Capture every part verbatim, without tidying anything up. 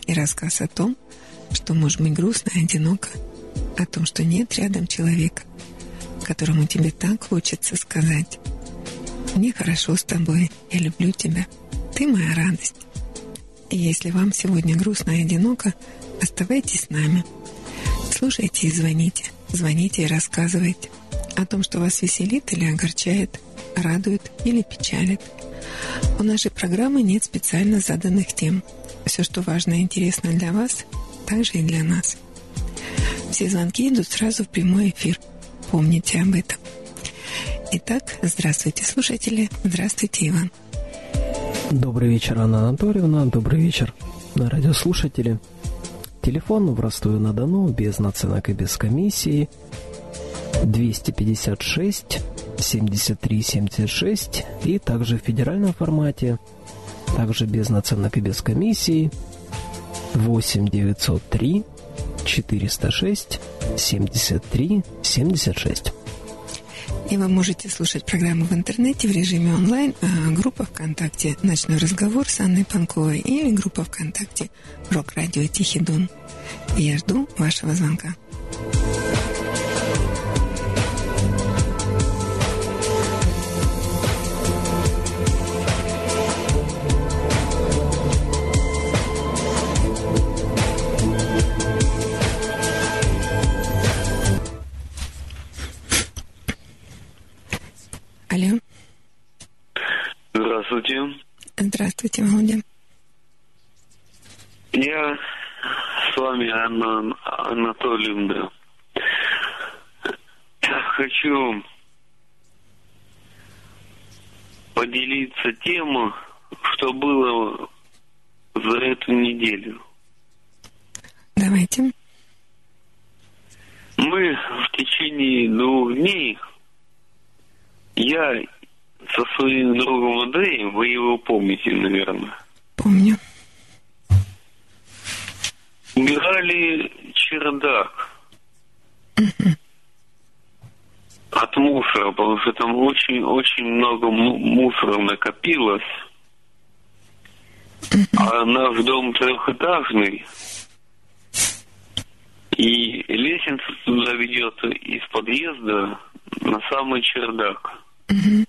и рассказ о том, что может быть грустно и одиноко, о том, что нет рядом человека, которому тебе так хочется сказать: «Мне хорошо с тобой, я люблю тебя, ты моя радость». И если вам сегодня грустно и одиноко, оставайтесь с нами. Слушайте и звоните, звоните и рассказывайте о том, что вас веселит или огорчает, радует или печалит. У нашей программы нет специально заданных тем. Все, что важно и интересно для вас, также и для нас. Все звонки идут сразу в прямой эфир. Помните об этом. Итак, здравствуйте, слушатели. Здравствуйте, Иван. Добрый вечер, Анна Анатольевна. Добрый вечер, радиослушатели. Телефон в Ростове-на-Дону без наценок и без комиссии двести пятьдесят шесть семьдесят три семьдесят шесть, и также в федеральном формате, также без наценок и без комиссии восемь девятьсот три четыреста шесть семьдесят три семьдесят шесть. И вы можете слушать программу в интернете в режиме онлайн, а группа ВКонтакте «Ночной разговор» с Анной Панковой или группа ВКонтакте «Рок-радио Тихий Дон». И я жду вашего звонка. Алло. Здравствуйте. Здравствуйте, Володя. Я с вами, Анна Анатольевна. Хочу поделиться тем, что было за эту неделю. Давайте. Мы в течение двух дней, я со своим другом Андреем, вы его помните, наверное. Помню. Убирали чердак. Угу. От мусора, потому что там очень-очень много мусора накопилось. Угу. А наш дом трехэтажный, и лестница туда ведет из подъезда на самый чердак. Угу.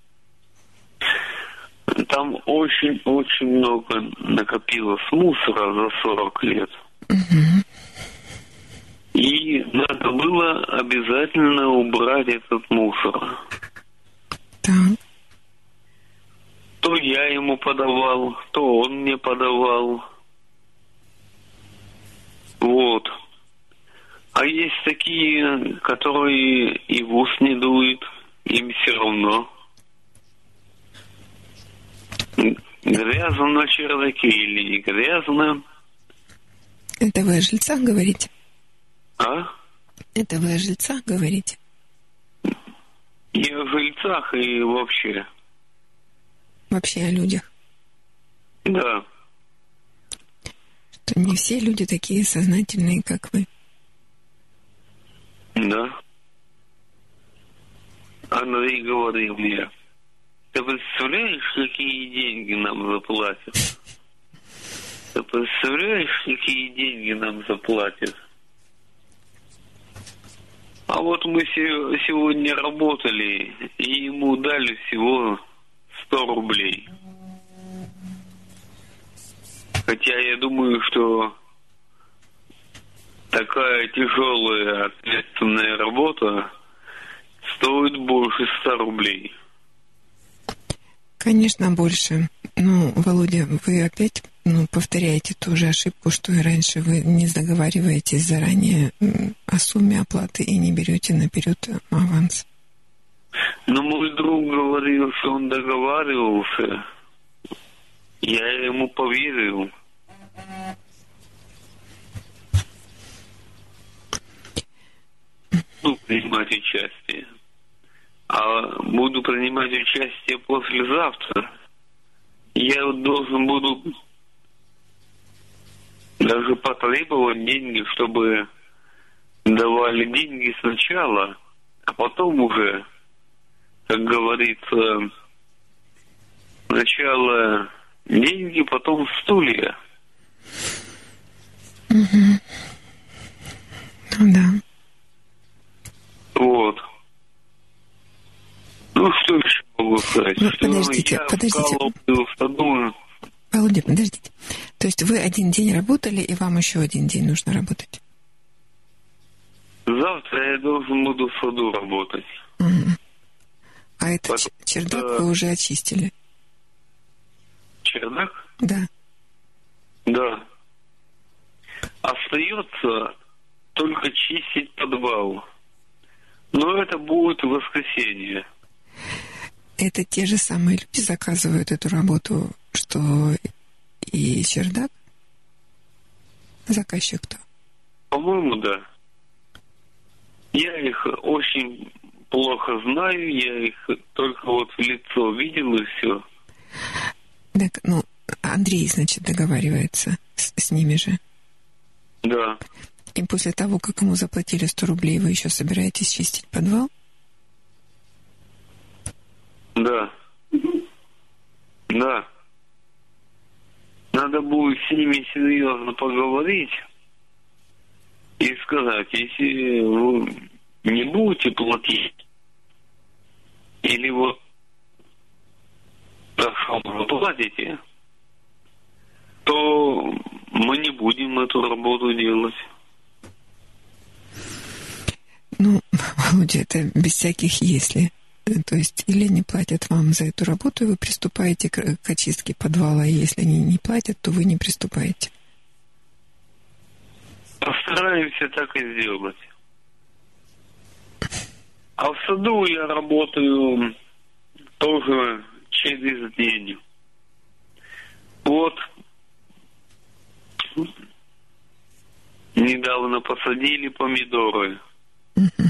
Там очень-очень много накопилось мусора за сорок лет. Угу. И надо было обязательно убрать этот мусор. Так. То я ему подавал, то он мне подавал. Вот. А есть такие, которые и в ус не дуют, им все равно. Грязно на чердаке или не грязно. Это вы о жильцах говорите? А? Это вы о жильцах говорите? И о жильцах, и вообще. Вообще о людях? Да. Что не все люди такие сознательные, как вы. Да. Андрей говорил мне: ты представляешь, какие деньги нам заплатят? Ты представляешь, какие деньги нам заплатят? А вот мы сегодня работали, и ему дали всего сто рублей. Хотя я думаю, что такая тяжелая, ответственная работа стоит больше ста рублей. Конечно, больше. Ну, Володя, вы опять ну, повторяете ту же ошибку, что и раньше. Вы не договариваетесь заранее о сумме оплаты и не берете наперед аванс. Но мой друг говорил, что он договаривался. Я ему поверил. Буду принимать участие. А буду принимать участие послезавтра. Я вот должен буду даже потребовать деньги, чтобы давали деньги сначала, а потом уже, как говорится, сначала деньги, потом стулья. сказать? Ну, что подождите, я подождите. В саду... Володя, подождите. То есть вы один день работали, и вам еще один день нужно работать? Завтра я должен буду в саду работать. Угу. А этот Потому чердак что... вы уже очистили? Чердак? Да. Да. Остается только чистить подвал. Но это будет в воскресенье. Это те же самые люди заказывают эту работу, что и чердак? Заказчик кто? По-моему, да. Я их очень плохо знаю, я их только вот в лицо видел и все. Так, ну, Андрей, значит, договаривается с, с ними же. Да. И после того, как ему заплатили сто рублей, вы еще собираетесь чистить подвал? Да. Да. Надо будет с ними серьезно поговорить и сказать, если вы не будете платить, или вот так что вы платите, то мы не будем эту работу делать. Ну, Володя, это без всяких «если». То есть или они платят вам за эту работу, и вы приступаете к, к очистке подвала, и если они не платят, то вы не приступаете. Постараемся так и сделать. А в саду я работаю тоже через день. Вот недавно посадили помидоры. Угу.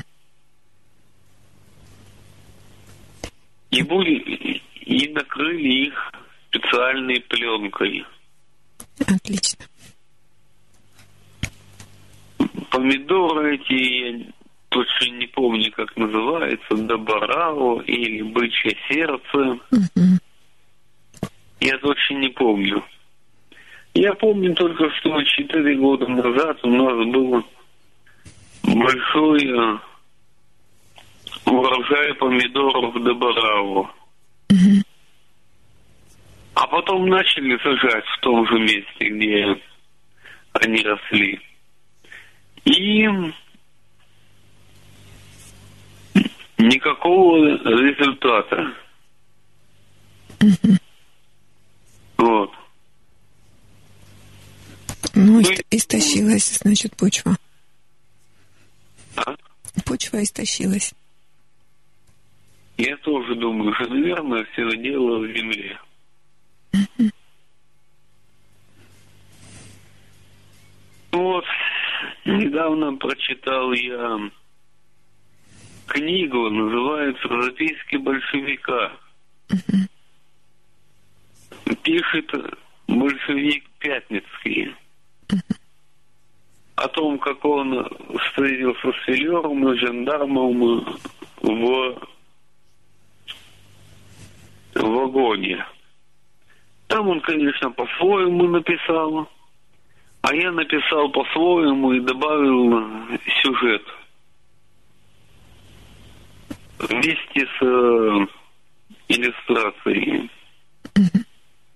И, были, и накрыли их специальной пленкой. Отлично. Помидоры эти, я точно не помню, как называется, добарао или бычье сердце. Угу. Я точно не помню. Я помню только, что четыре года назад у нас был большой урожай помидоров добарао. Угу. А потом начали сажать в том же месте, где они росли. И никакого результата. Угу. Вот. Ну, Ну, истощилась, значит, почва. А? Почва истощилась. Я тоже думаю, что, наверное, все дело в земле. Угу. Вот, недавно прочитал я книгу, называется «Записки большевика». Угу. Пишет большевик Пятницкий. Угу. О том, как он встретился с филером и жандармом в вагоне. Там он, конечно, по-своему написал, а я написал по-своему и добавил сюжет вместе с э, иллюстрацией. Угу.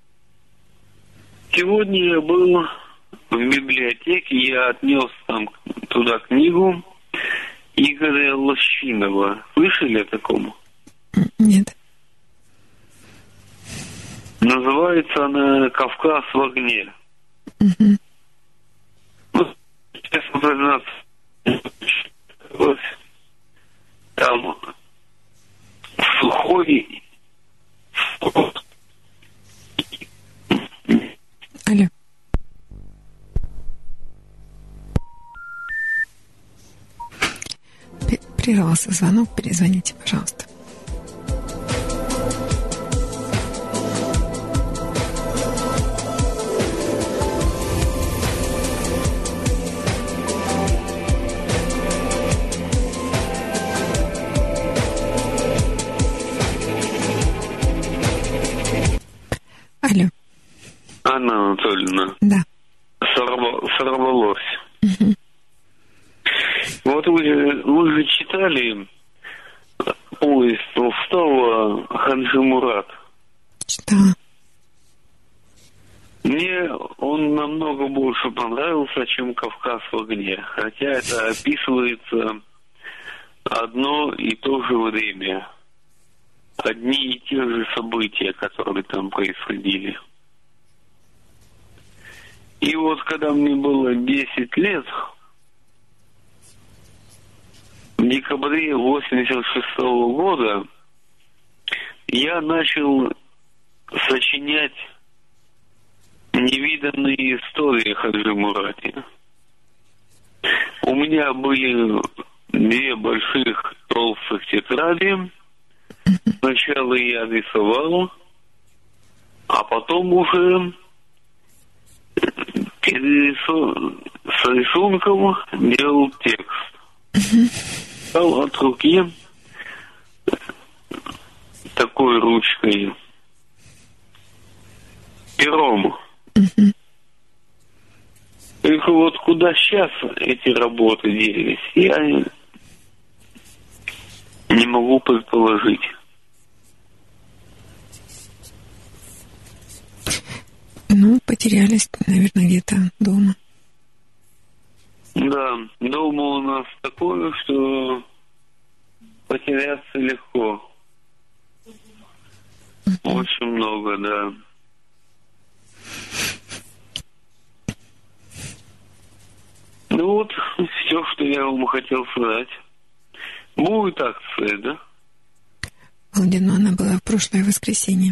Сегодня я был в библиотеке, я отнес там туда книгу Игоря Лощинова. Слышали о таком? Нет. Называется она «Кавказ в огне». Угу. Ну, честно признаться, там сухой. Алло. Прервался звонок, перезвоните, пожалуйста. Алло. Анна Анатольевна. Да. Сорва, сорвалось. Угу. Вот вы, вы же читали повесть Толстого «Хаджи Мурат». Читала. Мне он намного больше понравился, чем «Кавказ в огне». Хотя это описывается одно и то же время. Одни и те же события, которые там происходили. И вот когда мне было десять лет, в декабре восемьдесят шестого года я начал сочинять невиданные истории о Хаджи Мурате. У меня были две больших толстых тетради. Сначала я рисовал, а потом уже перерису... с рисунком делал текст. Стал от руки такой ручкой, пером. Uh-huh. Только вот куда сейчас эти работы делись, я не могу предположить. Ну, потерялись, наверное, где-то дома. Да, дома у нас такое, что потеряться легко. Uh-huh. Очень много, да. Ну вот, все, что я вам хотел сказать. Будет акция, да? Володя, но она была в прошлое воскресенье.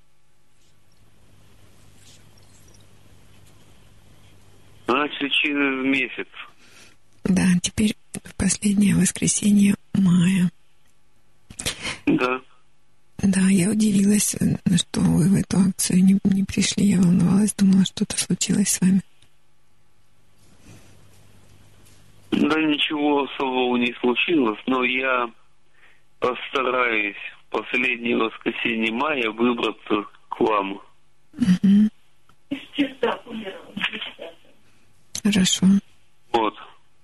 Значит, через месяц. Да, теперь в последнее воскресенье мая. Да. Да, я удивилась, что вы в эту акцию не, не пришли. Я волновалась, думала, что-то случилось с вами. Да ничего особого не случилось, но я постараюсь в последнее воскресенье мая выбраться к вам. Угу. Хорошо. Вот.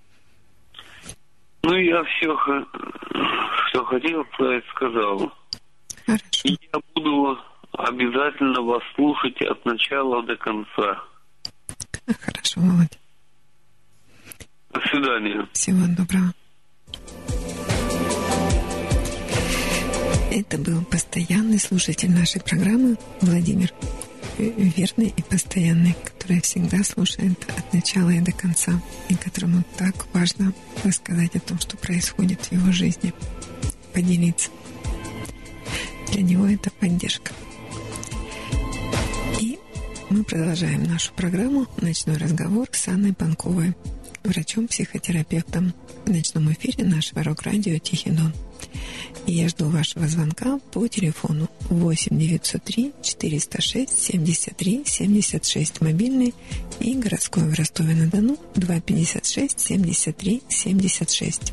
Ну, я все, что хотел сказать, сказал. Хорошо. И я буду обязательно вас слушать от начала до конца. Хорошо, Володя. До свидания. Всего доброго. Это был постоянный слушатель нашей программы Владимир. Верный и постоянный, который всегда слушает от начала и до конца, и которому так важно рассказать о том, что происходит в его жизни, поделиться. Для него это поддержка. И мы продолжаем нашу программу «Ночной разговор» с Анной Панковой, врачом-психотерапевтом, в ночном эфире нашего рок-радио «Тихий Дон». И я жду вашего звонка по телефону восемь девятьсот три четыреста шесть семьдесят три семьдесят шесть мобильный и городской в Ростове-на-Дону два пятьдесят шесть семьдесят три семьдесят шесть.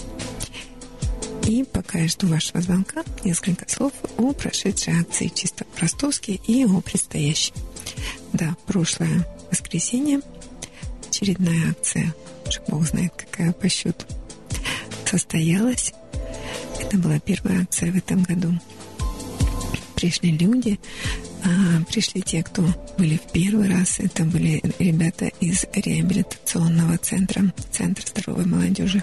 И пока я жду вашего звонка, несколько слов о прошедшей акции чисто по-ростовски и о предстоящей. Да, прошлое воскресенье очередная акция, уж бог знает какая по счету, состоялась. Это была первая акция в этом году. Пришли люди, а, пришли те, кто были в первый раз. Это были ребята из реабилитационного центра, Центра здоровой молодежи.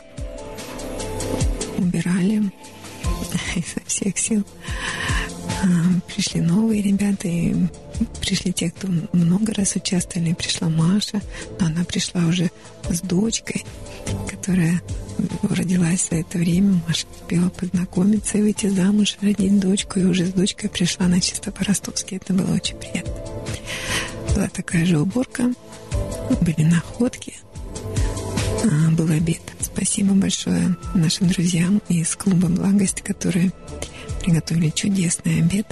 Убирали изо всех сил. А, пришли новые ребята, и пришли те, кто много раз участвовали. Пришла Маша, но она пришла уже с дочкой, которая родилась в это время. Маша успела познакомиться и выйти замуж, родить дочку, и уже с дочкой пришла на чисто по-ростовски. Это было очень приятно. Была такая же уборка, были находки, был обед. Спасибо большое нашим друзьям из клуба «Благость», которые приготовили чудесный обед.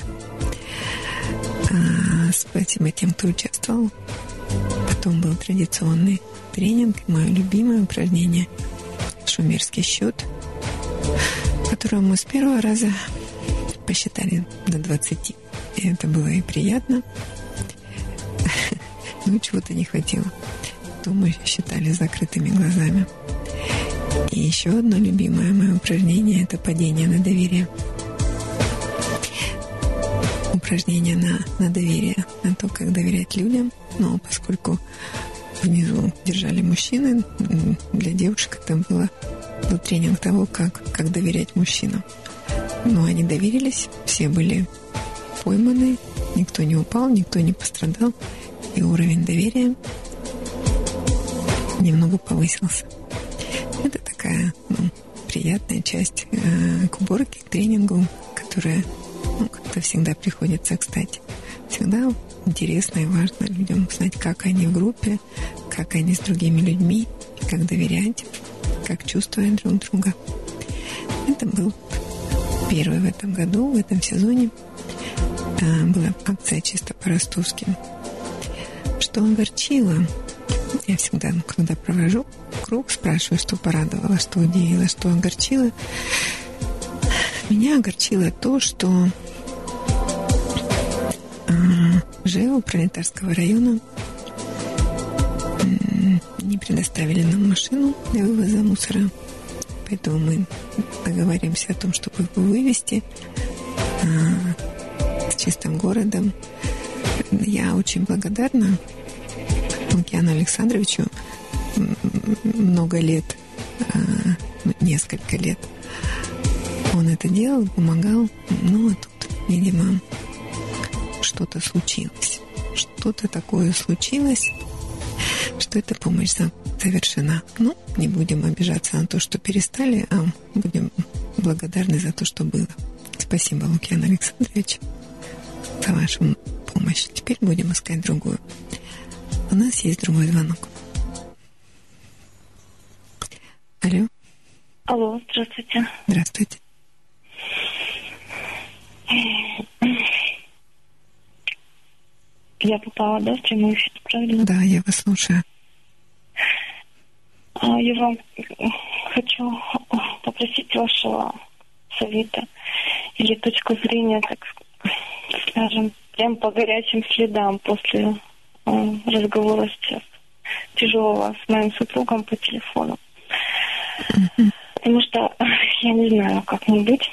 Спасибо тем, кто участвовал. Потом был традиционный тренинг, мое любимое упражнение «Шумерский счет», которое мы с первого раза посчитали до двадцати. И это было и приятно. Но чего-то не хватило. То мы считали с закрытыми глазами. И еще одно любимое мое упражнение – это падение на доверие. Упражнение на, на доверие, на то, как доверять людям. Но поскольку внизу держали мужчины, для девушек это было, был тренинг того, как, как доверять мужчинам. Но они доверились, все были пойманы, никто не упал, никто не пострадал, и уровень доверия немного повысился. Это такая ну, приятная часть э, к уборке, к тренингу, которая ну, как-то всегда приходится, кстати. Всегда интересно и важно людям узнать, как они в группе, как они с другими людьми, как доверять, как чувствовать друг друга. Это был первый в этом году, в этом сезоне. Э, была акция чисто по-ростовски. Что огорчило, я всегда, ну, когда провожу круг, спрашиваю, что порадовало, что удивило, что огорчило. Меня огорчило то, что э, ЖЭО Пролетарского района э, не предоставили нам машину для вывоза мусора. Поэтому мы договоримся о том, чтобы его вывести э, с чистым городом. Я очень благодарна Лукьяну Александровичу. Много лет, э, несколько лет он это делал, помогал. Ну, а тут, видимо, что-то случилось. Что-то такое случилось, что эта помощь завершена. Ну, не будем обижаться на то, что перестали, а будем благодарны за то, что было. Спасибо, Лукьян Александрович, за вашу помощь. Теперь будем искать другую. У нас есть другой звонок. Алло. Алло, здравствуйте. Здравствуйте. Я попала, да, в прямой эфир, правильно? Да, я вас слушаю. Я вам хочу попросить вашего совета или точку зрения, так скажем, прям по горячим следам после разговора сейчас тяжелого с моим супругом по телефону. Mm-hmm. Потому что я не знаю, как мне быть.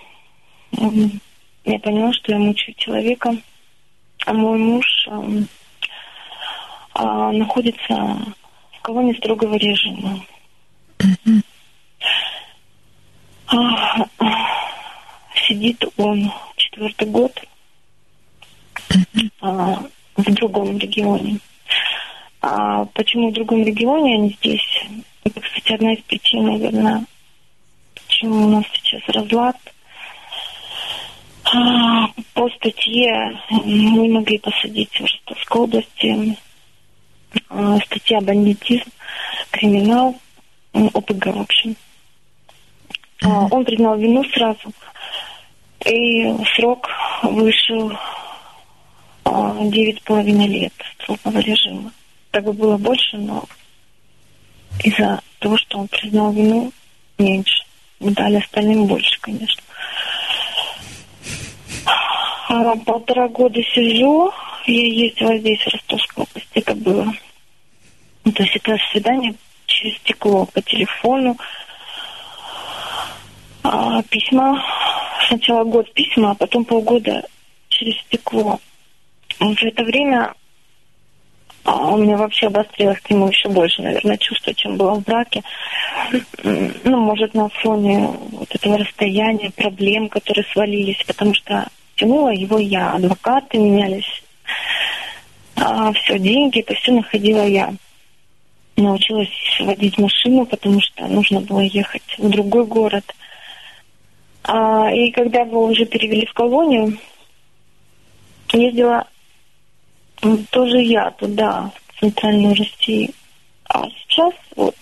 Я поняла, что я мучаю человека, а мой муж а, находится в колонии строгого режима. Mm-hmm. А, сидит он четвертый год mm-hmm. а, в другом регионе. А почему в другом регионе, а не здесь? Это, кстати, одна из причин, наверное, почему у нас сейчас разлад. А, по статье мы могли посадить в Ростовской области. А, статья бандитизм, криминал, ОПГ, в общем. А, он признал вину сразу. И срок вышел девять с половиной лет строгого режима. Так бы было больше, но из-за того, что он признал вину, меньше. Дали остальным больше, конечно. А полтора года сижу, я ездила здесь, в Ростовской области, это было. Ну, то есть это свидание через стекло, по телефону. А, письма, сначала год письма, а потом полгода через стекло. В это время а, у меня вообще обострилось к нему еще больше, наверное, чувство, чем было в браке. Ну, может, на фоне вот этого расстояния, проблем, которые свалились, потому что тянула его я. Адвокаты менялись. А, все, деньги, это все находила я. Научилась водить машину, потому что нужно было ехать в другой город. А, и когда его уже перевели в колонию, ездила тоже я туда, в Центральную Россию. А сейчас вот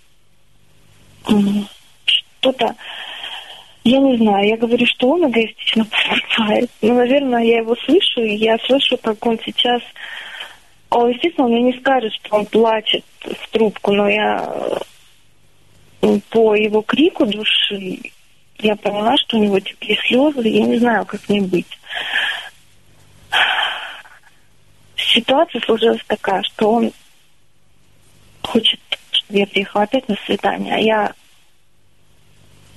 что-то, я не знаю, я говорю, что он эгоистично поступает. Но, наверное, я его слышу, и я слышу, как он сейчас... Он, естественно, мне не скажет, что он плачет в трубку, но я по его крику души я поняла, что у него такие слезы, я не знаю, как мне быть. Ситуация сложилась такая, что он хочет, чтобы я приехала опять на свидание, а я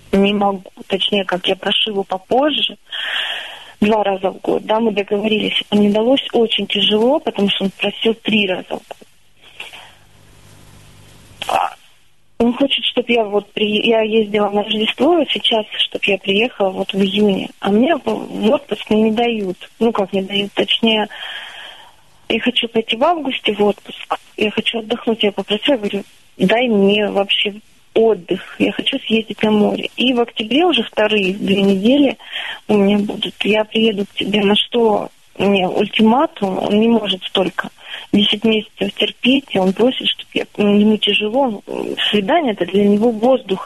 не могу. Точнее, как я прошу его попозже, два раза в год. Да, мы договорились. Это мне далось очень тяжело, потому что он просил три раза в год. Он хочет, чтобы я вот при... я ездила на Рождество, сейчас, чтобы я приехала вот в июне. А мне в отпуск не дают. Ну, как не дают, точнее, я хочу пойти в августе в отпуск. Я хочу отдохнуть. Я попросила, говорю, дай мне вообще отдых. Я хочу съездить на море. И в октябре уже вторые две недели у меня будут. Я приеду к тебе. На что мне ультиматум? Он не может столько. Десять месяцев терпеть, и он просит, чтобы я... Ну, ему тяжело. Свидание — это для него воздух.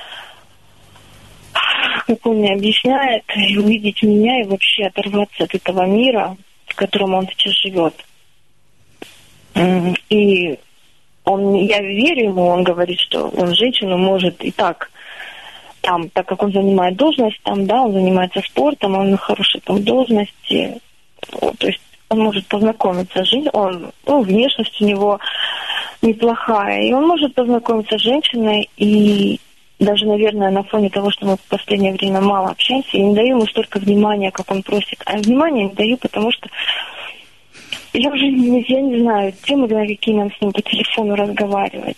Как он мне объясняет, и увидеть меня, и вообще оторваться от этого мира, в котором он сейчас живет. И он, я верю ему, он говорит, что он женщину может и так, там, так как он занимает должность, там, да, он занимается спортом, он на хорошей там должности, вот, то есть он может познакомиться с женщиной, он, ну, внешность у него неплохая, и он может познакомиться с женщиной, и даже, наверное, на фоне того, что мы в последнее время мало общаемся, я не даю ему столько внимания, как он просит. А внимания не даю, потому что я уже не, я не знаю, темы, на какие нам с ним по телефону разговаривать.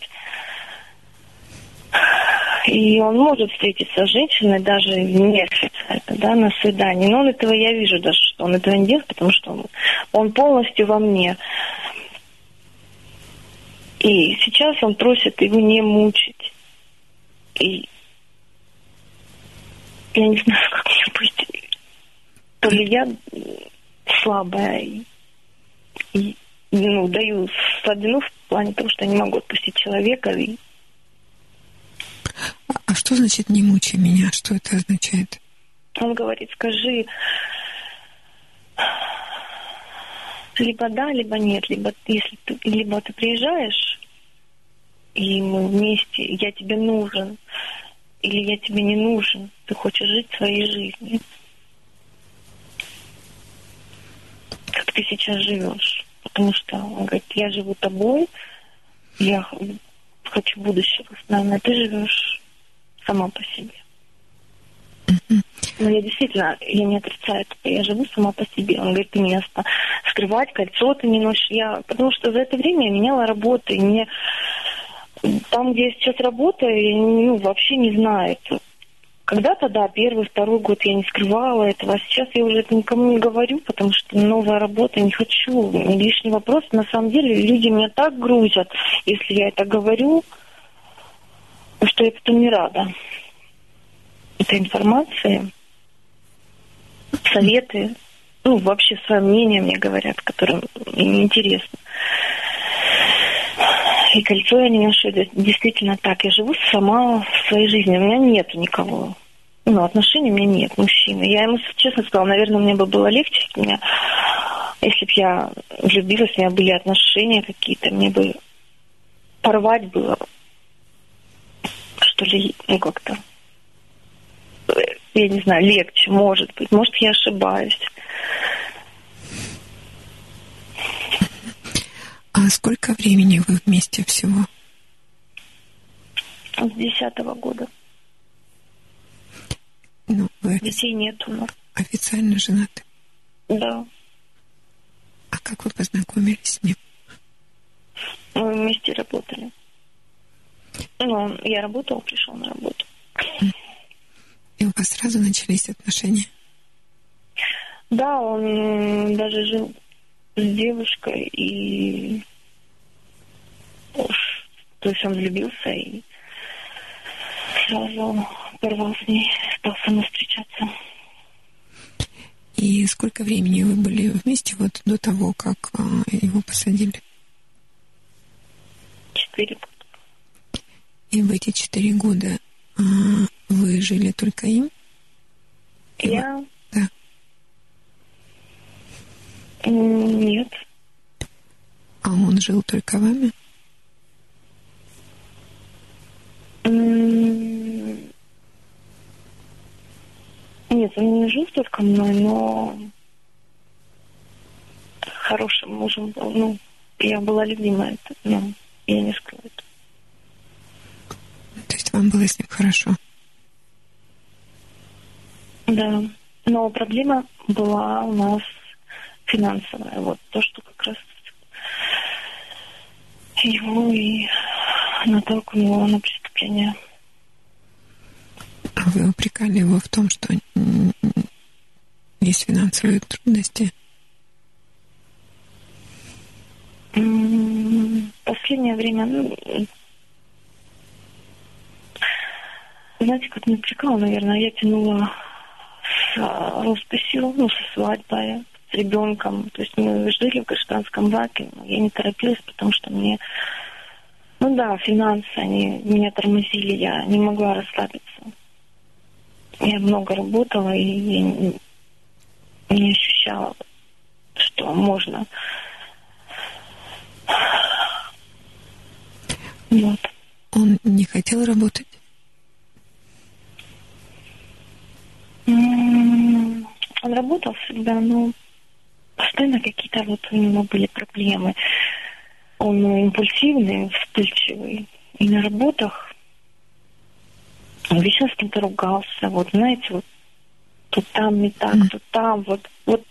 И он может встретиться с женщиной даже неофициально, да, на свидании. Но он этого, я вижу даже, что он этого не делает, потому что он, он полностью во мне. И сейчас он просит его не мучить. И я не знаю, как мне быть. То ли я слабая и, и ну, даю слабину в плане того, что я не могу отпустить человека. И... А что значит «не мучай меня»? Что это означает? Он говорит, скажи либо да, либо нет. Либо если ты, либо ты приезжаешь, и мы вместе, я тебе нужен, или я тебе не нужен, ты хочешь жить своей жизнью. Как ты сейчас живешь. Потому что он говорит, я живу тобой, я хочу будущего с нами, а ты живешь сама по себе. Mm-hmm. Но я действительно, я не отрицаю это, я живу сама по себе. Он говорит, ты меня скрывать, кольцо ты не носишь. Я, потому что за это время я меняла работу, и мне там, где я сейчас работаю, я ну, вообще не знаю это. Когда-то, да, первый, второй год я не скрывала этого, а сейчас я уже это никому не говорю, потому что новая работа, не хочу, лишний вопрос. На самом деле люди меня так грузят, если я это говорю, что я потом не рада. Это информация, советы, ну, вообще свое мнение мне говорят, которым им интересно. И кольцо я не ношу, это действительно так. Я живу сама в своей жизни, у меня нет никого. Ну, отношений у меня нет, мужчины. Я ему честно сказала, наверное, мне бы было легче, меня, если бы я влюбилась, у меня были отношения какие-то, мне бы порвать было, что ли, ну, как-то, я не знаю, легче, может быть. Может, я ошибаюсь. А сколько времени вы вместе всего? С десятого года. Ну, вы детей нет у нас. Официально женаты? Да. А как вы познакомились с ним? Мы вместе работали. Ну, я работала, пришел на работу. И у вас сразу начались отношения? Да, он даже жил с девушкой, и то есть он влюбился и сразу порвал с ней, стал со мной встречаться. И сколько времени вы были вместе вот до того, как а, его посадили? Четыре года. И в эти четыре года а, вы жили только им? Я? Вы... Да. Нет. А он жил только вами? Нет, он не жил только мной, но хорошим мужем был. Ну, я была любимая, но я не скрою это. То есть вам было с ним хорошо? Да. Но проблема была у нас финансовая. Вот то, что как раз его и натолкнуло на преступление. А вы упрекали его в том, что есть финансовые трудности? Последнее время, ну, знаете, как не упрекала, наверное, я тянула с росписью, ну, со свадьбой, с ребенком. То есть мы жили в гражданском браке, но я не торопилась, потому что мне, ну да, финансы, они меня тормозили, я не могла расслабиться. Я много работала и не, не ощущала, что можно. Вот. Он не хотел работать? Он работал всегда, но постоянно какие-то вот у него были проблемы. Он импульсивный, вспыльчивый. И на работах он вечно с кем-то ругался. Вот, знаете, вот тут там не так, mm. тут там, вот, вот.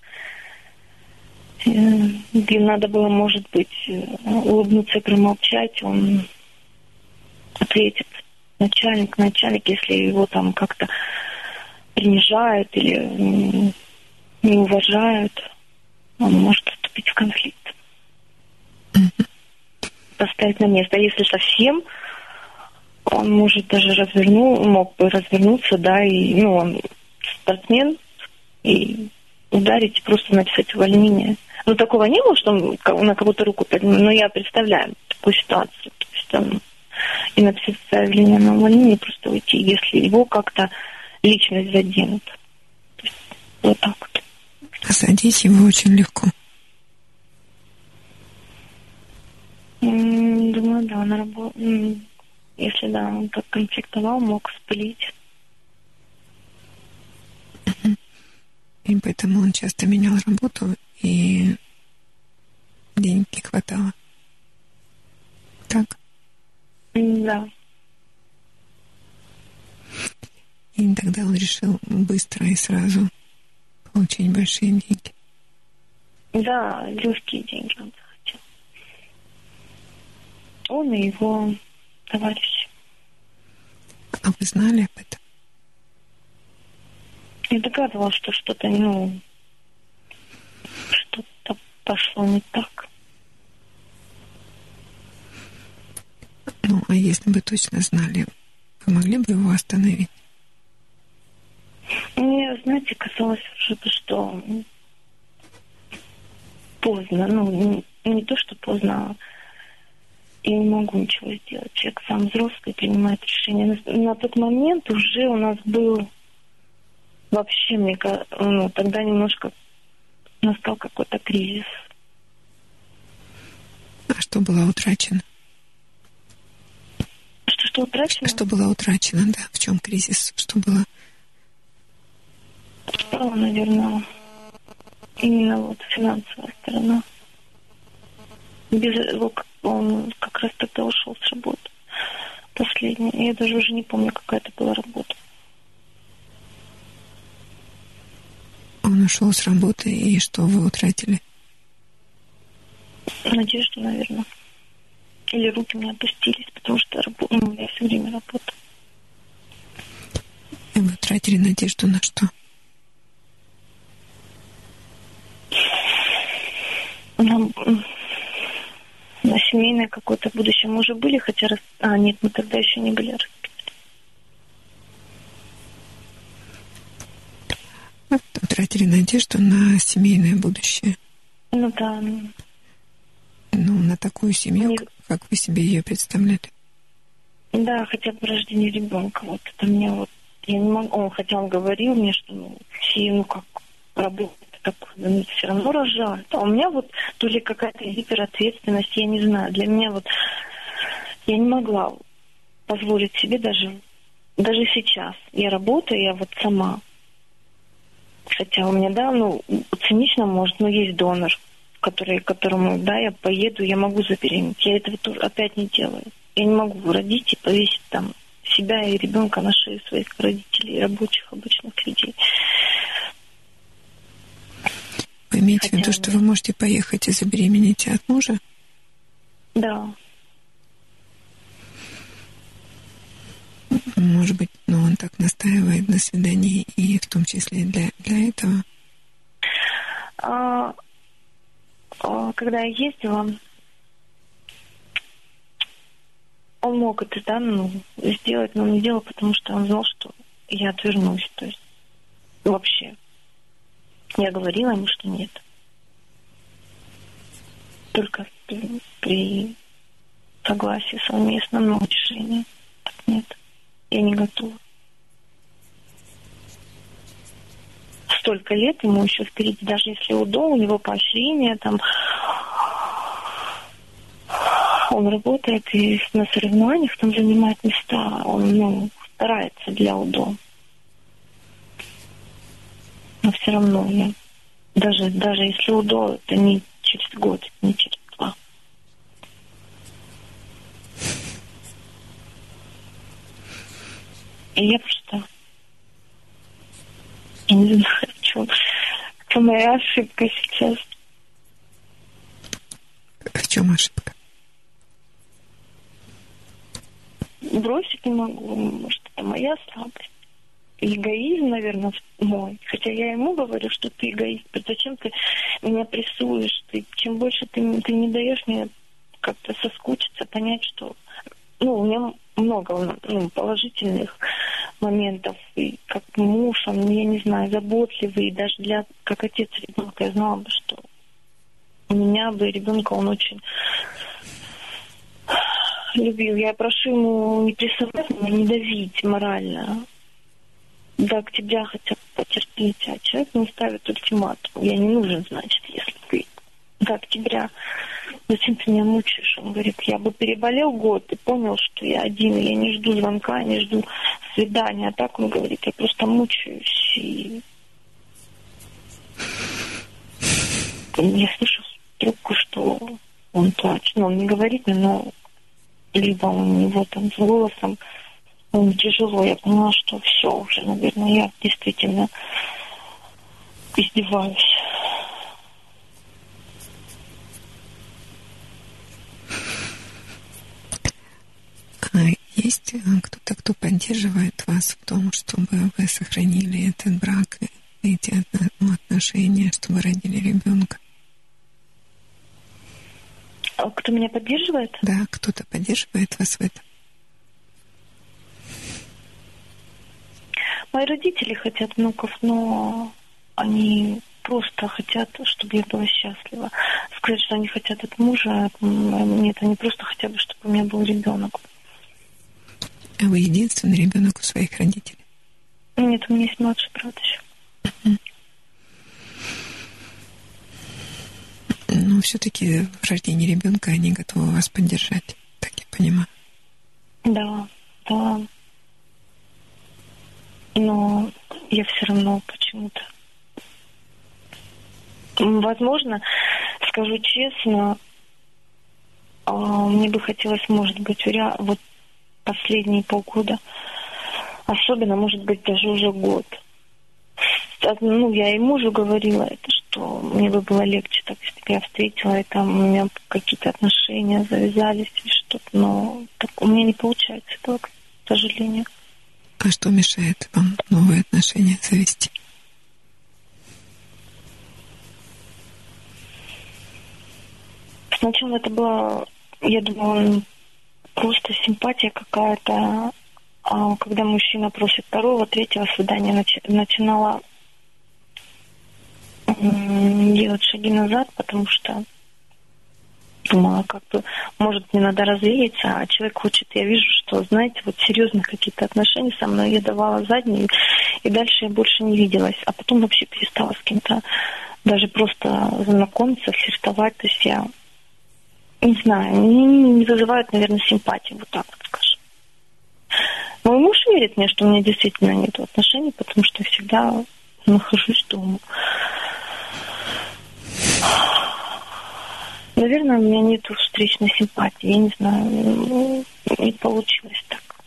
Где надо было, может быть, улыбнуться и промолчать, он ответит. Начальник, начальник, если его там как-то принижают или не уважают, он может вступить в конфликт. Mm-hmm. Поставить на место. А если совсем, он может даже развернул, мог бы развернуться, да, и, ну, он спортсмен, и ударить, просто написать увольнение. Ну, такого не было, что он на кого-то руку поднял, но я представляю такую ситуацию. То есть он и написать заявление на увольнение, просто уйти, если его как-то личность заденут. То есть, вот так вот. Осадить его очень легко. Думаю, да, на работу. Если да, он так конфликтовал, мог вспылить. И поэтому он часто менял работу, и денег не хватало. Так? Да. И тогда он решил быстро и сразу получить большие деньги. Да, легкие деньги он захотел. Он и его товарищ. А вы знали об этом? Я догадывалась, что что-то, ну, что-то пошло не так. Ну, а если бы точно знали, вы могли бы его остановить? Мне, знаете, казалось уже, что поздно. Ну, не, не то, что поздно, а я не могу ничего сделать. Человек сам взрослый, принимает решение. На, на тот момент уже у нас был вообще, мне кажется, ну, тогда немножко настал какой-то кризис. А что было утрачено? Что, что утрачено? Что было утрачено, да. В чем кризис? Что было? Стало, наверное, именно вот финансовая сторона. Без его он как раз тогда ушел с работы. Последний. Я даже уже не помню, какая это была работа. Он ушел с работы, и что вы утратили? Надежду, наверное. Или руки мне опустились, потому что раб... ну, я все время работаю. И вы утратили надежду на что? На, на семейное какое-то будущее. Мы уже были, хотя... Рас... А, нет, мы тогда еще не были расписаны. Утратили надежду на семейное будущее. Ну да. Ну, на такую семью, Не... как вы себе ее представляли. Да, хотя бы рождение ребенка. Вот это мне вот... Я не могу... Он, хотя он говорил мне, что ну, все, ну как, работает такое, но все равно рожают. А у меня вот то ли какая-то гиперответственность, я не знаю. Для меня вот... Я не могла позволить себе даже... Даже сейчас. Я работаю, я вот сама... Хотя у меня, да, ну, цинично, может, но есть донор, который, которому, да, я поеду, я могу забеременеть. Я этого тоже опять не делаю. Я не могу родить и повесить там себя и ребенка на шею своих родителей, рабочих обычных людей. имеете в виду, что вы можете поехать и забеременеть от мужа? Да. Может быть, но он так настаивает на свидании, и в том числе для, для этого? А, а, когда я ездила, он мог это, да, ну, сделать, но не делал, потому что он знал, что я отвернусь. То есть вообще. Я говорила ему, что нет. Только при, при согласии совместном, но решении. Так нет. Я не готова. Столько лет ему еще впереди, даже если УДО, у него поощрение, там, он работает и на соревнованиях там занимает места, он, ну, старается для УДО. Но все равно я, даже, даже если УДО, это не через год, это не через два. И я просто... Я не знаю, в чем, в чем моя ошибка сейчас. В чем ошибка? Бросить не могу, может, это моя слабость. Эгоизм, наверное, мой. Хотя я ему говорю, что ты эгоист. Зачем ты меня прессуешь? Ты, чем больше ты, ты не даешь мне как-то соскучиться, понять, что... Ну, у меня много, ну, положительных моментов. И как муж, он, я не знаю, заботливый. И даже для, как отец ребенка, я знала бы, что у меня бы ребенка он очень любил. Я прошу ему не прессовать меня, не давить морально. До октября хотя бы потерпеть, а человек не ставит ультиматум. Я не нужен, значит, если ты до октября. Зачем ты меня мучаешь? Он говорит, я бы переболел год и понял, что я один, я не жду звонка, не жду свидания. А так он говорит, я просто мучаюсь. И я слышу трубку, что он плачет. Ну, он не говорит мне, но либо у него там с голосом ему тяжело. Я поняла, что все уже, наверное, я действительно издеваюсь. А есть кто-то, кто поддерживает вас в том, чтобы вы сохранили этот брак, эти отношения, чтобы родили ребенка? А кто меня поддерживает? Да, кто-то поддерживает вас в этом. Мои родители хотят внуков, но они просто хотят, чтобы я была счастлива. Сказать, что они хотят от мужа, нет, они просто хотят, чтобы у меня был ребенок. А вы единственный ребенок у своих родителей? Нет, у меня есть младший брат еще. Uh-huh. Но все-таки в рождении ребенка они готовы вас поддержать, так я понимаю. Да, да. Но я все равно почему-то... Возможно, скажу честно, мне бы хотелось, может быть, вот последние полгода, особенно, может быть, даже уже год. Ну, я и мужу говорила это, что мне бы было легче, так, если бы я встретила, и там у меня какие-то отношения завязались или что-то, но так у меня не получается этого, к сожалению. А что мешает вам новые отношения завести? Сначала это было, я думала, просто симпатия какая-то. А когда мужчина просит второго, третьего свидания, начи- начинала м- делать шаги назад, потому что думала, как бы, может, мне надо развеяться, а человек хочет, я вижу, что, знаете, вот серьезные какие-то отношения со мной, я давала заднюю, и дальше я больше не виделась. А потом вообще перестала с кем-то даже просто знакомиться, флиртовать. То есть я не знаю, не, не вызывают, наверное, симпатию, вот так вот скажем. Мой муж верит мне, что у меня действительно нет отношений, потому что я всегда нахожусь дома. Наверное, у меня нет встречной симпатии, я не знаю, не получилось так.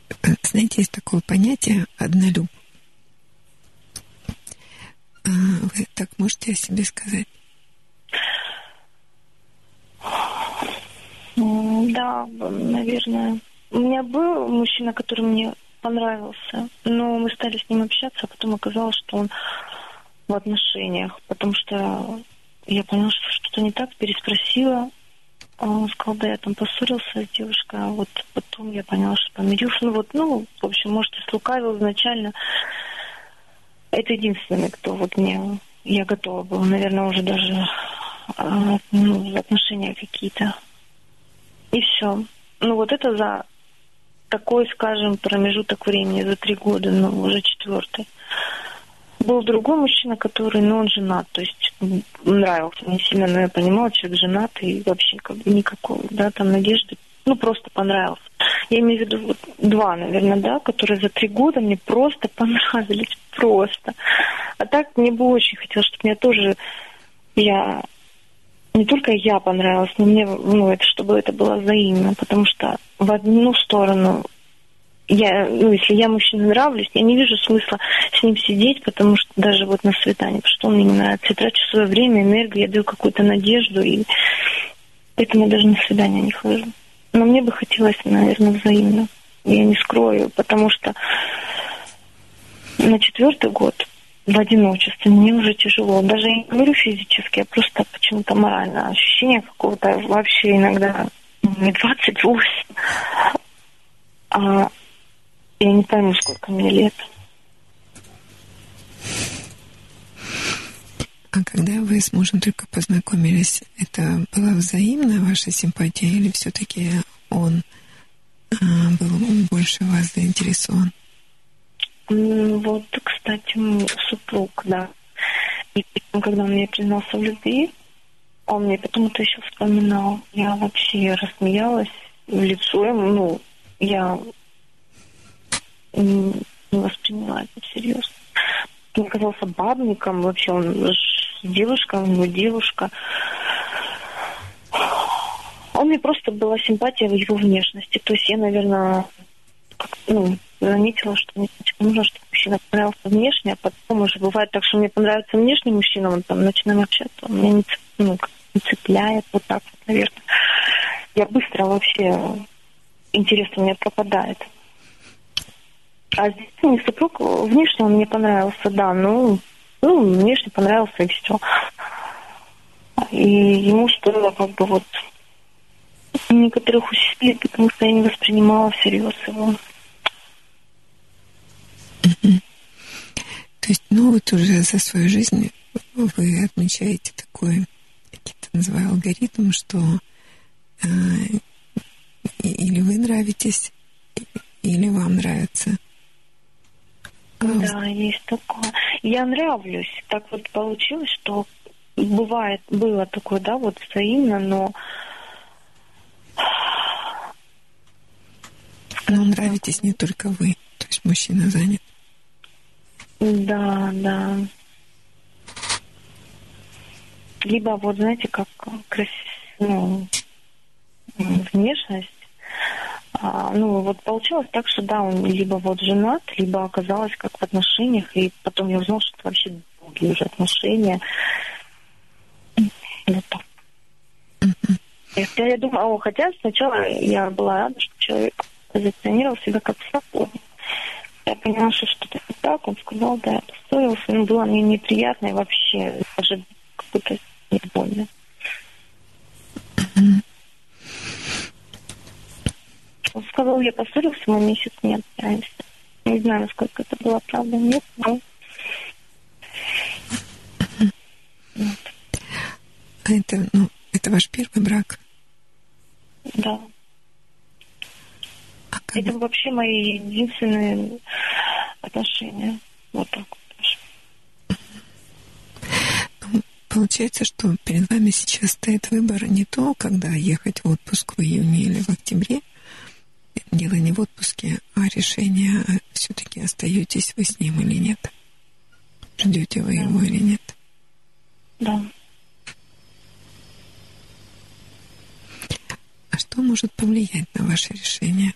Знаете, есть такое понятие «однолюб». Вы можете о себе сказать? Да, наверное. У меня был мужчина, который мне понравился, но мы стали с ним общаться, а потом оказалось, что он в отношениях, потому что я поняла, что что-то не так, переспросила. Он сказал, да, я там поссорился с девушкой, а вот потом я поняла, что помирился. Ну вот, ну, в общем, может, и слукавил изначально. Это единственный, кто вот мне... Я готова была, наверное, уже даже а, ну, в отношения какие-то. И все. Ну вот это за такой, скажем, промежуток времени, за три года, ну, уже четвертый. Был другой мужчина, который, ну, он женат, то есть нравился мне сильно, но я понимала, человек женат, и вообще как бы никакой, да, там надежды, ну, просто понравился. Я имею в виду вот два, наверное, да, которые за три года мне просто понравились, просто. А так мне бы очень хотелось, чтобы мне тоже, я, не только я понравилась, но мне, ну, это, чтобы это было взаимно, потому что в одну сторону я, ну, если я мужчине нравлюсь, я не вижу смысла с ним сидеть, потому что даже вот на свидании, потому что он мне не нравится. Я трачу свое время, энергию, я даю какую-то надежду, и поэтому я даже на свидание не хожу. Но мне бы хотелось, наверное, взаимно. Я не скрою, потому что на четвертый год в одиночестве мне уже тяжело. Даже я не говорю физически, а просто почему-то морально. Ощущение какого-то вообще иногда не двадцать восемь, а я не пойму, сколько мне лет. А когда вы с мужем только познакомились, это была взаимная ваша симпатия или все-таки он а, был больше в вас заинтересован? Вот, кстати, мой супруг, да. И когда он мне признался в любви, он мне потом это еще вспоминал. Я вообще рассмеялась в лицо ему, ну, я не восприняла это всерьез. Он оказался бабником, вообще он девушка, у него девушка. Он мне просто была симпатия в его внешности. То есть я, наверное, как, ну, заметила, что мне нужно, чтобы мужчина понравился внешне, а потом уже бывает так, что мне понравится внешний мужчина, он там начинаем общаться, он меня не, цеп, ну, не цепляет, вот так вот, наверное. Я быстро вообще, интерес у меня пропадает. А здесь мне супруг, внешне он мне понравился, да, ну, ну, внешне понравился и все. И ему стоило как бы вот некоторых усилий, потому что я не воспринимала всерьез его. Mm-hmm. То есть, ну, вот уже за свою жизнь вы отмечаете такой, как я это называю, алгоритм, что э, или вы нравитесь, или вам нравится. Да, есть такое. Я нравлюсь. Так вот получилось, что бывает, было такое, да, вот взаимно, но... Но нравитесь не только вы, то есть мужчина занят. Да, да. Либо вот, знаете, как крас... ну, внешность. А, ну, вот получилось так, что да, он либо вот женат, либо оказалось как в отношениях, и потом я узнала, что это вообще долгие уже отношения. Вот так. Mm-hmm. Я, я думала, о, хотя сначала я была рада, что человек позиционировал себя как свободный. Я поняла, что что-то не так, он сказал, да, я поссорился, но было мне неприятно и вообще даже как-то не больно. Mm-hmm. Он сказал, я поссорился, мы месяц не общаемся. Не знаю, насколько это была правда, нет, но... Вот. А это, ну, это ваш первый брак? Да. А как... Это вообще мои единственные отношения. Вот так вот. Ну, получается, что перед вами сейчас стоит выбор не то, когда ехать в отпуск в июне или в октябре. Дело не в отпуске, а решение, все-таки остаетесь вы с ним или нет. Ждете вы да. его или нет. Да. А что может повлиять на ваше решение?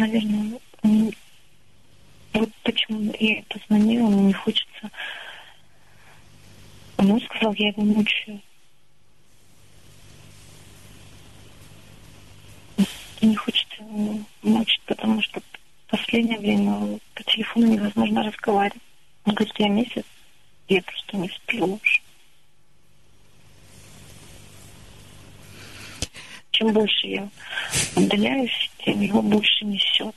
наверное, вот почему я ей позвонила, мне не хочется. Он сказал, я его мучаю. Не хочется его мучить, потому что в последнее время по телефону невозможно разговаривать. Он говорит, я месяц, я просто не сплю уже. Чем больше я отдаляюсь, тем его больше несет.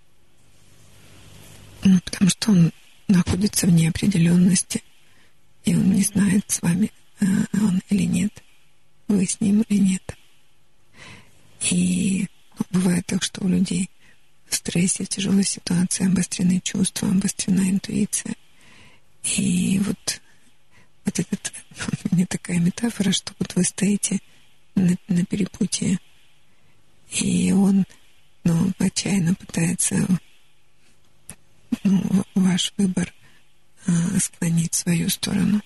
Ну, потому что он находится в неопределенности, и он не знает, с вами он или нет, вы с ним или нет. И ну, бывает так, что у людей в стрессе, в тяжелой ситуации обострены чувства, обострена интуиция. И вот, вот этот, у меня такая метафора, что вот вы стоите на, на перепутье, и он, ну, отчаянно пытается, ну, ваш выбор а, склонить в свою сторону.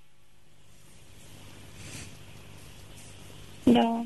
Да.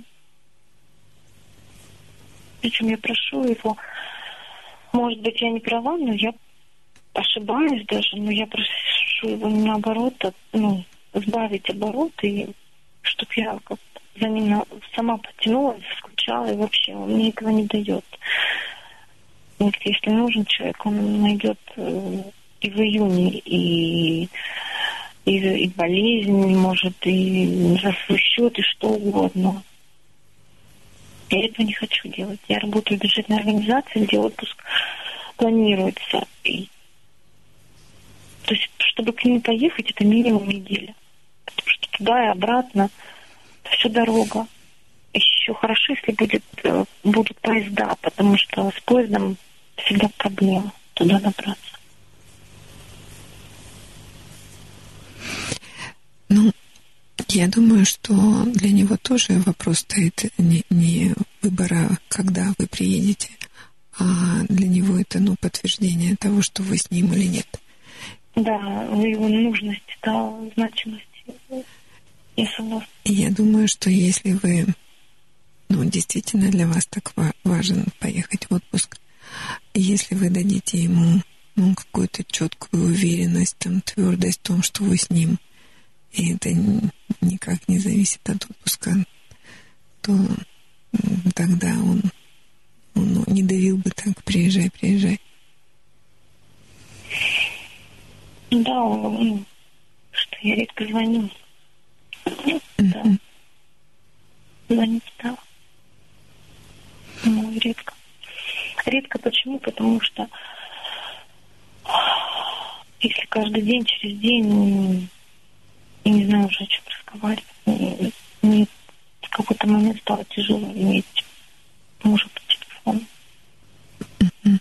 Причем я прошу его, может быть, я не права, но я ошибаюсь даже, но я прошу его наоборот, ну, сбавить обороты, и чтобы я как за ним сама потянулась, скучала, и вообще он мне этого не дает. Вот если нужен человек, он найдет и в июне, и, и, и болезнь, может, и за свой счет, и что угодно. Я этого не хочу делать. Я работаю в бюджетной организации, где отпуск планируется. И, то есть, чтобы к ним поехать, это минимум неделя. Потому что туда и обратно это все дорога. Еще хорошо, если будет, будут поезда, потому что с поездом всегда проблема туда добраться. Ну, я думаю, что для него тоже вопрос стоит не, не выбора, когда вы приедете, а для него это, ну, подтверждение того, что вы с ним или нет. Да, его нужность, да, значимость. Я согласна. И я думаю, что если вы, ну, действительно для вас так важен поехать в отпуск, если вы дадите ему, ну, какую-то четкую уверенность, там, твердость в том, что вы с ним, и это никак не зависит от отпуска, то тогда он, он не давил бы так, приезжай, приезжай. Да, он, что я редко звоню. Mm-hmm. Да. Звонить стала. Ну, редко. Редко почему? Потому что если каждый день, через день, я не знаю уже, о чем разговаривать, мне в какой-то момент стало тяжело иметь мужа по телефону. Mm-hmm.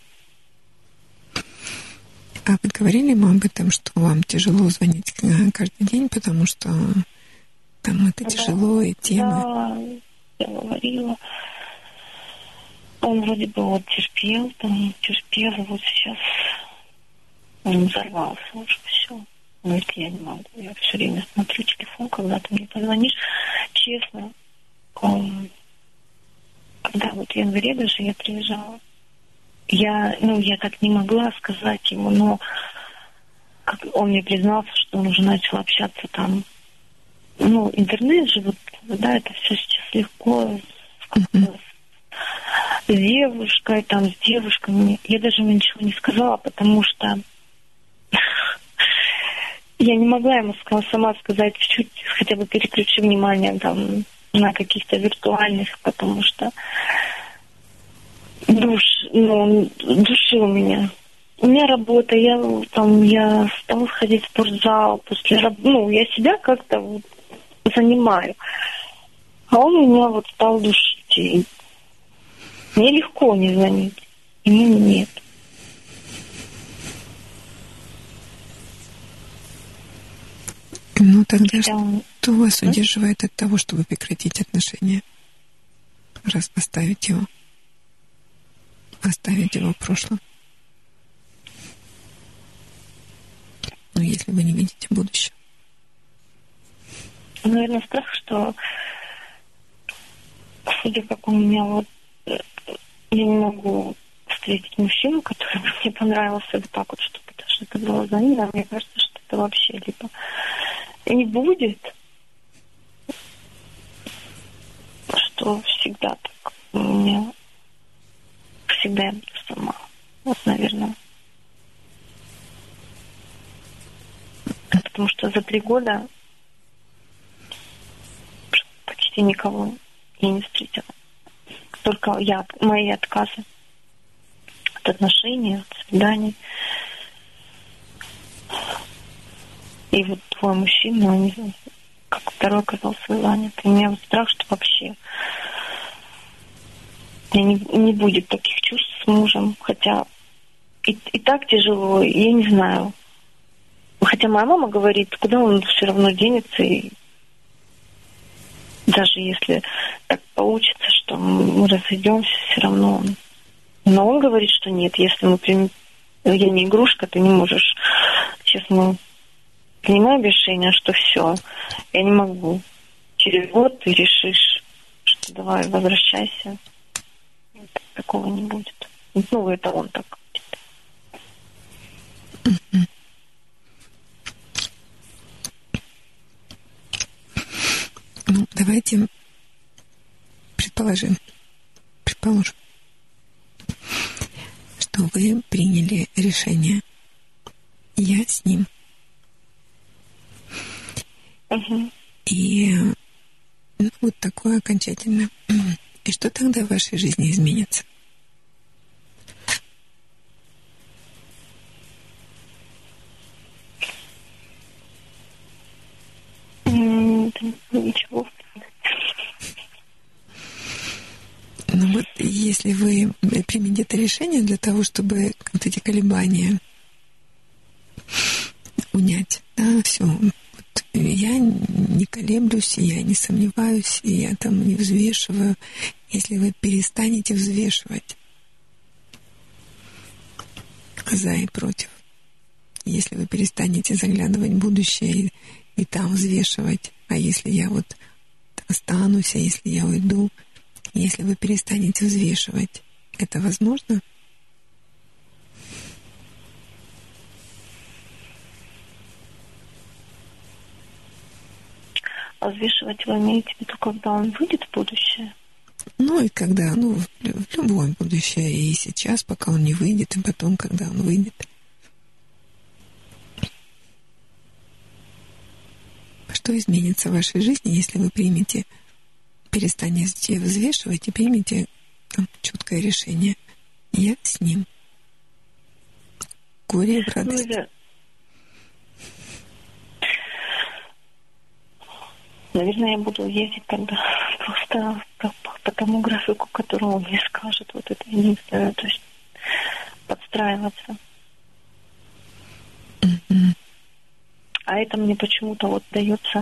А вы говорили ему об этом, что вам тяжело звонить каждый день, потому что там это да, тяжело, и темы? Да, я говорила. Он вроде бы вот терпел, там терпел, вот сейчас он взорвался уже, все. Говорит, я не могу, я все время смотрю телефон, когда ты мне позвонишь. Честно, он, когда вот в январе даже я приезжала, я, ну, я так не могла сказать ему, но как он мне признался, что он уже начал общаться там. Ну, интернет же, вот, да, это все сейчас легко, mm-hmm. с девушкой, там, с девушками. Я даже ему ничего не сказала, потому что я не могла ему сама сказать, чуть хотя бы переключи внимание там на каких-то виртуальных, потому что душ, ну, душил меня. У меня работа, я там, я стала ходить в спортзал после работы, ну, я себя как-то вот занимаю. А он меня вот стал душить. И мне легко не звонить, ему нет. Ну, тогда что он... вас а? удерживает от того, чтобы прекратить отношения? Раз оставить его. Оставить его в прошлом. Ну, если вы не видите будущего. Наверное, страх, что судя как у меня вот я не могу встретить мужчину, который бы мне понравился вот так вот, чтобы даже это было взаимно. Мне кажется, что это вообще либо не будет, что всегда так. У меня всегда я буду сама. Вот, наверное. Потому что за три года почти никого я не встретила. Только я, мои отказы от отношений, от свиданий. И вот твой мужчина, он не, как второй оказался занят. И у меня вот страх, что вообще не, не будет таких чувств с мужем. Хотя и, и так тяжело, я не знаю. Хотя моя мама говорит, куда он все равно денется. И даже если так получится, что мы разойдемся, все равно он. Но он говорит, что нет, если мы примем... Я не игрушка, ты не можешь. Сейчас мы принимаем решение, что все, я не могу. Через год ты решишь, что давай возвращайся. Такого не будет. Ну, это он так говорит. Ну, давайте предположим, предположим, что вы приняли решение. Я с ним. Угу. И ну, вот такое окончательно. И что тогда в вашей жизни изменится? Ничего. Ну вот, если вы примете это решение для того, чтобы вот эти колебания унять, да, все, вот, я не колеблюсь, я не сомневаюсь, я там не взвешиваю. Если вы перестанете взвешивать за и против, если вы перестанете заглядывать в будущее и, и там взвешивать, а если я вот останусь, а если я уйду, если вы перестанете взвешивать, это возможно? А взвешивать вы имеете в виду, когда он выйдет в будущее? Ну и когда, ну, в, в любое будущее, и сейчас, пока он не выйдет, и потом, когда он выйдет. Что изменится в вашей жизни, если вы примете, перестанете взвешивать и примете там, четкое решение? Я с ним. Горе в радость. Ну, наверное, я буду ездить тогда просто по, по тому графику, который он мне скажет. Вот это единственное, то есть подстраиваться. Mm-hmm. А это мне почему-то вот дается,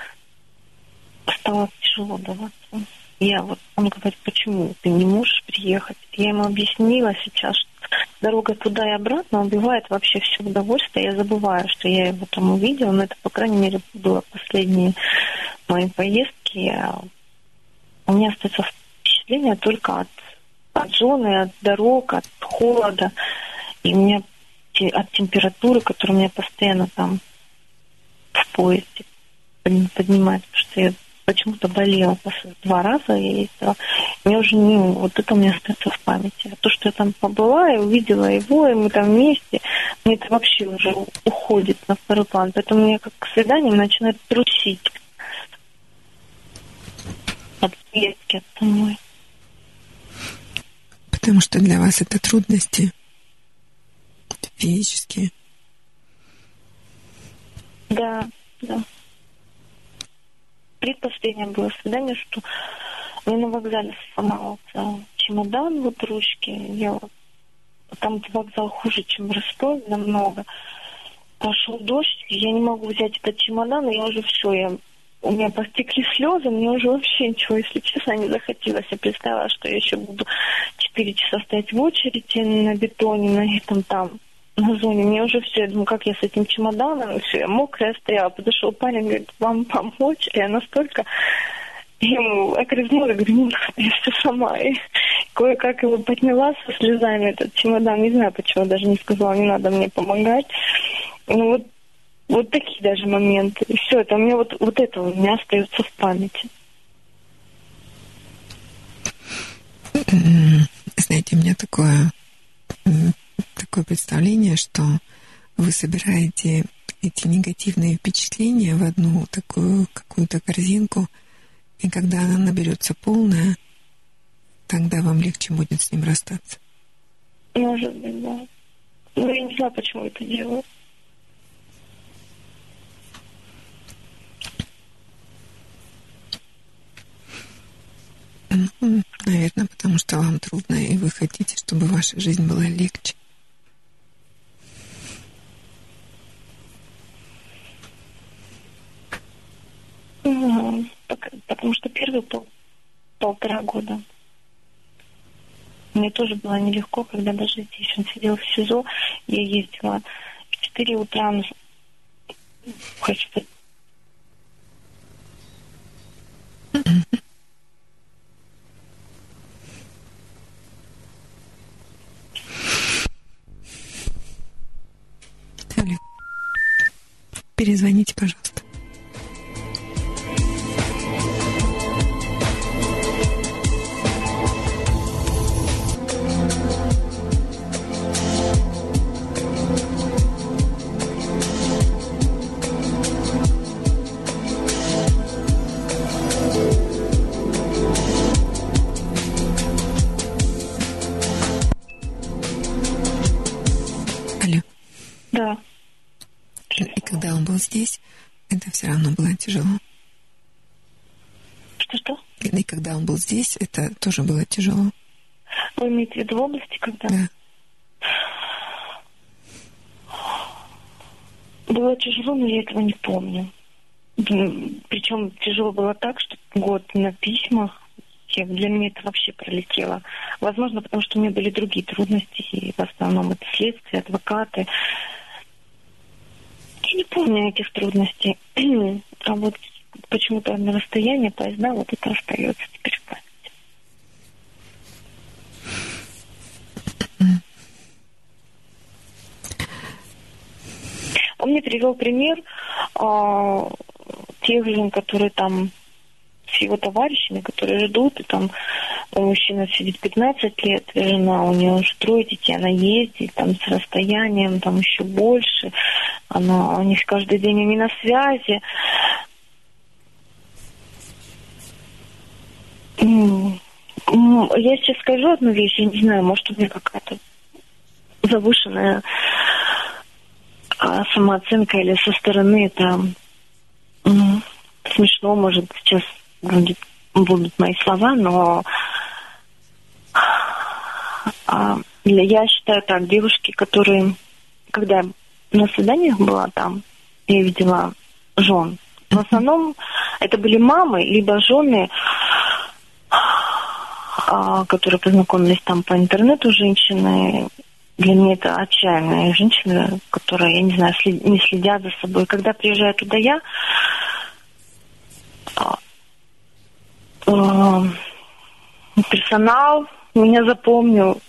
стало тяжело даваться. Я вот, он говорит, почему ты не можешь приехать? Я ему объяснила сейчас, что дорога туда и обратно убивает вообще все удовольствие. Я забываю, что я его там увидела, но это, по крайней мере, было последние мои поездки. Я... У меня остается впечатление только от, от зоны, от дорог, от холода. И у меня от температуры, которая у меня постоянно там в поезде поднимается, потому что я почему-то болела два раза, я ездила. Мне уже не... Вот это у меня остается в памяти. А то, что я там побыла и увидела его, и мы там вместе, мне это вообще уже уходит на второй план. Поэтому меня как к свиданию начинает трусить от поездки, от самой. Потому что для вас это трудности физические. Да, да. Предпоследнее было свидание, что мне на вокзале сломался чемодан, вот ручки. Я... Там вокзал хуже, чем в Ростове, намного. Пошел дождь, я не могу взять этот чемодан, и я уже все, я... у меня потекли слезы, мне уже вообще ничего, если честно, не захотелось. Я представила, что я еще буду четыре часа стоять в очереди на бетоне, на этом там, на зоне. Мне уже все, я думаю, как я с этим чемоданом, все, я мокрая стояла. Подошел парень, говорит, вам помочь? И я настолько ему окрызнула, говорю, не надо, я все сама. И кое-как его подняла со слезами, этот чемодан. Не знаю, почему даже не сказала, не надо мне помогать. Ну вот, вот такие даже моменты. И все, это у меня вот, вот это у меня остается в памяти. Знаете, у меня такое, такое представление, что вы собираете эти негативные впечатления в одну такую какую-то корзинку, и когда она наберется полная, тогда вам легче будет с ним расстаться. Может быть, да. Но я не знаю, почему это делаю. Ну, наверное, потому что вам трудно, и вы хотите, чтобы ваша жизнь была легче. Угу. Потому что первые пол, полтора года мне тоже было нелегко, когда даже здесь он сидел в СИЗО. Я ездила в четыре утра. Хочу... Алло. Перезвоните, пожалуйста. Да. И когда он был здесь, это все равно было тяжело. Что-что? И когда он был здесь, это тоже было тяжело. Вы имеете в виду в области, когда? Да. Было тяжело, но я этого не помню. Причем тяжело было так, что год на письмах, для меня это вообще пролетело. Возможно, потому что у меня были другие трудности, и в основном это следствие, адвокаты. Я не помню этих трудностей. А вот почему-то на расстоянии поезда вот это остается теперь в памяти. Он мне привел пример а, тех же, которые там с его товарищами, которые ждут, и там мужчина сидит пятнадцать лет, и жена, у нее уже трое детей, она ездит там с расстоянием, там еще больше, она, у них каждый день они на связи. Я сейчас скажу одну вещь, я не знаю, может, у меня какая-то завышенная самооценка или со стороны это смешно, может, сейчас будет, будут мои слова, но а, я считаю так, девушки, которые, когда на свиданиях была там, я видела жен, в основном это были мамы, либо жены, а, которые познакомились там по интернету, женщины. Для меня это отчаянные женщины, которые, я не знаю, след, не следят за собой. Когда приезжаю туда я, персонал меня запомнил,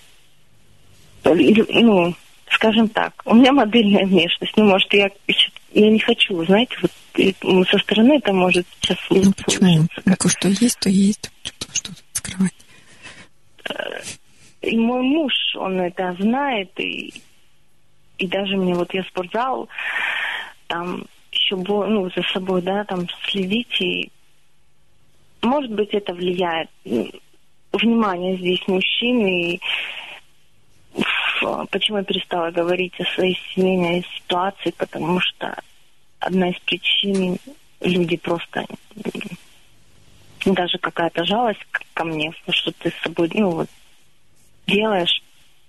ну, скажем так, у меня модельная внешность, ну, может, я, я не хочу, знаете, вот со стороны это может сейчас... Ну, почему? Как... Что есть, то есть, что, что тут скрывать. И мой муж, он это знает, и, и даже мне, вот я спортзал, там еще, ну, за собой, да, там следить, и может быть, это влияет. Внимание здесь мужчины. И почему я перестала говорить о своей семейной ситуации? Потому что одна из причин, люди просто... Даже какая-то жалость ко мне, что ты с собой, ну, вот, делаешь.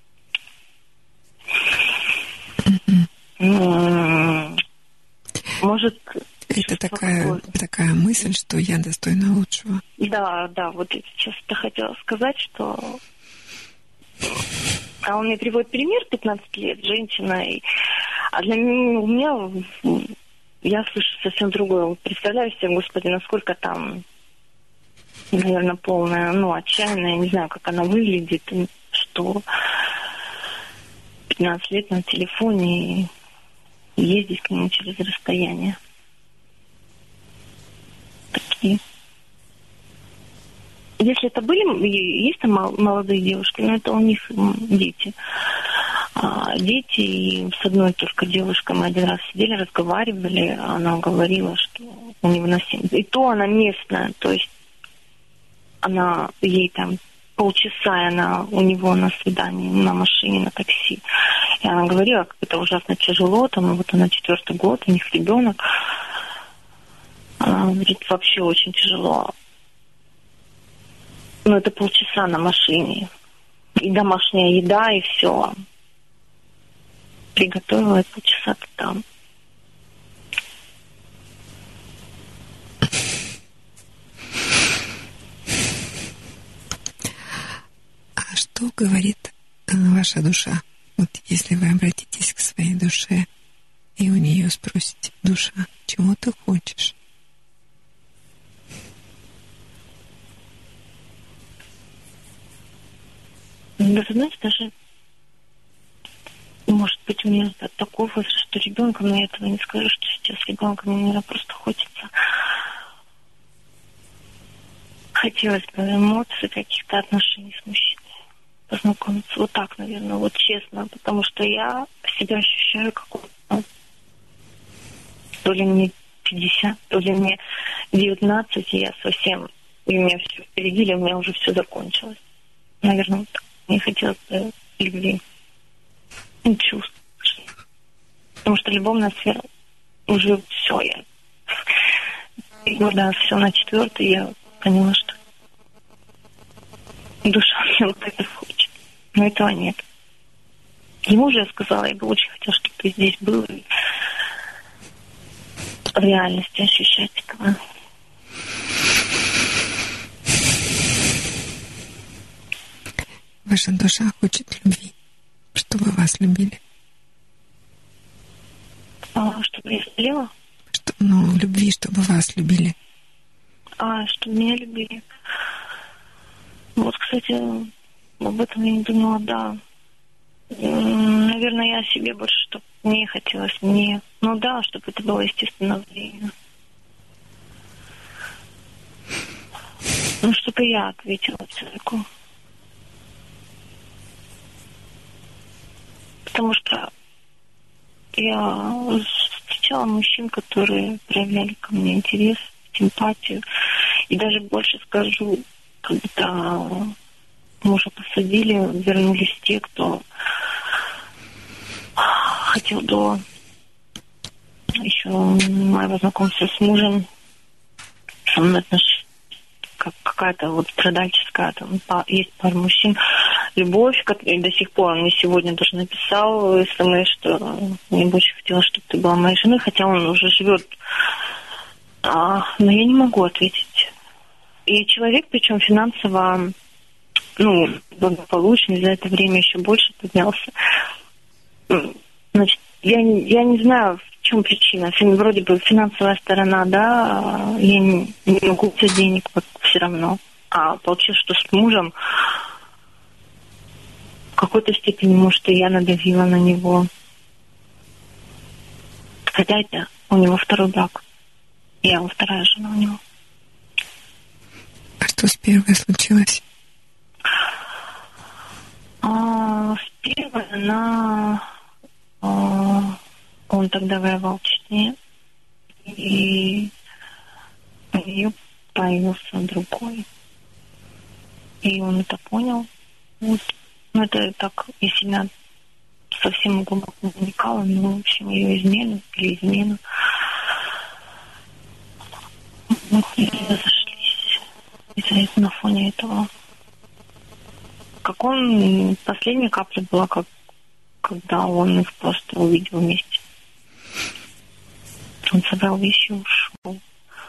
Mm-hmm. Может... Это такая, такая мысль, что я достойна лучшего. Да, да, вот я сейчас я хотела сказать, что... А он мне приводит пример, пятнадцать лет, женщина, и... а для меня, у меня, я слышу совсем другое. Представляю себе, Господи, насколько там наверное, полная, ну, отчаянная. Я не знаю, как она выглядит, что пятнадцать лет на телефоне и ездить к нему через расстояние. Такие. Если это были, есть там молодые девушки, но это у них дети. А дети, и с одной только девушкой мы один раз сидели, разговаривали, она говорила, что невыносимо. И то она местная, то есть она, ей там полчаса, она у него на свидании, на машине, на такси. И она говорила, как это ужасно тяжело, там, вот она четвертый год, у них ребенок. Она говорит, вообще очень тяжело. Ну, это полчаса на машине. И домашняя еда, и все. Приготовила, и полчаса-то там. А что говорит ваша душа? Вот если вы обратитесь к своей душе и у нее спросите: душа, чего ты хочешь? Да, знаете, даже, может быть, у меня такой возраст, что ребенком, но я этого не скажу, что сейчас ребенком мне, наверное, просто хочется. Хотелось бы эмоций, каких-то отношений с мужчиной, познакомиться. Вот так, наверное, вот честно, потому что я себя ощущаю как-то, то ли мне пятьдесят, то ли мне девятнадцать, и я совсем, и у меня все впереди, или у меня уже все закончилось. Наверное, вот так. Мне хотелось бы любви и чувств. Потому что любовная сфера уже все. Я три года все на четвертый, я поняла, что душа мне вот это хочет. Но этого нет. Ему уже я сказала, я бы очень хотела, чтобы ты здесь был и в реальности ощущать этого. Ваша душа хочет любви, чтобы вас любили. А, чтобы я сделала? Что, ну, любви, чтобы вас любили. А, чтобы меня любили. Вот, кстати, об этом я не думала, да. Наверное, я о себе больше, чтобы мне хотелось, мне. Ну да, чтобы это было естественно время. Ну, чтобы я ответила человеку. Потому что я встречала мужчин, которые проявляли ко мне интерес, симпатию. И даже больше скажу, когда мужа посадили, вернулись те, кто хотел до еще моего знакомства с мужем со мной отношения. Как какая-то вот страдальческая, там есть пара мужчин, любовь, и до сих пор он мне сегодня тоже написал смс, что мне бы очень хотелось, чтобы ты была моей женой, хотя он уже живет, а, но я не могу ответить. И человек, причем финансово, ну, благополучный, за это время еще больше поднялся. Значит, я, я не знаю, в чем причина. Вроде бы финансовая сторона, да, я не, не могу взять денег, вот все равно. А получилось, что с мужем в какой-то степени, может, и я надавила на него. Хотя это у него второй брак. Я его вторая жена у него. А что с первой случилось? А, с первой она... А, он тогда воевал в Чечне, и у нее появился другой. И он это понял. Вот. Ну, это так, я сильно совсем глубоко не вникала, но, в общем, ее измену или измену. Мы разошлись из-за на фоне этого. Как он, последняя капля была, как когда он их просто увидел вместе. Он собрал вещи и ушел.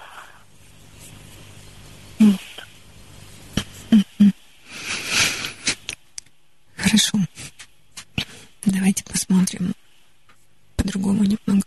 Хорошо. Давайте посмотрим по-другому немного.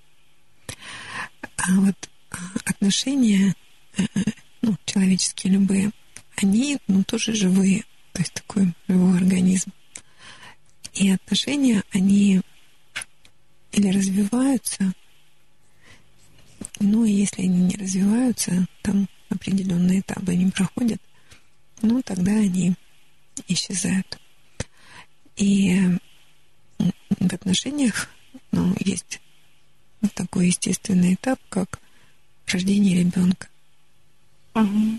А вот отношения, ну, человеческие любые, они, ну, тоже живые, то есть такой живой организм. И отношения, они или развиваются, ну, и если они не развиваются, там определенные этапы они проходят, ну, тогда они исчезают. И в отношениях, ну, есть такой естественный этап, как рождение ребенка. Угу.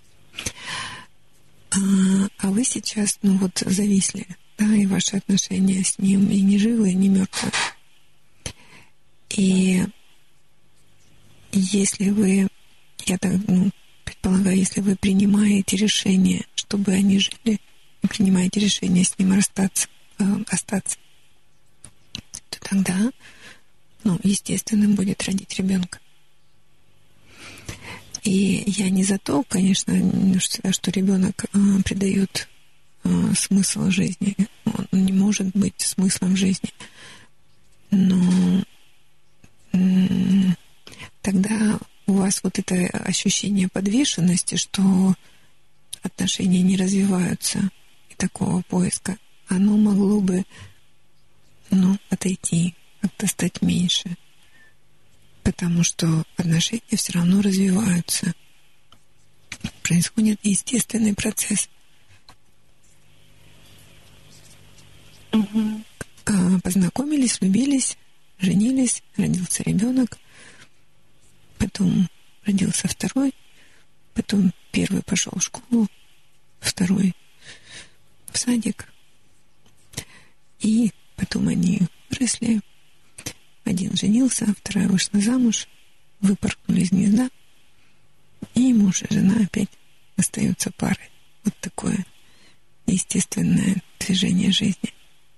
А, а вы сейчас, ну, вот зависли, да, и ваши отношения с ним и не живые, и не мертвые. И если вы, я так, ну, предполагаю, если вы принимаете решение, чтобы они жили, принимаете решение с ним расстаться, э, остаться, то тогда, ну, естественным будет родить ребенка. И я не за то, конечно, что ребенок э, придает э, смысл жизни. Он не может быть смыслом жизни. Но э, тогда у вас вот это ощущение подвешенности, что отношения не развиваются, и такого поиска, оно могло бы, ну, отойти, как-то стать меньше. Потому что отношения все равно развиваются. Происходит естественный процесс. Угу. Познакомились, влюбились, женились, родился ребенок, потом родился второй, потом первый пошел в школу, второй в садик, и потом они выросли. Один женился, вторая вышла замуж, выпорхнули из гнезда, и муж и жена опять остаются парой. Вот такое естественное движение жизни.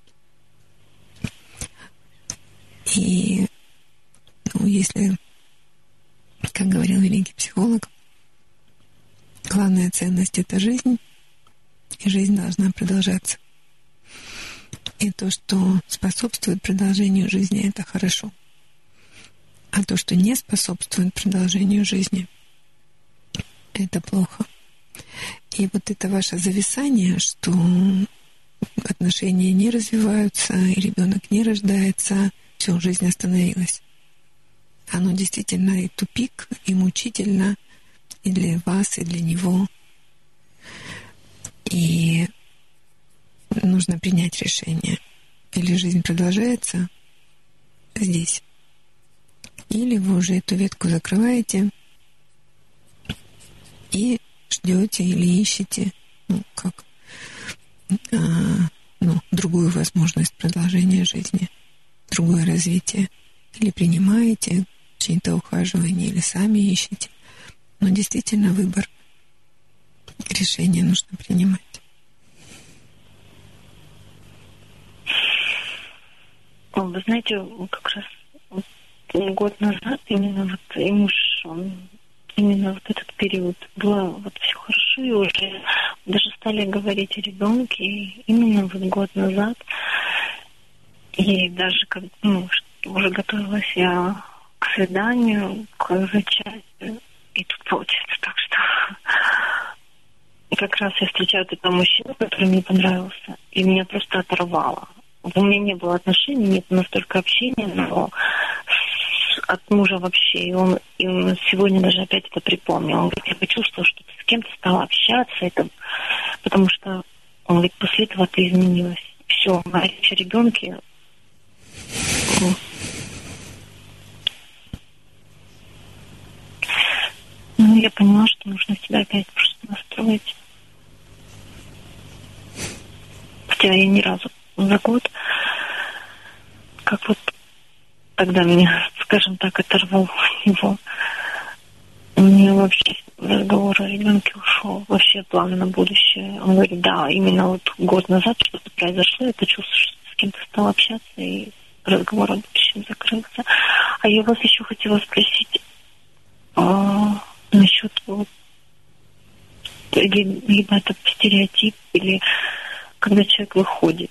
И, ну, если, как говорил великий психолог, главная ценность — это жизнь, и жизнь должна продолжаться. И то, что способствует продолжению жизни, это хорошо. А то, что не способствует продолжению жизни, это плохо. И вот это ваше зависание, что отношения не развиваются, и ребенок не рождается, все, жизнь остановилась. Оно действительно и тупик, и мучительно, и для вас, и для него. И нужно принять решение. Или жизнь продолжается здесь, или вы уже эту ветку закрываете и ждете или ищете, ну, как, а, ну, другую возможность продолжения жизни, другое развитие. Или принимаете чьи-то ухаживания, или сами ищете. Но действительно выбор, решение нужно принимать. Вы знаете, как раз год назад именно вот и муж, он, именно вот этот период было вот все хорошо, и уже даже стали говорить о ребенке, и именно вот год назад, и даже как, ну, уже готовилась я к свиданию, к зачатию, и тут получается так, что и как раз я встречаю этого мужчину, который мне понравился, и меня просто оторвало. У меня не было отношений, нет настолько общения, но от мужа вообще. И он, и он сегодня даже опять это припомнил. Он говорит, я почувствовала, что ты с кем-то стала общаться, это, потому что он говорит, после этого ты изменилась. Все, моя речь о ребенке. Ну, я поняла, что нужно себя опять просто настроить. Хотя я ни разу за год, как вот тогда меня, скажем так, оторвал от него. У меня вообще разговор о ребенке ушел, вообще планы на будущее. Он говорит, да, именно вот год назад что-то произошло, я почувствовала, что с кем-то стал общаться, и разговор о будущем закрылся. А я вас еще хотела спросить а, насчет вот, либо это стереотип, или когда человек выходит.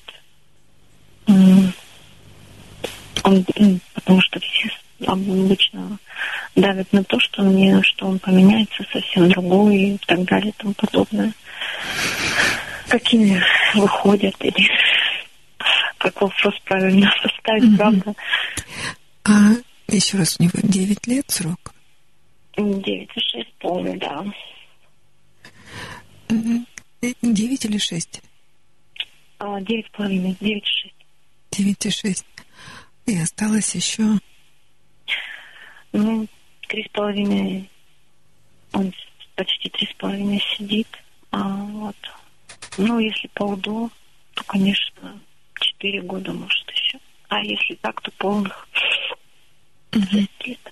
Он, потому что все обычно давит на то, что мне, что он поменяется совсем другой и так далее и тому подобное. Какими выходят или как вопрос правильно поставить, mm-hmm. правда? А еще раз, у него девять лет срок? Девять и шесть полный, да. Девять или шесть? А, девять с половиной, девять и шесть. Девять и шесть. И осталось еще... Ну, три с половиной, он почти три с половиной сидит. А, вот. Ну, если полдо, то, конечно, четыре года, может, еще. А если так, то полных шесть лет.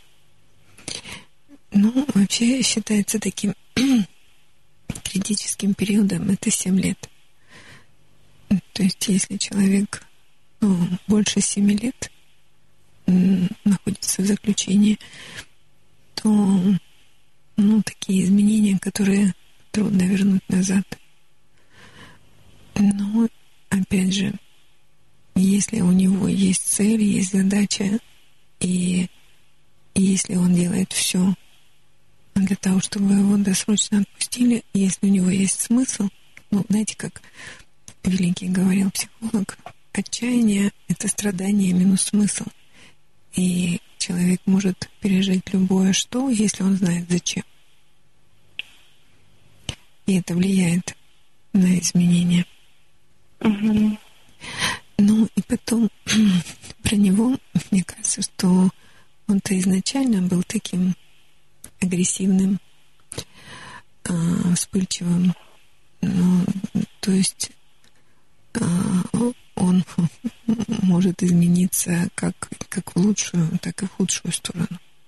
Ну, вообще считается таким критическим периодом, это семь лет. То есть, если человек ну, больше семи лет находится в заключении, то ну, такие изменения, которые трудно вернуть назад. Но, опять же, если у него есть цель, есть задача, и, и если он делает все для того, чтобы его досрочно отпустили, если у него есть смысл, ну, знаете, как великий говорил психолог, отчаяние — это страдание минус смысл. И человек может пережить любое что, если он знает зачем. И это влияет на изменения. Угу. Ну и потом про него, мне кажется, что он-то изначально был таким агрессивным, вспыльчивым. Ну, то есть он может измениться как, как в лучшую, так и в худшую сторону.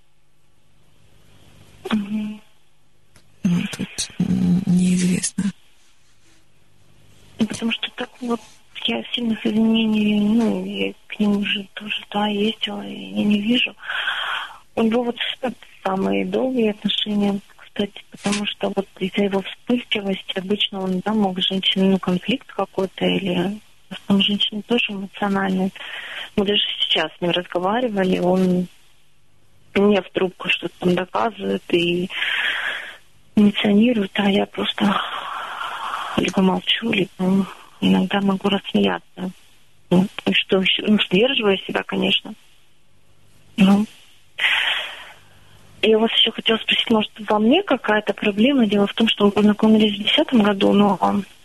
Угу. Ну, тут неизвестно. Потому что так вот я сильных изменений, ну, я к нему уже тоже, да, ездила, и я не вижу. У него вот самые долгие отношения, кстати, потому что вот из-за его вспыльчивости обычно он, да, мог с женщиной, ну, конфликт какой-то, или в основном женщины тоже эмоциональные. Мы даже сейчас с ним разговаривали, он мне в трубку что-то там доказывает и эмоционирует, а я просто либо молчу, либо иногда могу рассмеяться. Ну, и что, ну, сдерживаю себя, конечно. Ну. Я вас еще хотела спросить, может, во мне какая-то проблема? Дело в том, что мы познакомились в две тысячи десятом году, но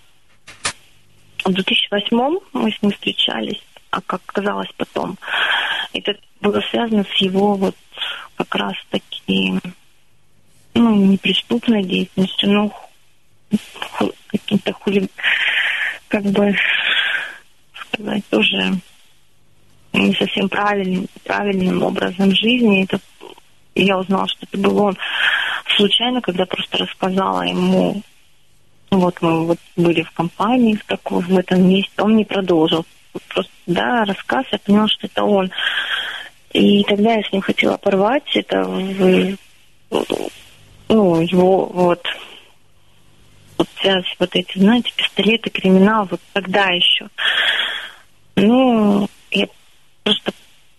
в две тысячи восьмом мы с ним встречались, а как оказалось потом. Это было связано с его вот как раз таки, ну, неприступной деятельностью, ну, каким-то хули, как бы сказать, тоже не совсем правильным, правильным образом жизни. Это я узнала, что это был он случайно, когда просто рассказала ему, вот мы вот были в компании в такой, в этом месте, он не продолжил. Просто, да, рассказ, я поняла, что это он. И тогда я с ним хотела порвать это, в, ну, его вот, вот связь, вот эти, знаете, пистолеты, криминал, вот тогда еще. Ну, я просто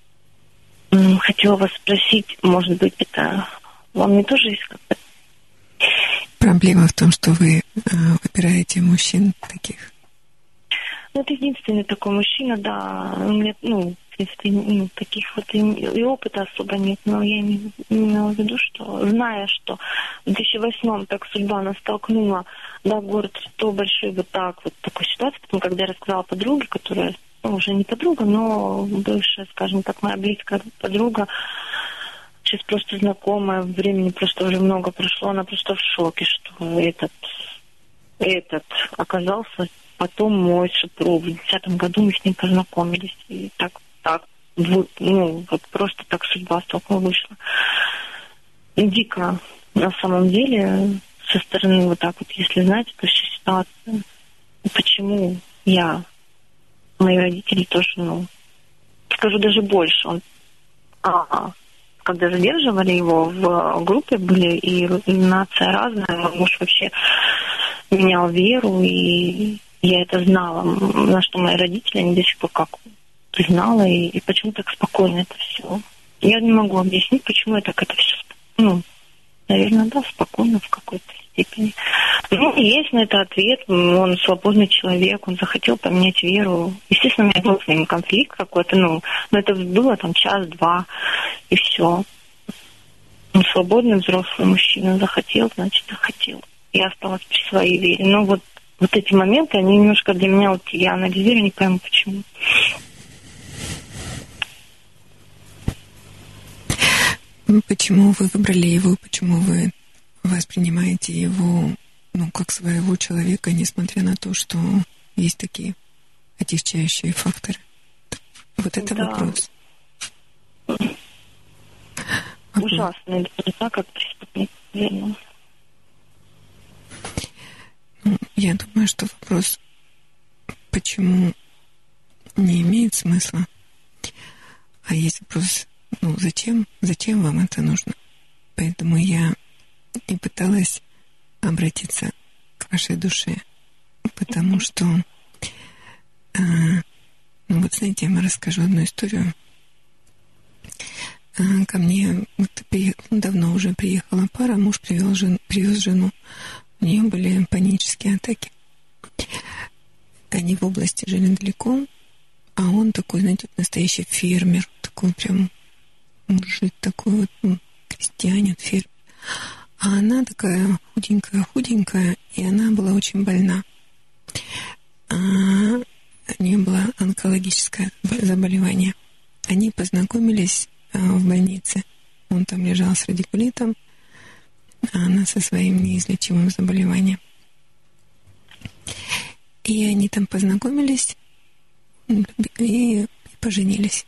хотела вас спросить, может быть, это вам не тоже есть как-то? Проблема в том, что вы э, выбираете мужчин таких. Ну, это единственный такой мужчина, да. У меня, ну, в принципе, ну, таких вот и, и опыта особо нет. Но я имела в виду, что, зная, что в две тысячи восьмом так судьба нас столкнула, да, город то большой вот так, вот такой ситуации, потом, когда я рассказала подруге, которая, ну, уже не подруга, но бывшая, скажем так, моя близкая подруга, сейчас просто знакомая, времени просто уже много прошло, она просто в шоке, что этот, этот оказался потом мой супруг. В две тысячи десятом году мы с ним познакомились. И так, так, вот, ну, вот просто так судьба столкнула, вышла. И дико, на самом деле, со стороны вот так вот, если знаете, то всю ситуацию, почему я, мои родители тоже, ну, скажу даже больше, он, а, когда задерживали его в группе, были и нация разная, мой муж вообще менял веру, и я это знала, на что мои родители, они до сих пор как знала, и, и почему так спокойно это все. Я не могу объяснить, почему я так это все Ну, наверное, да, спокойно в какой-то степени. Ну, есть на это ответ. Он свободный человек, он захотел поменять веру. Естественно, у меня был с ним конфликт какой-то, ну, но это было там час-два, и все. Он свободный взрослый мужчина, захотел, значит, захотел. Я осталась при своей вере. Но вот, вот эти моменты, они немножко для меня, вот я анализирую, не пойму почему. Почему вы выбрали его, почему вы воспринимаете его, ну, как своего человека, несмотря на то, что есть такие отягчающие факторы? Вот это да. вопрос. Ужасно, это так, как преступник, верно. Ну, я думаю, что вопрос, почему, не имеет смысла. А есть вопрос, ну, зачем, зачем вам это нужно? Поэтому я и пыталась обратиться к вашей душе, потому mm-hmm. что, а, ну вот знаете, я вам расскажу одну историю. А, ко мне вот, приехал, ну, давно уже приехала пара, муж привел жен, привез жену, у нее были панические атаки. Они в области жили далеко, а он такой, знаете, настоящий фермер, такой прям мужик такой вот, ну, крестьянин, фермер. А она такая худенькая-худенькая, и она была очень больна. А у нее было онкологическое заболевание. Они познакомились а, в больнице. Он там лежал с радикулитом, а она со своим неизлечимым заболеванием. И они там познакомились и, и поженились.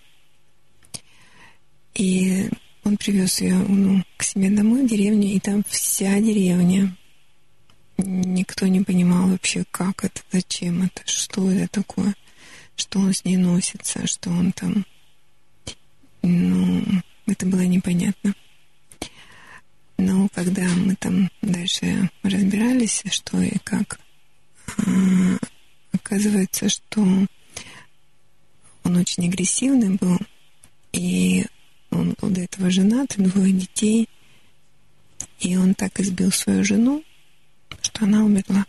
И он привез ее, ну, к себе домой в деревню, и там вся деревня. Никто не понимал вообще, как это, зачем это, что это такое, что он с ней носится, что он там... Ну, это было непонятно. Но когда мы там дальше разбирались, что и как, оказывается, что он очень агрессивный был, и он был до этого женат, двое детей, и он так избил свою жену, что она умерла.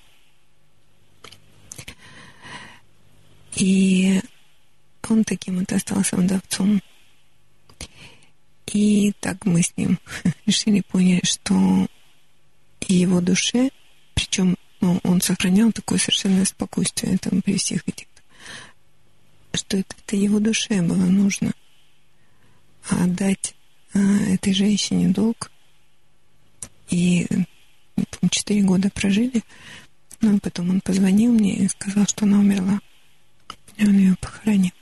И он таким вот остался вдовцом. И так мы с ним решили, поняли, что его душе, причем, ну, он сохранял такое совершенно спокойствие там при всех этих, что это, это его душе было нужно отдать а, этой женщине долг. И четыре года прожили, но потом он позвонил мне и сказал, что она умерла. И он ее похоронил.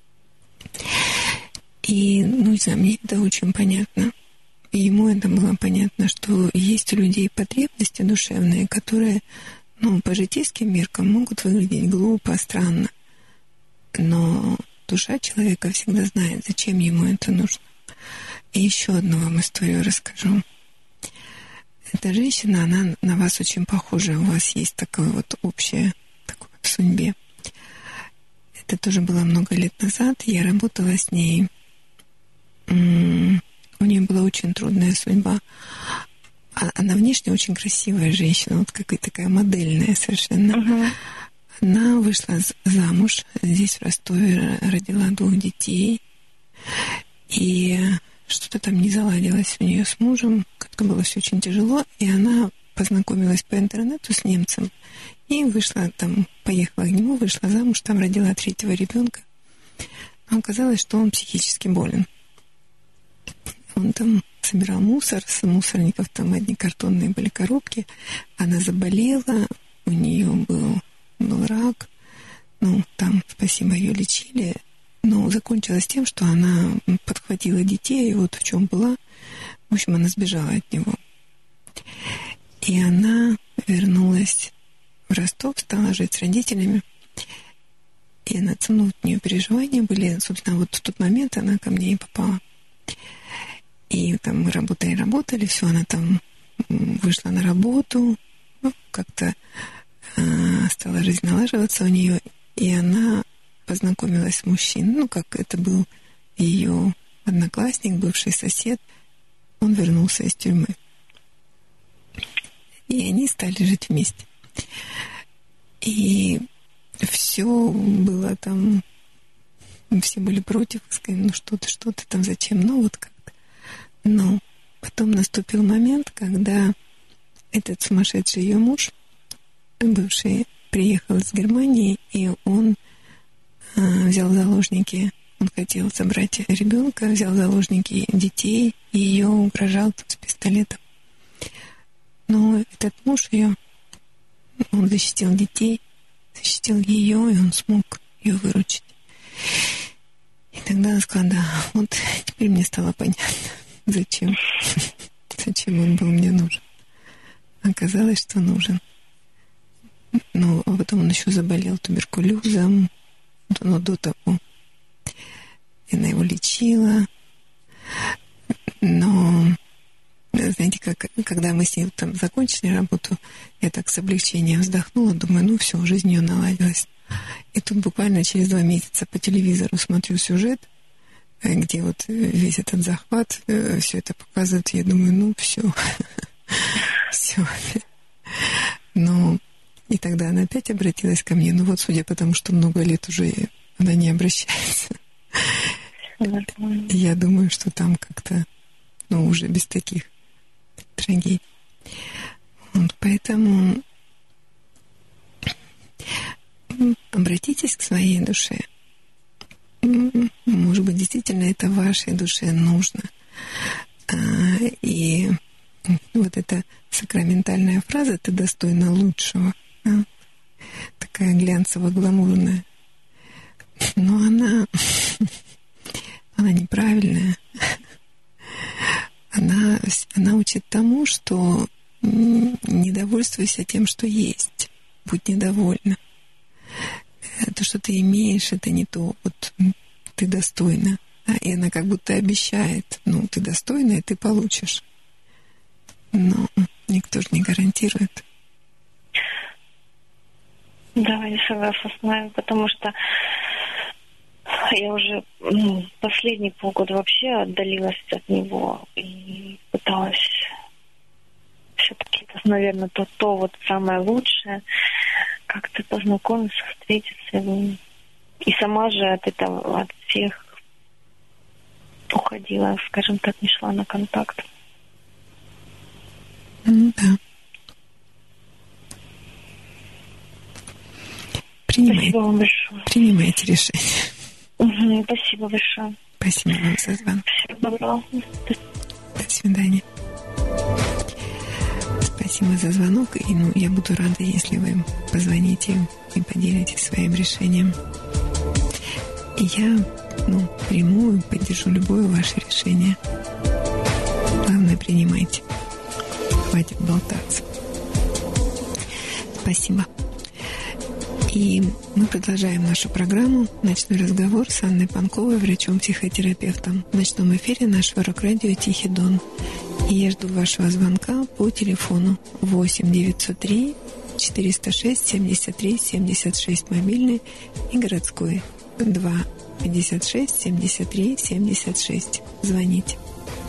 И, ну, не знаю, мне это очень понятно. И ему это было понятно, что есть у людей потребности душевные, которые, ну, по житейским меркам могут выглядеть глупо, странно. Но душа человека всегда знает, зачем ему это нужно. И еще одну вам историю расскажу. Эта женщина, она на вас очень похожа. У вас есть такое вот общее такое в судьбе. Это тоже было много лет назад. Я работала с ней. У нее была очень трудная судьба. Она внешне очень красивая женщина, вот какая-то такая модельная совершенно. Uh-huh. Она вышла замуж здесь, в Ростове, родила двух детей. И что-то там не заладилось у нее с мужем. Как-то было все очень тяжело. И она познакомилась по интернету с немцем. И вышла там, поехала к нему, вышла замуж, там родила третьего ребенка. А оказалось, что он психически болен. Он там собирал мусор, с мусорников там одни картонные были коробки. Она заболела, у нее был, был рак. Ну, там, спасибо, ее лечили. Но закончилось тем, что она подхватила детей, и вот в чем была. В общем, она сбежала от него. И она вернулась в Ростов, стала жить с родителями. И она, ну, у нее переживания были. Собственно, вот в тот момент она ко мне и попала. И там мы работали, работали, все, она там вышла на работу, ну, как-то э, стала жизнь налаживаться у нее, и она познакомилась с мужчиной, ну, как это был ее одноклассник, бывший сосед, он вернулся из тюрьмы. И они стали жить вместе. И все было там, все были против, сказали, ну что ты, что ты там, зачем, ну вот как-то. Но потом наступил момент, когда этот сумасшедший ее муж, бывший, приехал из Германии, и он а, взял в заложники, он хотел забрать ребенка, взял в заложники детей, и ее угрожал тут с пистолетом. Но этот муж ее, он защитил детей, защитил ее, и он смог ее выручить. И тогда она сказала, да, вот теперь мне стало понятно, зачем, зачем он был мне нужен. Оказалось, что нужен. Ну, а потом он еще заболел туберкулезом, но до того она его лечила. Но, знаете, как, когда мы с ней там закончили работу, я так с облегчением вздохнула, думаю, ну все, жизнь ее наладилась. И тут буквально через два месяца по телевизору смотрю сюжет, где вот весь этот захват, все это показывает, я думаю, ну все, все. Но и тогда она опять обратилась ко мне, ну вот, судя по тому, что много лет уже она не обращается. Я думаю, что там как-то, ну, уже без таких трагедий. Вот, поэтому обратитесь к своей душе. Может быть, действительно это вашей душе нужно. И вот эта сакраментальная фраза «ты достойна лучшего», такая глянцево-гламурная, но она, она неправильная. Она, она учит тому, что не довольствуйся тем, что есть. Будь недовольна. То, что ты имеешь, это не то. Вот ты достойна. И она как будто обещает, ну, ты достойна, и ты получишь. Но никто же не гарантирует. Да, я согласна с вами, потому что я уже ну, последние полгода вообще отдалилась от него и пыталась все-таки, это, наверное, то, то вот самое лучшее, как-то познакомиться, встретиться. И сама же от этого, от всех уходила, скажем так, не шла на контакт. Mm, да. Принимайте, спасибо вам большое. Принимайте решение. Угу, спасибо большое. Спасибо вам за звонок. Всего доброго. До свидания. Спасибо за звонок. И ну, я буду рада, если вы позвоните и поделитесь своим решением. И я ну, приму и поддержу любое ваше решение. Главное, принимайте. Хватит болтаться. Спасибо. И мы продолжаем нашу программу «Ночной разговор» с Анной Панковой, врачом-психотерапевтом. В ночном эфире нашего рок-радио «Тихий Дон». И я жду вашего звонка по телефону восемь девятьсот три четыреста шесть семьдесят три семьдесят шесть мобильный и городской два пятьдесят шесть семьдесят три семьдесят шесть. Звоните.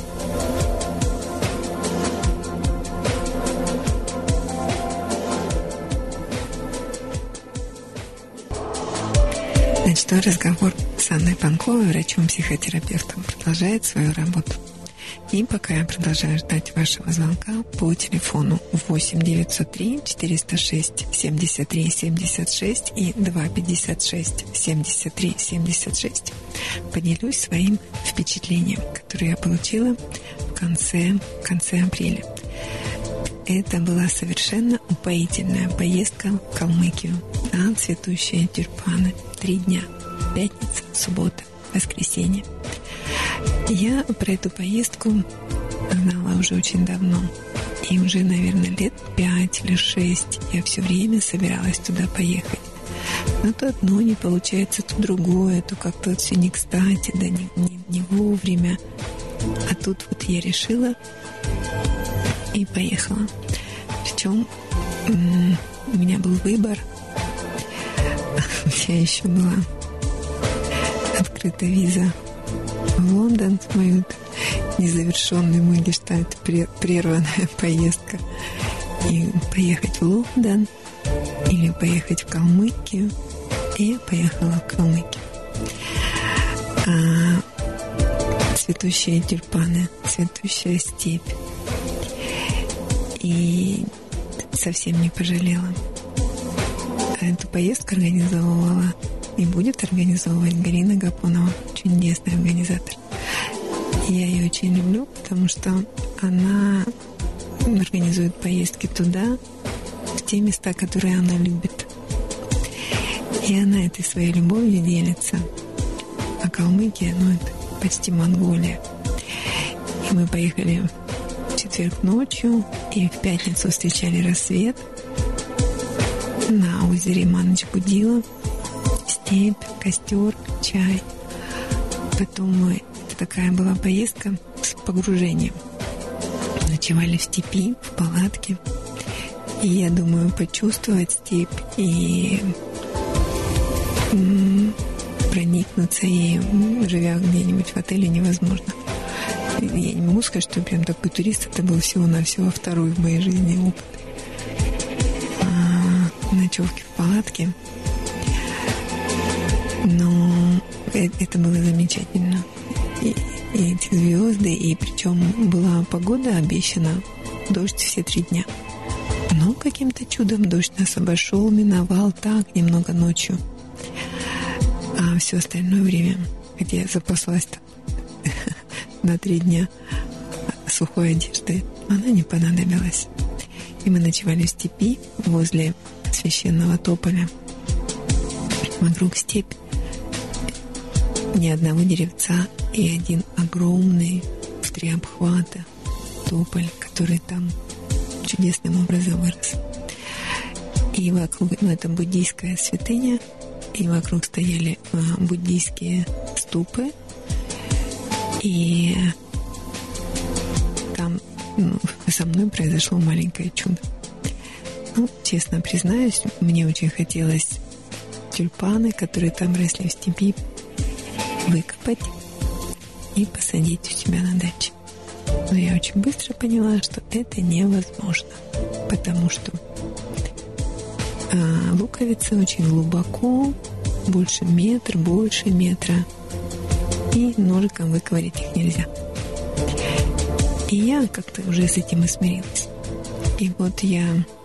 Ночной разговор с Анной Панковой, врачом-психотерапевтом, продолжает свою работу. И пока я продолжаю ждать вашего звонка по телефону восемь девятьсот три четыреста шесть семьдесят три семьдесят шесть и два пятьдесят шесть семьдесят три семьдесят шесть, поделюсь своим впечатлением, которое я получила в конце, в конце апреля. Это была совершенно упоительная поездка в Калмыкию на цветущие тюльпаны. Три дня. Пятница, суббота, воскресенье. Я про эту поездку знала уже очень давно. И уже, наверное, лет пять или шесть я все время собиралась туда поехать. Но то одно не получается, то другое, то как-то все не кстати, да не, не, не вовремя. А тут вот я решила и поехала. Причем у меня был выбор. У меня еще была открыта виза в Лондон, в мою незавершенный мой гештальт, прерванная поездка. И поехать в Лондон или поехать в Калмыкию. И я поехала в Калмыкию. А, цветущие тюльпаны, цветущая степь. И совсем не пожалела. А эту поездку организовывала и будет организовывать Галина Гапонова, чудесный организатор. Я ее очень люблю, потому что она организует поездки туда, в те места, которые она любит. И она этой своей любовью делится. А Калмыкия, ну, это почти Монголия. И мы поехали в четверг ночью, и в пятницу встречали рассвет на озере Маныч-Будила. Степь, костер, чай. Потом мы... Это такая была поездка с погружением. Ночевали в степи, в палатке. И я думаю, почувствовать степь и м- проникнуться ею, живя где-нибудь в отеле, невозможно. Я не могу сказать, что я прям такой турист. Это был всего-навсего второй в моей жизни опыт. А, ночевки в палатке. Но это было замечательно. И, и эти звезды, и причем была погода обещана, дождь все три дня. Но каким-то чудом дождь нас обошел, миновал так немного ночью. А все остальное время, где я запаслась там на три дня сухой одежды, она не понадобилась. И мы ночевали в степи возле священного тополя. Вокруг степь. Ни одного деревца и один огромный в три обхвата тополь, который там чудесным образом вырос. И вокруг, ну, это буддийская святыня, и вокруг стояли а, буддийские ступы, и там, ну, со мной произошло маленькое чудо. Ну, честно признаюсь, мне очень хотелось тюльпаны, которые там росли в степи, выкопать и посадить у себя на даче. Но я очень быстро поняла, что это невозможно, потому что а, луковицы очень глубоко, больше метра, больше метра, и ножиком выковырять их нельзя. И я как-то уже с этим и смирилась. И вот я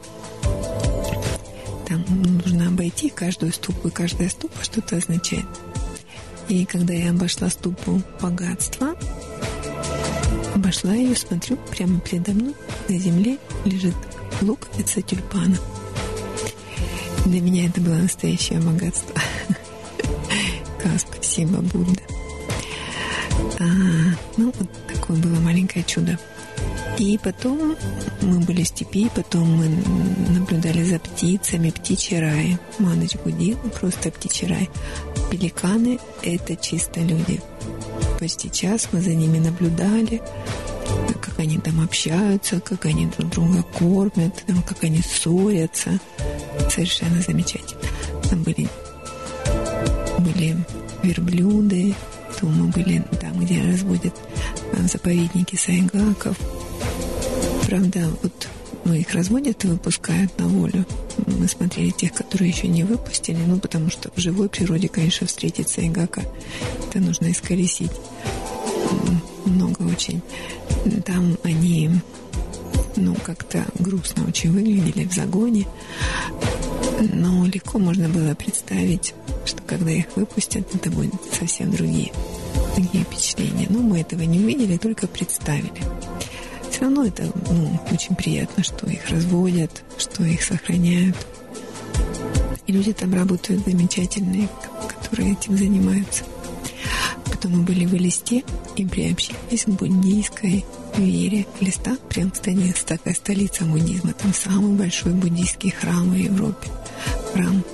там нужно обойти каждую ступу, и каждая ступа что-то означает. И когда я обошла ступу богатства, обошла ее, смотрю, прямо передо мной на земле лежит луковица тюльпана. Для меня это было настоящее богатство. Спасибо, Будда. А, ну, вот такое было маленькое чудо. И потом мы были в степи, потом мы наблюдали за птицами, птичий рай. Маныч-Будила, просто птичий рай. Пеликаны — это чисто люди. Почти час мы за ними наблюдали, как они там общаются, как они друг друга кормят, как они ссорятся. Совершенно замечательно. Там были, были верблюды, то мы были там, где разводят в заповеднике сайгаков. Правда, вот ну, их разводят и выпускают на волю. Мы смотрели тех, которые еще не выпустили, ну, потому что в живой природе, конечно, встретить сайгака это нужно исколесить. Много очень. Там они, ну, как-то грустно очень выглядели в загоне, но легко можно было представить, что когда их выпустят, это будут совсем другие, другие впечатления. Но мы этого не увидели, только представили. Все равно это, ну, очень приятно, что их разводят, что их сохраняют. И люди там работают замечательные, которые этим занимаются. Потом мы были в Элисте и приобщились к буддийской вере. Элиста, прям, кстати, такая столица буддизма. Там самый большой буддийский храм в Европе. Храм,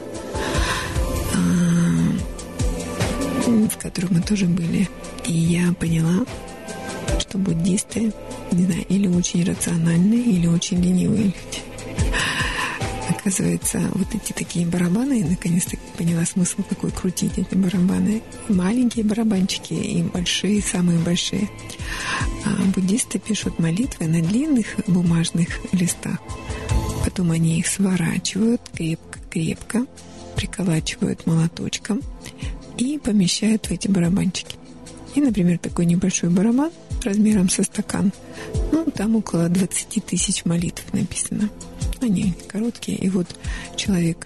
в котором мы тоже были. И я поняла, что буддисты, не знаю, или очень рациональные, или очень ленивые люди. оказывается, вот эти такие барабаны, я наконец-то поняла смысл, какой крутить эти барабаны. Маленькие барабанчики и большие, самые большие. А буддисты пишут молитвы на длинных бумажных листах. Потом они их сворачивают крепко-крепко, приколачивают молоточком и помещают в эти барабанчики. И, например, такой небольшой барабан размером со стакан, ну, там около двадцать тысяч молитв написано. Они короткие. И вот человек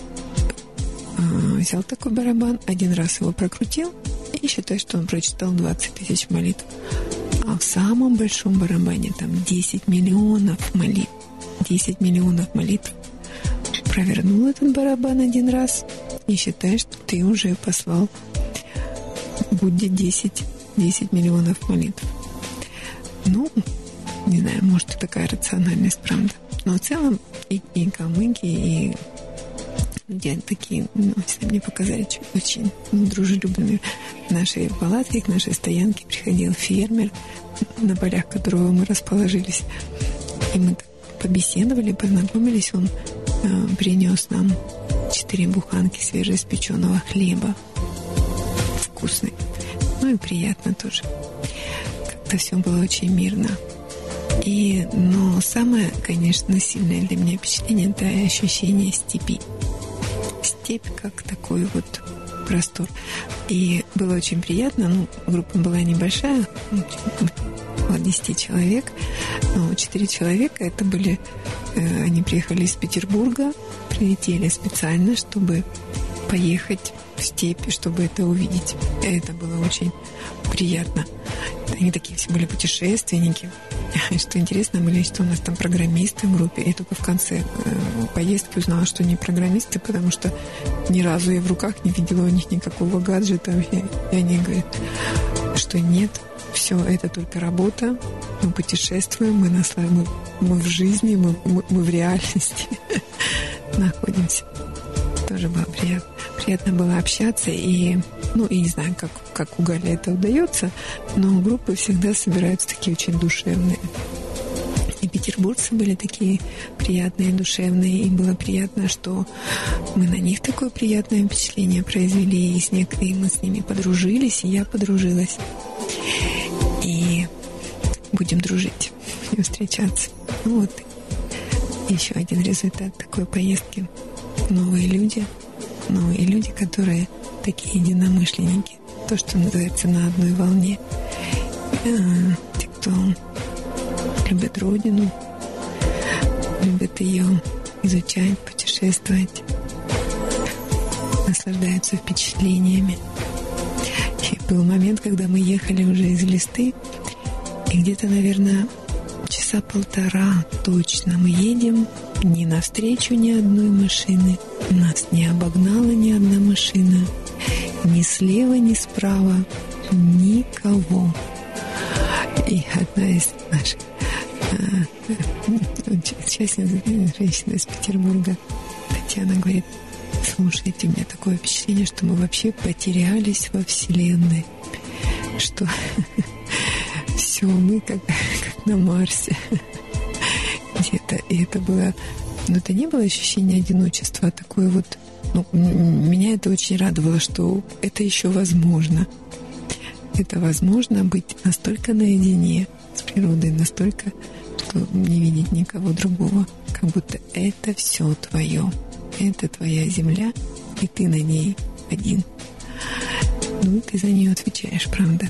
э, взял такой барабан, один раз его прокрутил и считает, что он прочитал двадцать тысяч молитв. А в самом большом барабане там десять миллионов молитв. десять миллионов молитв. Провернул этот барабан один раз и считай, что ты уже послал Будде десять, десять миллионов молитв. Ну, не знаю, может, и такая рациональность, правда. Но в целом и, и калмыки, и люди такие, ну, все мне показали, очень дружелюбными. В нашей палатке, к нашей стоянке приходил фермер, на полях которого мы расположились. И мы так побеседовали, познакомились. Он э, принес нам четыре буханки свежеиспеченного хлеба. Вкусный. Ну и приятно тоже. Как-то все было очень мирно. И, но самое, конечно, сильное для меня впечатление — это ощущение степи. Степь как такой вот простор. И было очень приятно. Ну, группа была небольшая, около десяти человек. Но четыре человека это были... Э, они приехали из Петербурга, прилетели специально, чтобы поехать в степи, чтобы это увидеть. Это было очень приятно. Они такие все были путешественники. Что интересно, были, что у нас там программисты в группе. Я только в конце поездки узнала, что они программисты, потому что ни разу я в руках не видела у них никакого гаджета. И они говорят, что нет, все это только работа. Мы путешествуем, мы, наслаж... мы, мы в жизни, мы, мы, мы в реальности находимся. Тоже было приятно. Приятно было общаться, и, ну, и не знаю, как, как у Гали это удается, но группы всегда собираются такие очень душевные. И петербуржцы были такие приятные, душевные, и было приятно, что мы на них такое приятное впечатление произвели, и, с нек... и мы с ними подружились, и я подружилась. И будем дружить и встречаться. Ну вот, еще один результат такой поездки. Новые люди, новые люди, которые такие единомышленники, то, что называется, на одной волне. Те, кто любит Родину, любит ее изучать, путешествовать, наслаждаются впечатлениями. И был момент, когда мы ехали уже из Элисты, и где-то, наверное, часа полтора точно мы едем, ни навстречу ни одной машины, нас не обогнала ни одна машина, ни слева, ни справа, никого. И одна из наших участниц, женщина из Петербурга, Татьяна, говорит: слушайте, у меня такое впечатление, что мы вообще потерялись во Вселенной, что все, мы как, как на Марсе где-то. И это было... Но это не было ощущение одиночества, а такое вот... Ну, меня это очень радовало, что это еще возможно. Это возможно быть настолько наедине с природой, настолько, что не видеть никого другого. Как будто это все твое. Это твоя земля, и ты на ней один. Ну, ты за нее отвечаешь, правда.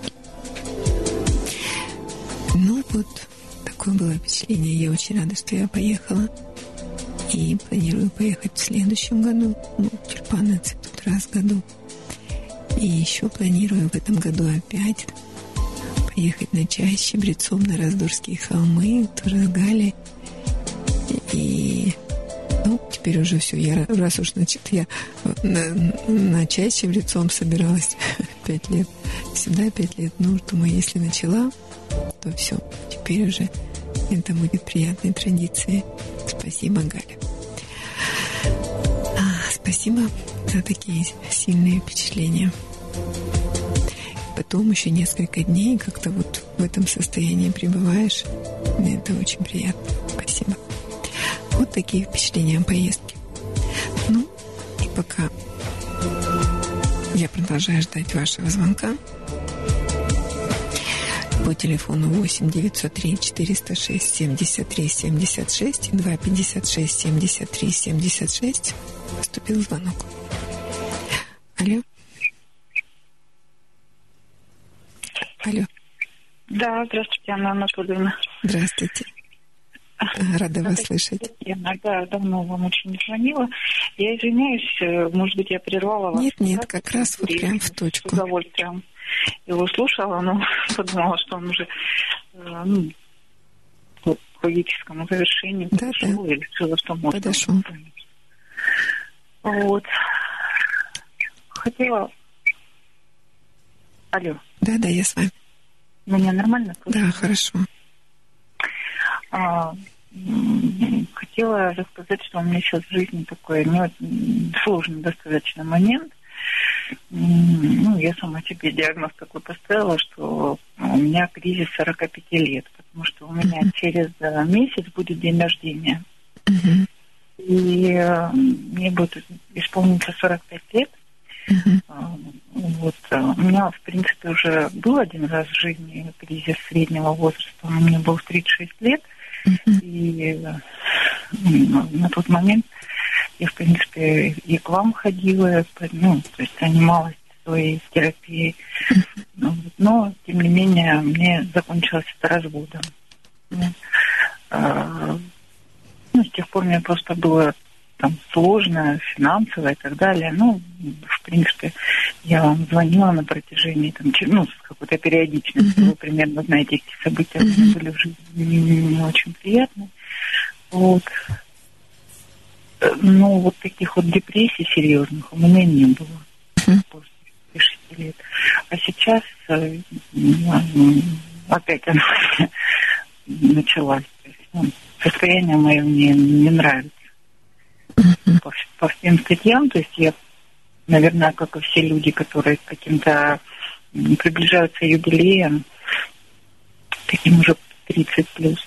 Ну, вот такое было впечатление. Я очень рада, что я поехала. И планирую поехать в следующем году. Ну, тюльпаны цветут раз в году. И еще планирую в этом году опять поехать на чай с чабрецом на Раздорские холмы, тоже с Галей. И... Ну, теперь уже все. Я, раз уж значит, я на, на чай с чабрецом собиралась пять лет. Всегда пять лет. Ну, думаю, если начала, то все. Теперь уже это будет приятной традицией. Спасибо, Галя. А, спасибо за такие сильные впечатления. Потом еще несколько дней как-то вот в этом состоянии пребываешь. Мне это очень приятно. Спасибо. Вот такие впечатления о поездке. Ну, и пока я продолжаю ждать вашего звонка по телефону восемь девятьсот три четыреста шесть семьдесят три семьдесят шесть и два пятьдесят шесть семьдесят три семьдесят шесть поступил звонок. Алло. Алло. Да, здравствуйте, Анна Анатольевна. Здравствуйте. Рада вас слышать. Да, давно вам очень не звонила. Я извиняюсь, может быть, я прервала вас. Нет, нет, как раз вот прям в точку. С удовольствием его слушала, но подумала, что он уже ну, к логическому завершению да, подошел, да. и решила, что можно. Подошел. Вот. Хотела... Алло. Да, да, я с вами. Меня нормально слышно? Да, хорошо. А, хотела рассказать, что у меня сейчас в жизни такой не, сложный достаточно момент. Ну, я сама себе диагноз такой поставила, что у меня кризис сорока пяти лет, потому что у меня uh-huh. через месяц будет день рождения. Uh-huh. И мне будет исполнится сорок пять лет. Uh-huh. Вот. У меня, в принципе, уже был один раз в жизни кризис среднего возраста. У меня был в тридцать шесть лет. Uh-huh. И на тот момент я, в принципе, и к вам ходила, ну, то есть занималась своей терапией. Uh-huh. Но, тем не менее, мне закончилось это разводом. Ну, с тех пор мне просто было там сложно, финансово и так далее. Ну, в принципе, я вам звонила на протяжении, там, ну, с какой-то периодичностью. Uh-huh. Вы примерно знаете, эти события uh-huh. были в жизни не, не очень приятные. Вот. Ну, вот таких вот депрессий серьезных у меня не было uh-huh. после шести лет. А сейчас опять она началась. Ну, состояние мое мне не нравится. Uh-huh. По, по всем статьям, то есть я, наверное, как и все люди, которые к каким-то приближаются юбилеям, таким уже тридцать плюс,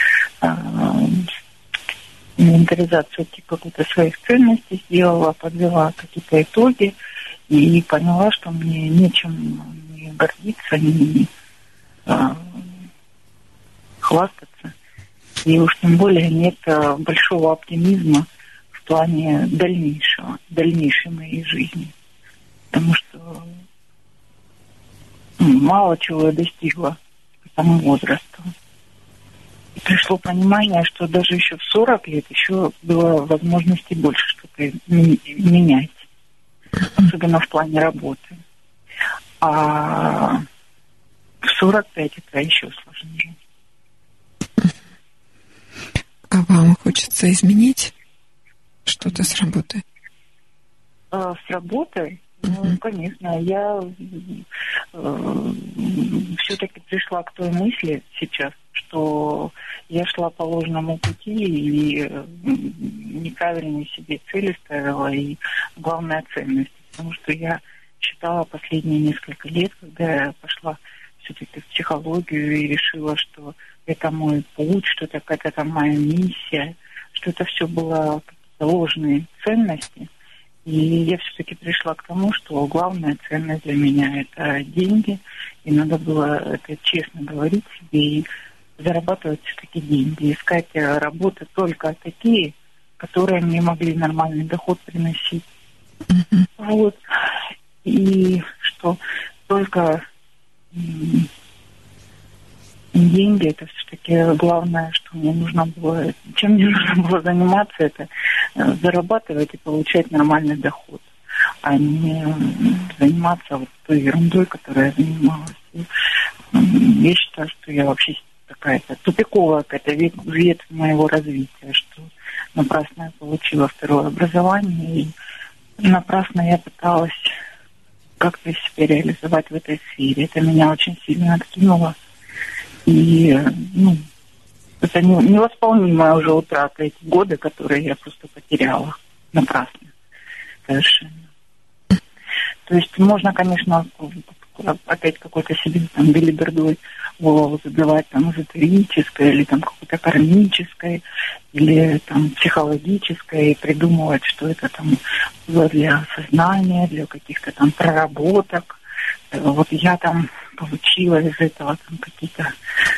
инвентаризацию какой-то своих ценностей сделала, подвела какие-то итоги и поняла, что мне нечем не гордиться, не а, хвастаться. И уж тем более нет большого оптимизма в плане дальнейшего, дальнейшей моей жизни. Потому что ну, мало чего я достигла к тому возрасту. И пришло понимание, что даже еще в сорок лет еще было возможности больше что-то менять. Особенно в плане работы. А в сорок пять это еще сложнее. А вам хочется изменить что-то с работой? А, с работой? Uh-huh. Ну, конечно. Я э, все-таки пришла к той мысли сейчас, что я шла по ложному пути и э, неправильные себе цели ставила, и главная ценность. Потому что я считала последние несколько лет, когда я пошла все-таки в психологию и решила, что это мой путь, что это какая-то моя миссия, что это все было какие-то ложные ценности. И я все-таки пришла к тому, что главная ценность для меня – это деньги. И надо было это честно говорить себе и зарабатывать все-таки деньги. Искать работы только такие, которые мне могли нормальный доход приносить. Mm-hmm. Вот. И что только деньги – это все-таки главное, что мне нужно было, чем мне нужно было заниматься, это зарабатывать и получать нормальный доход, а не заниматься вот той ерундой, которой я занималась. И я считаю, что я вообще какая-то тупиковая какая-то ветвь моего развития, что напрасно я получила второе образование, и напрасно я пыталась как-то себя реализовать в этой сфере. Это меня очень сильно откинуло. И, ну, это невосполнимая уже утрата, эти годы, которые я просто потеряла напрасно совершенно. То есть можно, конечно, опять какой-то себе там белибердой голову забивать, там, эзотерическое или там какое-то кармическое, или там психологическое, и придумывать, что это там было для сознания, для каких-то там проработок. Вот я там получила из этого там какие-то...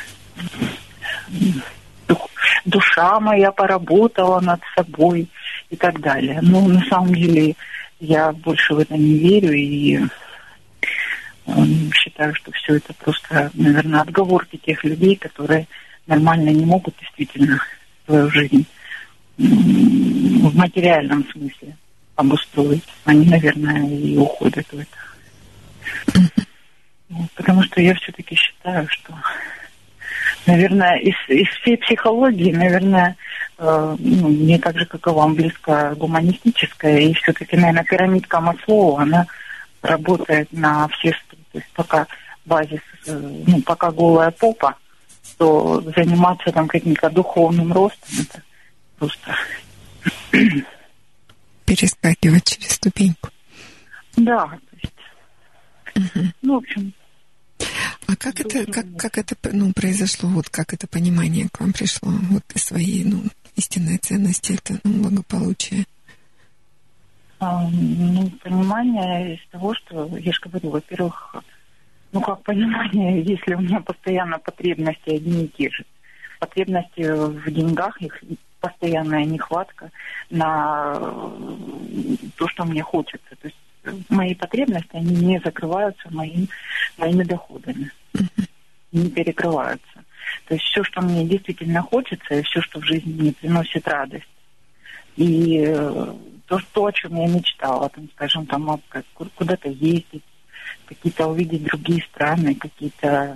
Душа моя поработала над собой и так далее. Но на самом деле я больше в это не верю и считаю, что все это просто, наверное, отговорки тех людей, которые нормально не могут действительно свою жизнь в материальном смысле обустроить. Они, наверное, и уходят в это. Вот, потому что я все-таки считаю, что, наверное, из, из всей психологии, наверное, э, ну, мне так же, как и вам, близко гуманистическая, и все-таки, наверное, пирамидка Маслоу, она работает на все стороны. То есть пока базис, ну, пока голая попа, то заниматься там каким-то духовным ростом, это просто... Перескакивать через ступеньку. Да, то есть... Угу. Ну, в общем... А как это, как, как это ну, произошло, вот как это понимание к вам пришло, вот из своей, ну, истинной ценности, это, ну, благополучие? А, ну, понимание из того, что, я же говорю, во-первых, ну, как понимание, если у меня постоянно потребности одни и те же. Потребности в деньгах, их постоянная нехватка на то, что мне хочется. То есть мои потребности, они не закрываются моим, моими доходами, не перекрываются. То есть все, что мне действительно хочется, и все, что в жизни мне приносит радость. И то, то, о чем я мечтала, там, скажем, там, куда-то ездить, какие-то увидеть другие страны, какие-то,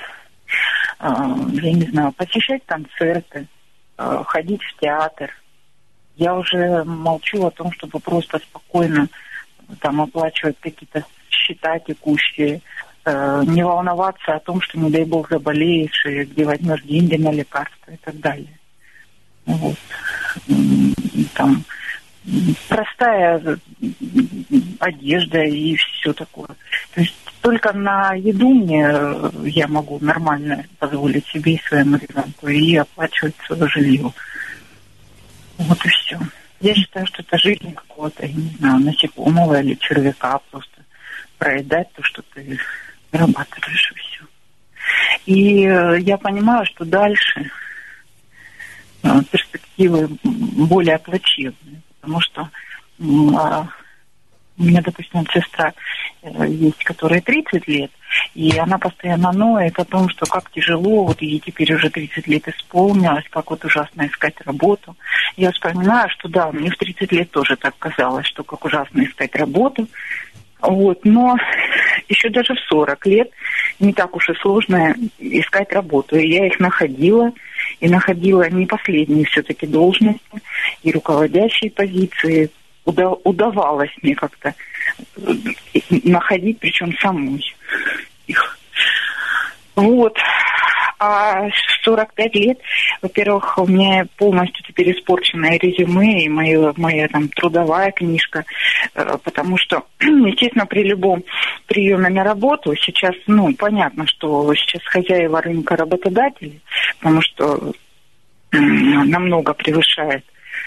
я не знаю, посещать концерты, ходить в театр. Я уже молчу о том, чтобы просто спокойно там оплачивать какие-то счета текущие, э, не волноваться о том, что, не дай бог, заболеешь, и где возьмешь деньги на лекарства и так далее. Вот. Там простая одежда и все такое. То есть только на еду мне я могу нормально позволить себе и своему ребенку и оплачивать свое жилье. Вот и все. Я считаю, что это жизнь какого-то, я не знаю, насекомого или червяка, просто проедать то, что ты вырабатываешь, и все. И я понимаю, что дальше перспективы более плачевные, потому что а, у меня, допустим, сестра есть, которая тридцать лет, и она постоянно ноет о том, что как тяжело, вот ей теперь уже тридцать лет исполнилось, как вот ужасно искать работу. Я вспоминаю, что да, мне в тридцать лет тоже так казалось, что как ужасно искать работу. Вот, но еще даже в сорок лет не так уж и сложно искать работу. И я их находила, и находила не последние все-таки должности, и руководящие позиции. Уда- удавалось мне как-то находить, причем самой их. Вот. А в сорок пять лет, во-первых, у меня полностью теперь испорченное резюме и моя, моя там трудовая книжка, потому что, естественно, при любом приеме на работу сейчас, ну, понятно, что сейчас хозяева рынка работодатели, потому что намного превышает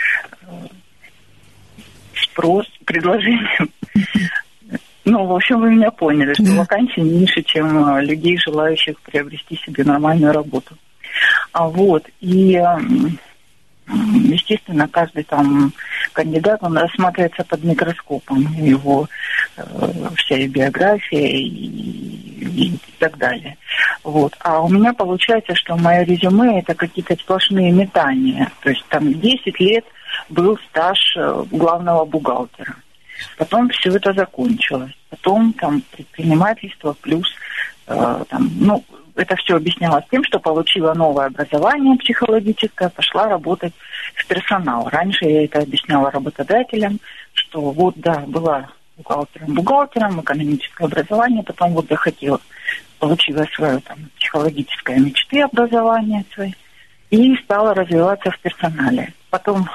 спрос, предложение. Ну, в общем, вы меня поняли, что да. Вакансий меньше, чем людей, желающих приобрести себе нормальную работу. А вот, и, естественно, каждый там кандидат, он рассматривается под микроскопом, его вся и биография, и, и так далее. Вот. А у меня получается, что мое резюме – это какие-то сплошные метания. То есть там десять лет был стаж главного бухгалтера. Потом все это закончилось. Потом там предпринимательство плюс, э, там, ну, это все объяснялось тем, что получила новое образование психологическое, пошла работать в персонал. Раньше я это объясняла работодателям, что вот, да, была бухгалтером, бухгалтером, экономическое образование, потом вот захотела, получила свое там психологическое мечты образование свое и стала развиваться в персонале. Потом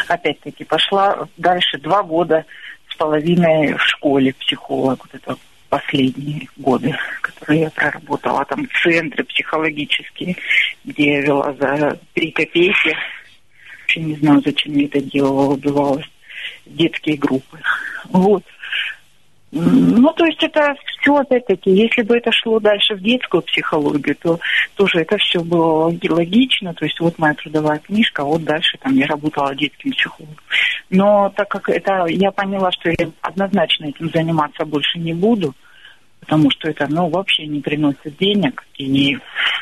опять-таки пошла дальше два года с половиной в школе психолог. Вот это последние годы, которые я проработала. Там центры психологические, где я вела за три копейки. Вообще не знаю, зачем я это делала, убивалась. Детские группы. Вот. Ну, то есть это все, опять-таки, если бы это шло дальше в детскую психологию, то тоже это все было логично. То есть вот моя трудовая книжка, вот дальше там я работала детским психологом. Но так как это, я поняла, что я однозначно этим заниматься больше не буду, потому что это, ну, вообще не приносит денег и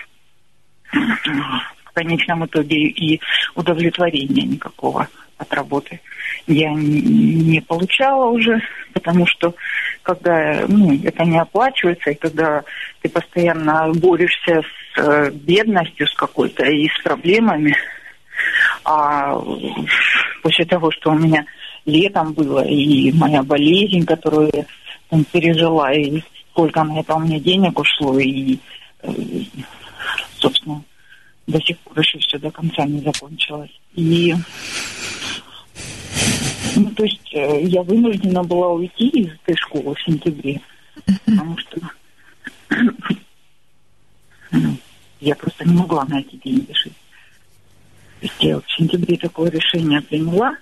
в конечном итоге и удовлетворения никакого от работы я не получала уже, потому что когда, ну, это не оплачивается, и когда ты постоянно борешься с э, бедностью с какой-то и с проблемами, а после того, что у меня летом было, и моя болезнь, которую я там пережила, и сколько на это у меня денег ушло, и, и собственно, до сих пор еще все до конца не закончилось. И ну, то есть я вынуждена была уйти из этой школы в сентябре, потому что ну, я просто не могла на эти деньги жить. То есть я в сентябре такое решение приняла,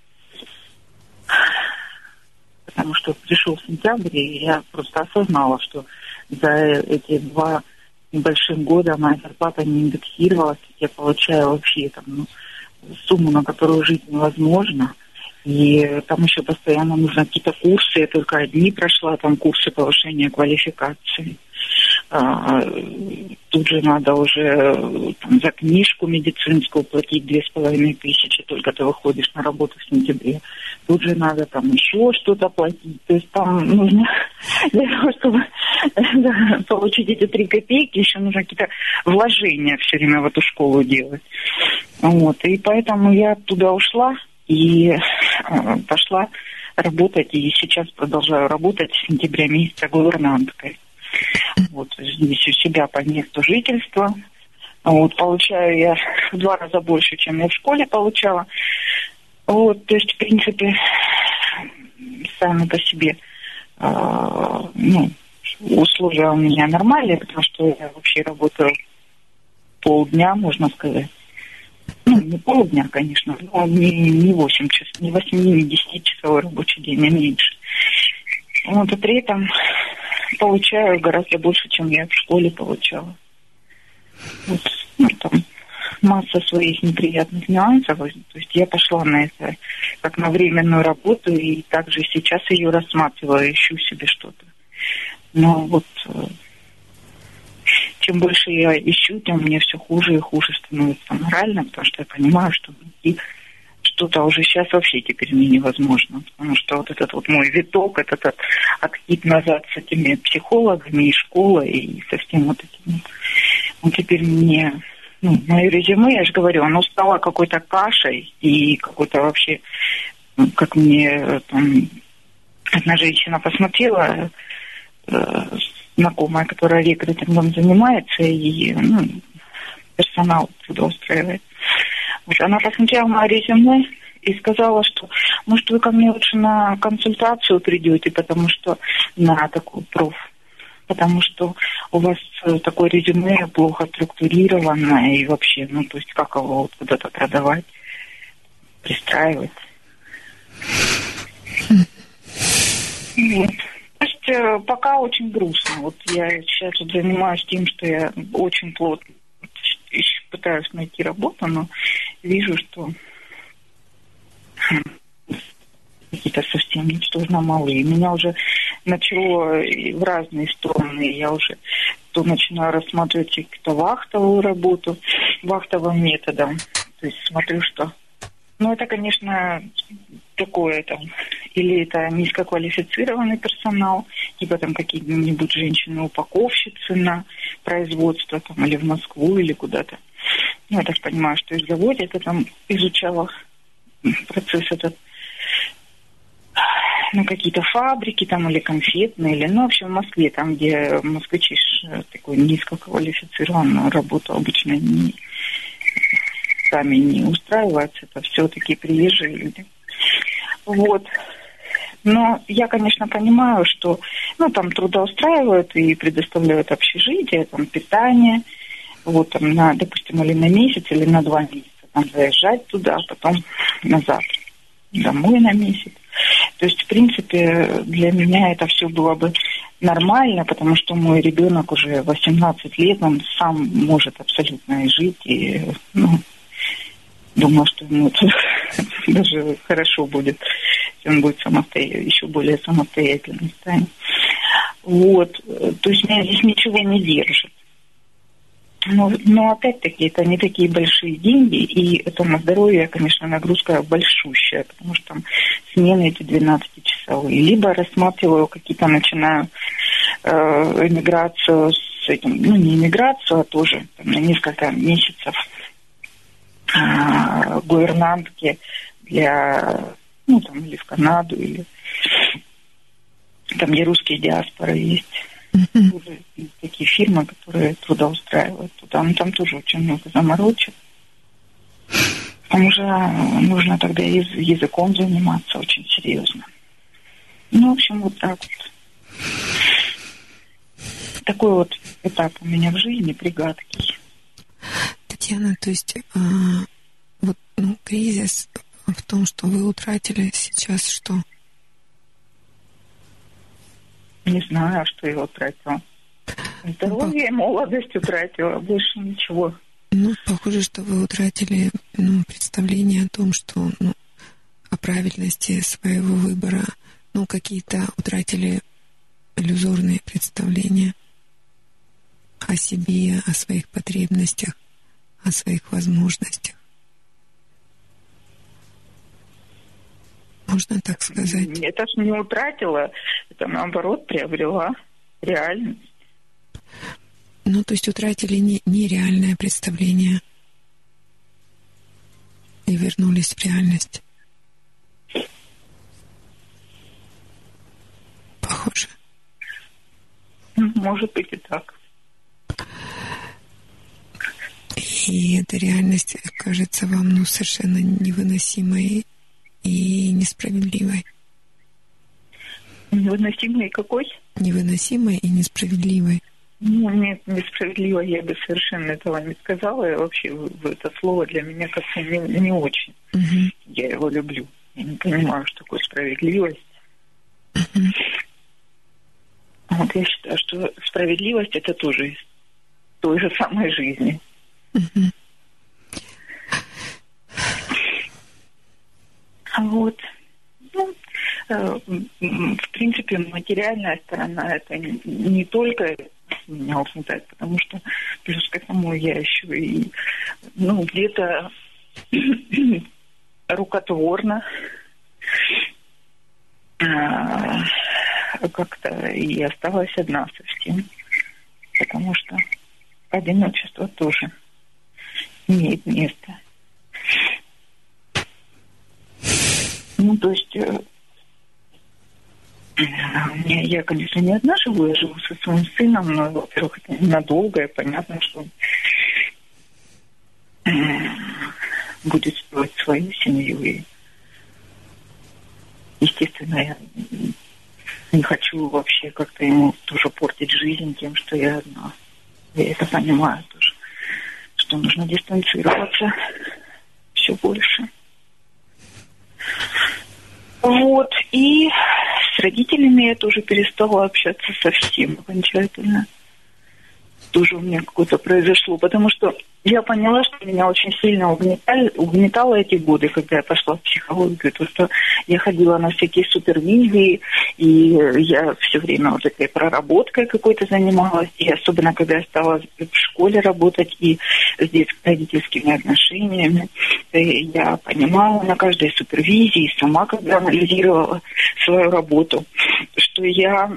потому что пришел сентябрь, и я просто осознала, что за эти два небольших года моя зарплата не индексировалась, я получаю вообще там, ну, сумму, на которую жить невозможно. И там еще постоянно нужны какие-то курсы. Я только одни прошла, там курсы повышения квалификации. А, тут же надо уже там, за книжку медицинскую платить две с половиной тысячи, только ты выходишь на работу в сентябре. Тут же надо там еще что-то платить. То есть там нужно для того, чтобы да, получить эти три копейки, еще нужно какие-то вложения все время в эту школу делать. Вот. И поэтому я оттуда ушла и э, пошла работать, и сейчас продолжаю работать с сентября месяца гувернанткой. Вот здесь у себя по месту жительства. Вот, получаю я в два раза больше, чем я в школе получала. Вот, то есть, в принципе, сами по себе э, ну, условия у меня нормальные, потому что я вообще работаю полдня, можно сказать. Ну, не полдня, конечно, но не, не восемь часов, не восемь, не десятичасовой рабочий день, а меньше. Вот, и при этом получаю гораздо больше, чем я в школе получала. Вот, ну, там масса своих неприятных нюансов. То есть я пошла на это как на временную работу, и также сейчас ее рассматриваю, ищу себе что-то. Но вот чем больше я ищу, тем мне все хуже и хуже становится морально, потому что я понимаю, что найти что-то уже сейчас вообще теперь мне невозможно. Потому что вот этот вот мой виток, этот, этот откид назад с этими психологами и школой, и со всем вот этим, он теперь мне, ну, мое резюме, я же говорю, оно стало какой-то кашей и какой-то вообще, ну, как мне там одна женщина посмотрела, э, знакомая, которая рекрутингом занимается и, ну, персонал трудоустраивает. Вот она посмотрела мое резюме и сказала, что, может, вы ко мне лучше на консультацию придете, потому что на такую проф, потому что у вас такое резюме плохо структурированное и вообще, ну, то есть как его вот куда-то продавать, пристраивать. Вот. То есть пока очень грустно. Вот я сейчас вот занимаюсь тем, что я очень плотно пытаюсь найти работу, но вижу, что какие-то совсем ничтожно малые. Меня уже начало в разные стороны. Я уже то начинаю рассматривать какую-то вахтовую работу, вахтовым методом. То есть смотрю, что... Ну, это, конечно, такое там... Или это низкоквалифицированный персонал, типа там какие-нибудь женщины-упаковщицы на производство, там, или в Москву, или куда-то. Ну, я так понимаю, что их заводят. Я там изучала процесс этот, ну, какие-то фабрики там, или конфетные, или, ну, в общем, в Москве, там, где москвичи такую низкоквалифицированную работу обычно не, сами не устраиваются. Это все такие приезжие люди. Вот. Но я, конечно, понимаю, что ну, там трудоустраивают и предоставляют общежитие, там, питание, вот, там, на, допустим, или на месяц, или на два месяца, там, заезжать туда, потом назад, домой на месяц. То есть, в принципе, для меня это все было бы нормально, потому что мой ребенок уже восемнадцать лет, он сам может абсолютно жить, и, ну, думаю, что ему это даже хорошо будет, если он будет самостоятельным, еще более самостоятельным станет. Вот, то есть меня здесь ничего не держит. Но, но опять-таки это не такие большие деньги, и это на здоровье, конечно, нагрузка большущая, потому что там смены эти двенадцатичасовые. Либо рассматриваю какие-то, начинаю э, эмиграцию с этим, ну не эмиграцию, а тоже там, на несколько месяцев э, гувернантки для, ну там или в Канаду, или там, где русские диаспоры есть. Mm-hmm. Такие фирмы, которые трудоустраивают туда. Но там тоже очень много заморочек. Там уже нужно тогда языком заниматься очень серьезно. Ну, в общем, вот так вот. Такой вот этап у меня в жизни пригадкий. Татьяна, то есть а, вот ну, кризис в том, что вы утратили сейчас что? Не знаю, что я утратила. Здоровье и молодость утратила, больше ничего. Ну, похоже, что вы утратили ну, представление о том, что ну, о правильности своего выбора, ну, какие-то утратили иллюзорные представления о себе, о своих потребностях, о своих возможностях. Можно так сказать? Это ж не утратила, это наоборот приобрела реальность. Ну, то есть утратили не, нереальное представление и вернулись в реальность. Похоже. Может быть и так. И эта реальность кажется вам ну, совершенно невыносимой и несправедливой. Невыносимой какой? Невыносимой и несправедливой. Ну, нет, несправедливо я бы совершенно этого не сказала. И вообще это слово для меня как-то не, не очень. Uh-huh. Я его люблю. Я не понимаю, что такое справедливость. Uh-huh. Вот я считаю, что справедливость это тоже из той же самой жизни. Uh-huh. Вот. Ну, э, в принципе, материальная сторона это не, не только меня угнетает, потому что плюс к этому я еще и ну, где-то рукотворно э, как-то и осталась одна совсем, потому что одиночество тоже имеет место. Ну, то есть, э, я, конечно, не одна живу, я живу со своим сыном, но, во-первых, это ненадолго, и понятно, что э, будет строить свою семью. И, естественно, я не хочу вообще как-то ему тоже портить жизнь тем, что я одна. Я это понимаю тоже, что нужно дистанцироваться все больше. Вот, и с родителями я тоже перестала общаться совсем окончательно. Тоже у меня какое-то произошло, потому что я поняла, что меня очень сильно угнетали, угнетало эти годы, когда я пошла в психологию, то, что я ходила на всякие супервизии, и я все время вот этой проработкой какой-то занималась, и особенно, когда я стала в школе работать и с детско-родительскими отношениями, я понимала на каждой супервизии, сама когда анализировала свою работу, что я...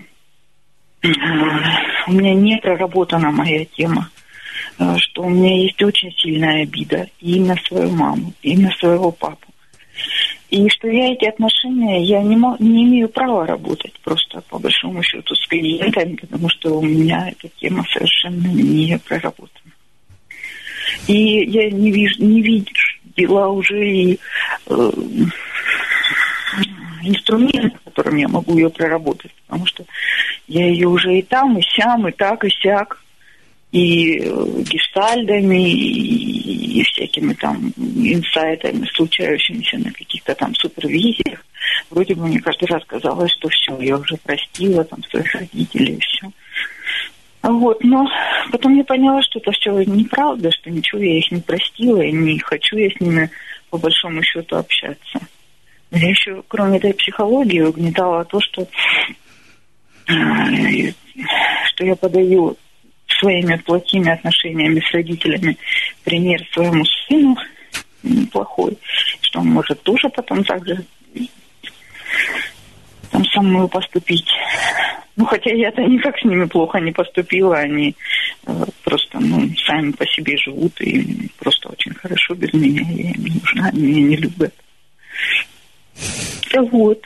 У меня не проработана моя тема, что у меня есть очень сильная обида и на свою маму, и на своего папу. И что я эти отношения, я не, мо- не имею права работать просто по большому счету с клиентами, потому что у меня эта тема совершенно не проработана. И я не вижу, не видела уже и э, инструмент, которым я могу ее проработать, потому что Я ее уже и там, и сям, и так, и сяк, и гештальдами, и, и всякими там инсайтами, случающимися на каких-то там супервизиях. Вроде бы мне каждый раз казалось, что все, я уже простила там своих родителей, и все. Вот, но потом я поняла, что это все неправда, что ничего я их не простила, и не хочу я с ними по большому счету общаться. Я еще, кроме этой психологии, угнетала то, что, что я подаю своими плохими отношениями с родителями пример своему сыну неплохой, что он может тоже потом так же там со мной поступить. Ну, хотя я-то никак с ними плохо не поступила, они э, просто, ну, сами по себе живут и просто очень хорошо без меня, я им не нужна, они меня не любят. Вот.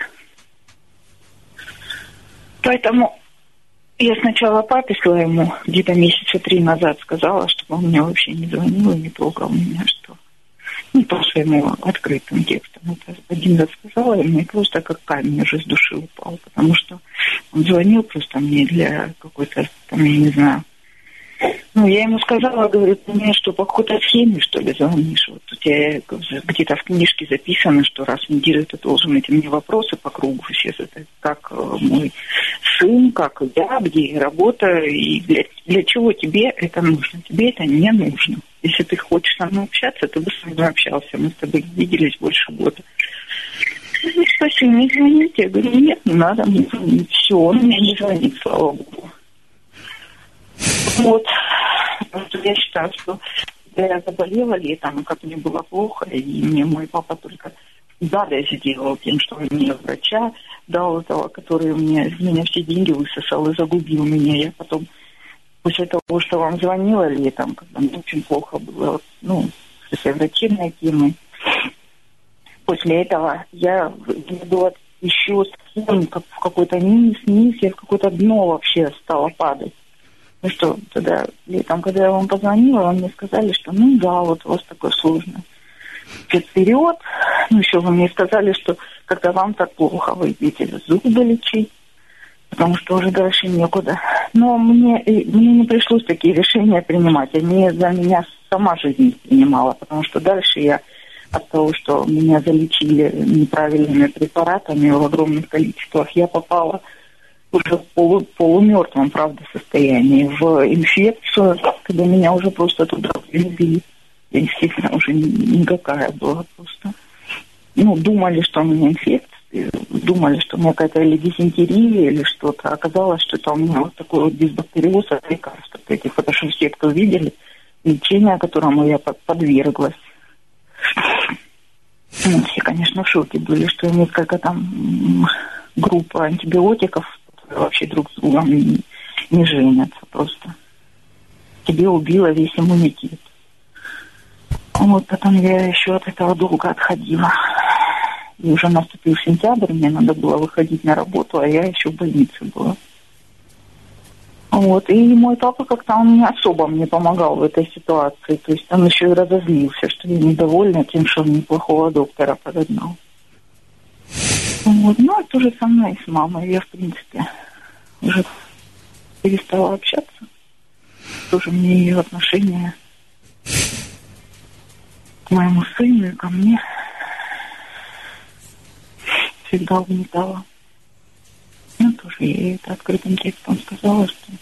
Поэтому я сначала папе своему где-то месяца три назад сказала, чтобы он мне вообще не звонил и не трогал меня, что не по своему открытым текстам. Это один раз сказала, и мне просто как камень уже с души упал, потому что он звонил просто мне для какой-то, там, я не знаю. Ну, я ему сказала, говорю, ты мне что, по какой-то схеме, что ли, звонишь? Вот у тебя где-то в книжке записано, что раз в неделю ты должен эти мне вопросы по кругу все задать, как мой сын, как я, где я работаю, и для, для чего тебе это нужно? Тебе это не нужно. Если ты хочешь со мной общаться, ты бы со мной общался. Мы с тобой виделись больше года. Спасибо, не звоните. Я говорю, нет, не надо мне звонить. Все, он мне не звонит, слава богу. Вот. Потому что я считаю, что я заболела летом, как мне было плохо, и мне мой папа только гадость сделал тем, что он мне врача дал этого, который мне, из меня все деньги высосал и загубил меня. Я потом, после того, что вам звонила летом, когда мне очень плохо было, ну, с врачебной темой, после этого я, я была еще совсем как в какой-то низ, низ, я в какое-то дно вообще стала падать. Ну что, тогда летом, когда я вам позвонила, вам мне сказали, что ну да, вот у вас такой сложный период. Ну еще вы мне сказали, что когда вам так плохо, вы идете зубы лечить, потому что уже дальше некуда. Но мне, мне не пришлось такие решения принимать. Они за меня сама жизнь принимала, потому что дальше я от того, что меня залечили неправильными препаратами в огромных количествах, я попала уже в полу, полумертвом, правда, состоянии, в инфекцию, когда меня уже просто туда привезли. Я, естественно, уже никакая была просто. Ну, думали, что у меня инфекция, думали, что у меня какая-то или дизентерия, или что-то. Оказалось, что это у меня вот такой вот дисбактериоз от лекарств этих, потому что все, кто видели, лечение, которому я подверглась. Ну, все, конечно, в шоке были, что несколько там группа антибиотиков вообще друг с другом не, не женятся просто. Тебе убило весь иммунитет. Вот потом я еще от этого долго отходила. И уже наступил сентябрь, мне надо было выходить на работу, а я еще в больнице была. Вот. И мой папа как-то он не особо мне помогал в этой ситуации. То есть он еще и разозлился, что я недовольна тем, что он неплохого доктора подогнал. Вот. Ну, а то же самое и с мамой. Я, в принципе, уже перестала общаться. Тоже мне ее отношение к моему сыну и ко мне всегда угнетало. Ну, тоже я ей это открытым текстом сказала, что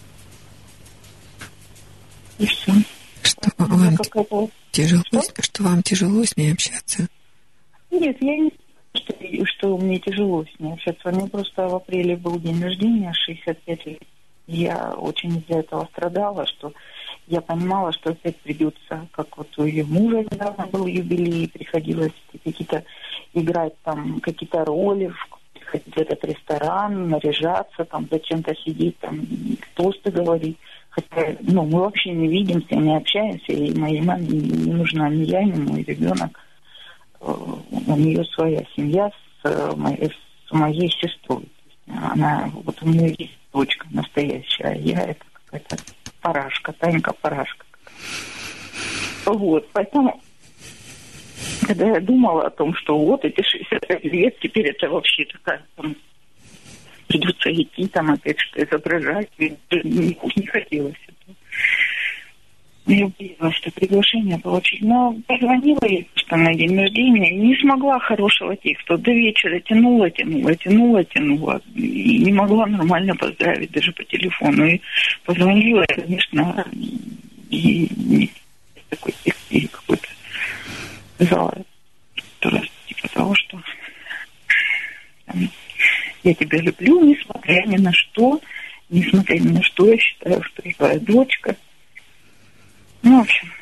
и все. Что вам тяжело, что? что вам тяжело с ней общаться? Нет, я не что, что мне тяжело с ней общаться. У меня просто в апреле был день рождения, шестьдесят пять лет. Я очень из-за этого страдала, что я понимала, что опять придется, как вот у ее мужа недавно был юбилей, приходилось какие-то играть там какие-то роли, ходить в этот ресторан, наряжаться, там зачем-то сидеть, там тосты говорить. Хотя, ну, мы вообще не видимся, не общаемся, и моей маме не нужна ни я, ни мой ребенок. У нее своя семья с моей, с моей сестрой. Она, вот у нее есть дочка настоящая, а я это какая-то парашка, Танька парашка. Вот, поэтому, когда я думала о том, что вот эти шестьдесят пять лет, теперь это вообще такая там, придется идти там опять что изображать. Не, не хотелось этого. Я убедилась, что приглашение получить. Но позвонила ей что на день рождения и не смогла хорошего текста. До вечера тянула, тянула, тянула, тянула. И не могла нормально поздравить даже по телефону. И позвонила, конечно, и, и такой текст ей какой-то сказала, типа того, что там, я тебя люблю, несмотря ни на что, несмотря ни на что, я считаю, что я твоя дочка. Ну, в общем,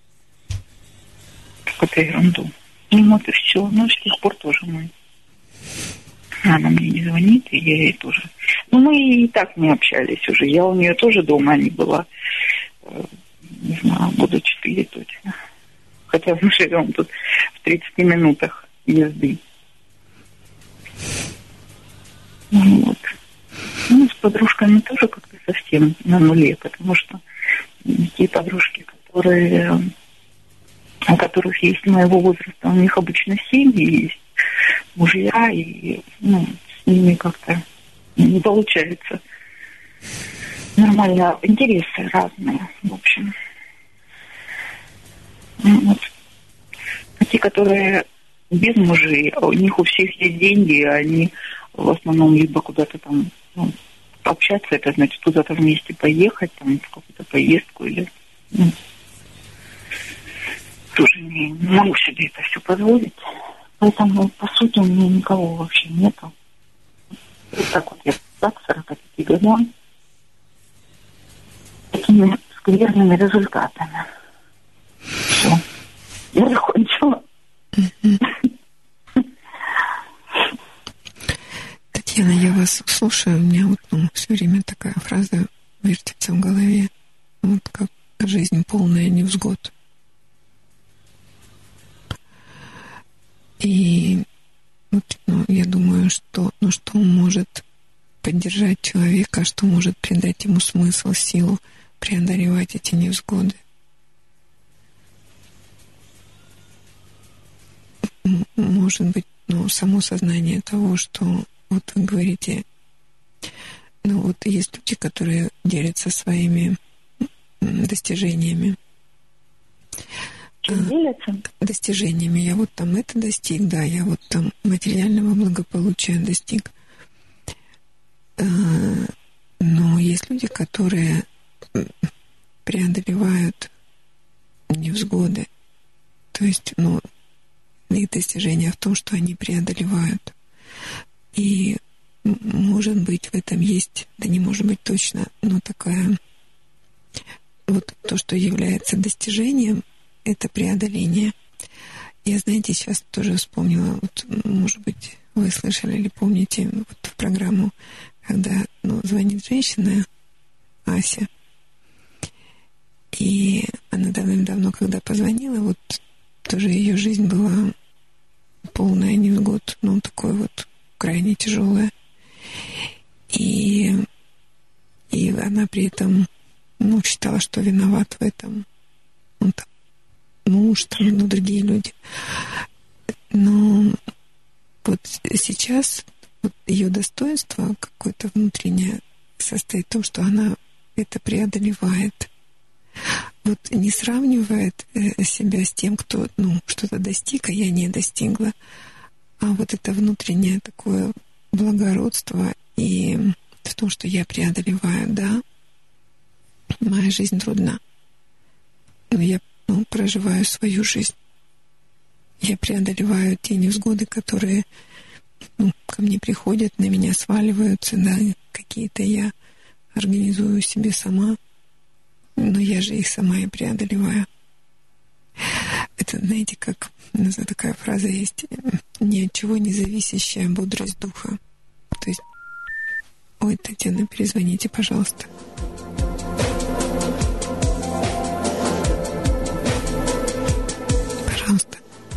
какую-то ерунду. Ну, вот и все. Ну, с тех пор тоже мы. Она мне не звонит, и я ей тоже. Ну, мы и так не общались уже. Я у нее тоже дома не была. Не знаю, года четыре точно. Хотя мы живем тут в тридцати минутах езды. Ну, вот. Ну, с подружками тоже как-то совсем на нуле, потому что те подружки, которые, у которых есть моего возраста, у них обычно семьи есть, мужья, и ну, с ними как-то не получается нормально. Интересы разные, в общем. Вот. А те, которые без мужей, у них у всех есть деньги, они в основном либо куда-то там, ну, пообщаться, это значит куда-то вместе поехать, там, в какую-то поездку или... Ну, тоже не, не могу себе это все позволить. Поэтому, по сути, у меня никого вообще нету. Вот так вот я так, сорок пять годам, такими скверными результатами. Все. Я закончила. Татьяна, я вас слушаю, у меня вот ну, все время такая фраза вертится в голове, вот как жизнь полная невзгод. И вот, ну, я думаю, что, ну, что может поддержать человека, что может придать ему смысл, силу преодолевать эти невзгоды. Может быть, ну, само сознание того, что вот вы говорите, ну вот есть люди, которые делятся своими достижениями. Чем делятся? Достижениями. Я вот там это достиг, да, я вот там материального благополучия достиг. Но есть люди, которые преодолевают невзгоды. То есть, ну, их достижение в том, что они преодолевают. И, может быть, в этом есть, да не может быть точно, но такая... Вот то, что является достижением, это преодоление. Я, знаете, сейчас тоже вспомнила, вот, может быть, вы слышали или помните вот в программу, когда ну, звонит женщина, Ася, и она давным-давно, когда позвонила, вот тоже ее жизнь была полная невзгод, ну, такой вот крайне тяжелая. И, и она при этом, ну, считала, что виноват в этом. Он там, муж, там, ну, другие люди. Но вот сейчас вот ее достоинство какое-то внутреннее состоит в том, что она это преодолевает. Вот не сравнивает себя с тем, кто, ну, что-то достиг, а я не достигла. А вот это внутреннее такое благородство и в том, что я преодолеваю, да, моя жизнь трудна, но я ну, проживаю свою жизнь. Я преодолеваю те невзгоды, которые ну, ко мне приходят, на меня сваливаются, да, какие-то я организую себе сама, но я же их сама и преодолеваю. Это, знаете, как у нас такая фраза есть, ни от чего не зависящая бодрость духа. То есть, ой, Татьяна, перезвоните, пожалуйста. Пожалуйста.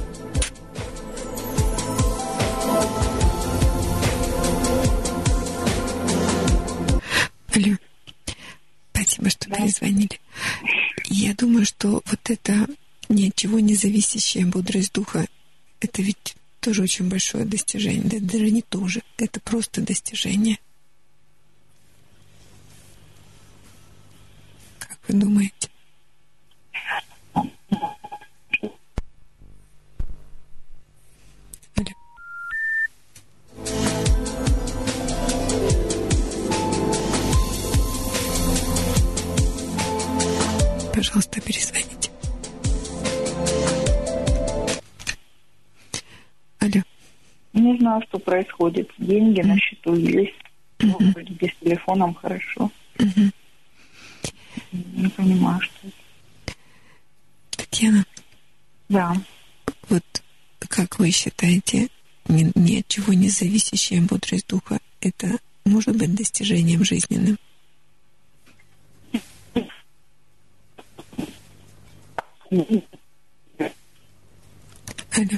Алло. Спасибо, что да. перезвонили. Я думаю, что вот это ни от чего не зависящая бодрость духа, это ведь тоже очень большое достижение. Да даже не тоже, это просто достижение. вы думаете? Алло. Пожалуйста, перезвоните. Алло. Не знаю, что происходит. Деньги mm. на счету есть. Mm-hmm. Вроде без телефоном хорошо. Mm-hmm. Не понимаю, что это. Татьяна? Да. Вот как вы считаете, ни, ни от чего не зависящая бодрость духа, это может быть достижением жизненным? Алло.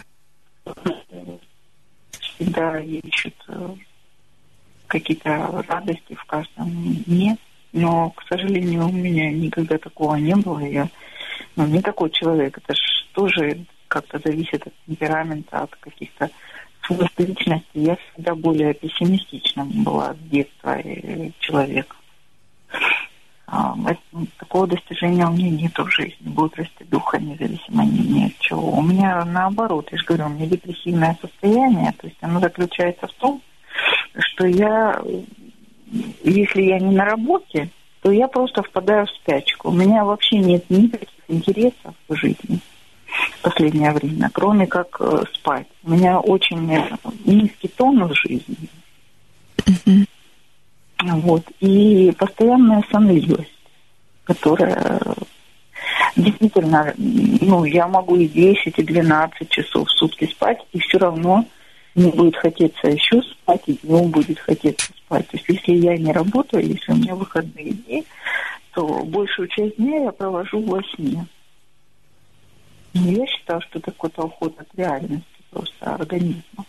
Всегда ищут какие-то радости в каждом дне, но, к сожалению, у меня никогда такого не было. Я ну, не такой человек. Это же тоже как-то зависит от темперамента, от каких-то свойств личности. Я всегда более пессимистична была с детства человек. А, такого достижения у меня нет в жизни, бодрости духа, независимо ни от чего. У меня наоборот, я же говорю, у меня депрессивное состояние, то есть оно заключается в том, что я, если я не на работе, то я просто впадаю в спячку. У меня вообще нет никаких интересов в жизни в последнее время, кроме как спать. У меня очень низкий тонус жизни. Mm-hmm. Вот. И постоянная сонливость, которая действительно, ну, я могу и десять, и двенадцать часов в сутки спать, и все равно мне будет хотеться еще спать, и днем будет хотеться спать. То есть если я не работаю, если у меня выходные дни, то большую часть дня я провожу во сне. И я считаю, что это какой-то уход от реальности просто организма.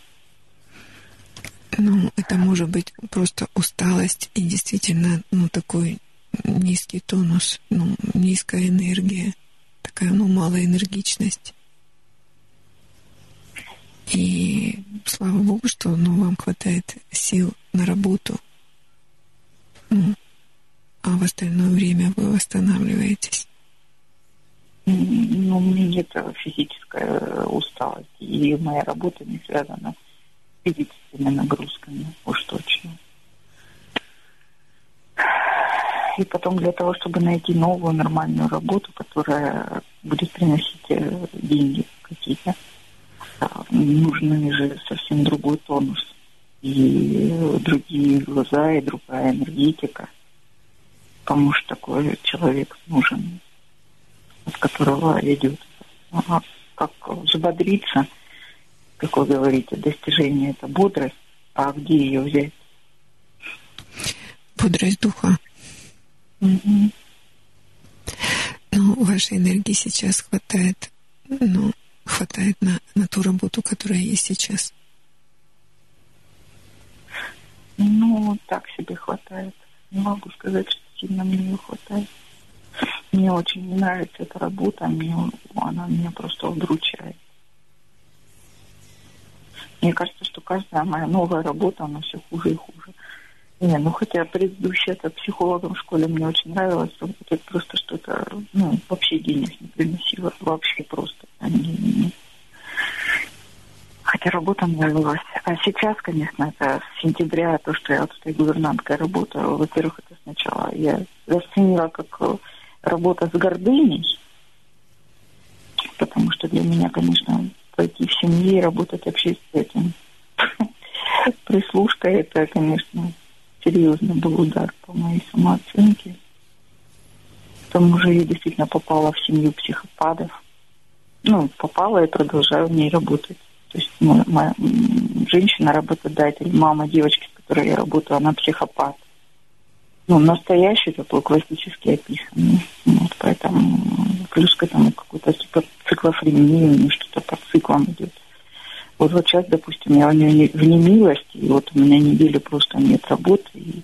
Ну, это может быть просто усталость и действительно, ну, такой низкий тонус, ну, низкая энергия, такая, ну, малая энергичность. И слава Богу, что, ну, вам хватает сил на работу, ну, а в остальное время вы восстанавливаетесь. Ну, у меня нет физической усталости, и моя работа не связана с физическими нагрузками, уж точно. И потом для того, чтобы найти новую нормальную работу, которая будет приносить деньги какие-то, нужен же совсем другой тонус. И другие глаза, и другая энергетика. Кому же такой человек нужен, от которого идет. Ага. Как взбодриться, как вы говорите, достижение — это бодрость, а где ее взять? Бодрость духа. Угу. Ну, вашей энергии сейчас хватает, ну, хватает на, на ту работу, которая есть сейчас. Ну, так себе хватает. Не могу сказать, что сильно мне ее хватает. Мне очень не нравится эта работа, мне, она меня просто удручает. Мне кажется, что каждая моя новая работа, она все хуже и хуже. Не, ну хотя предыдущая это психологом в школе мне очень нравилось, это просто что-то, ну, вообще денег не приносило, вообще просто. Не, не, не. Хотя работа нравилась. А сейчас, конечно, это с сентября, то, что я вот этой гувернанткой работаю, во-первых, это сначала я расценила как работа с гордыней, потому что для меня, конечно, пойти в семье и работать вообще с этим прислушкой, это, конечно, серьезно был удар по моей самооценке. К тому же я действительно попала в семью психопатов. Ну, попала и продолжаю в ней работать. То есть моя, моя женщина-работодатель, мама девочки, с которой я работаю, она психопат. Ну, настоящий такой, классически описанный. Вот, поэтому плюс к этому какой-то типа циклофрения, у нее что-то по циклам идет. Вот, вот сейчас, допустим, я у нее в немилости, и вот у меня неделю просто нет работы. И...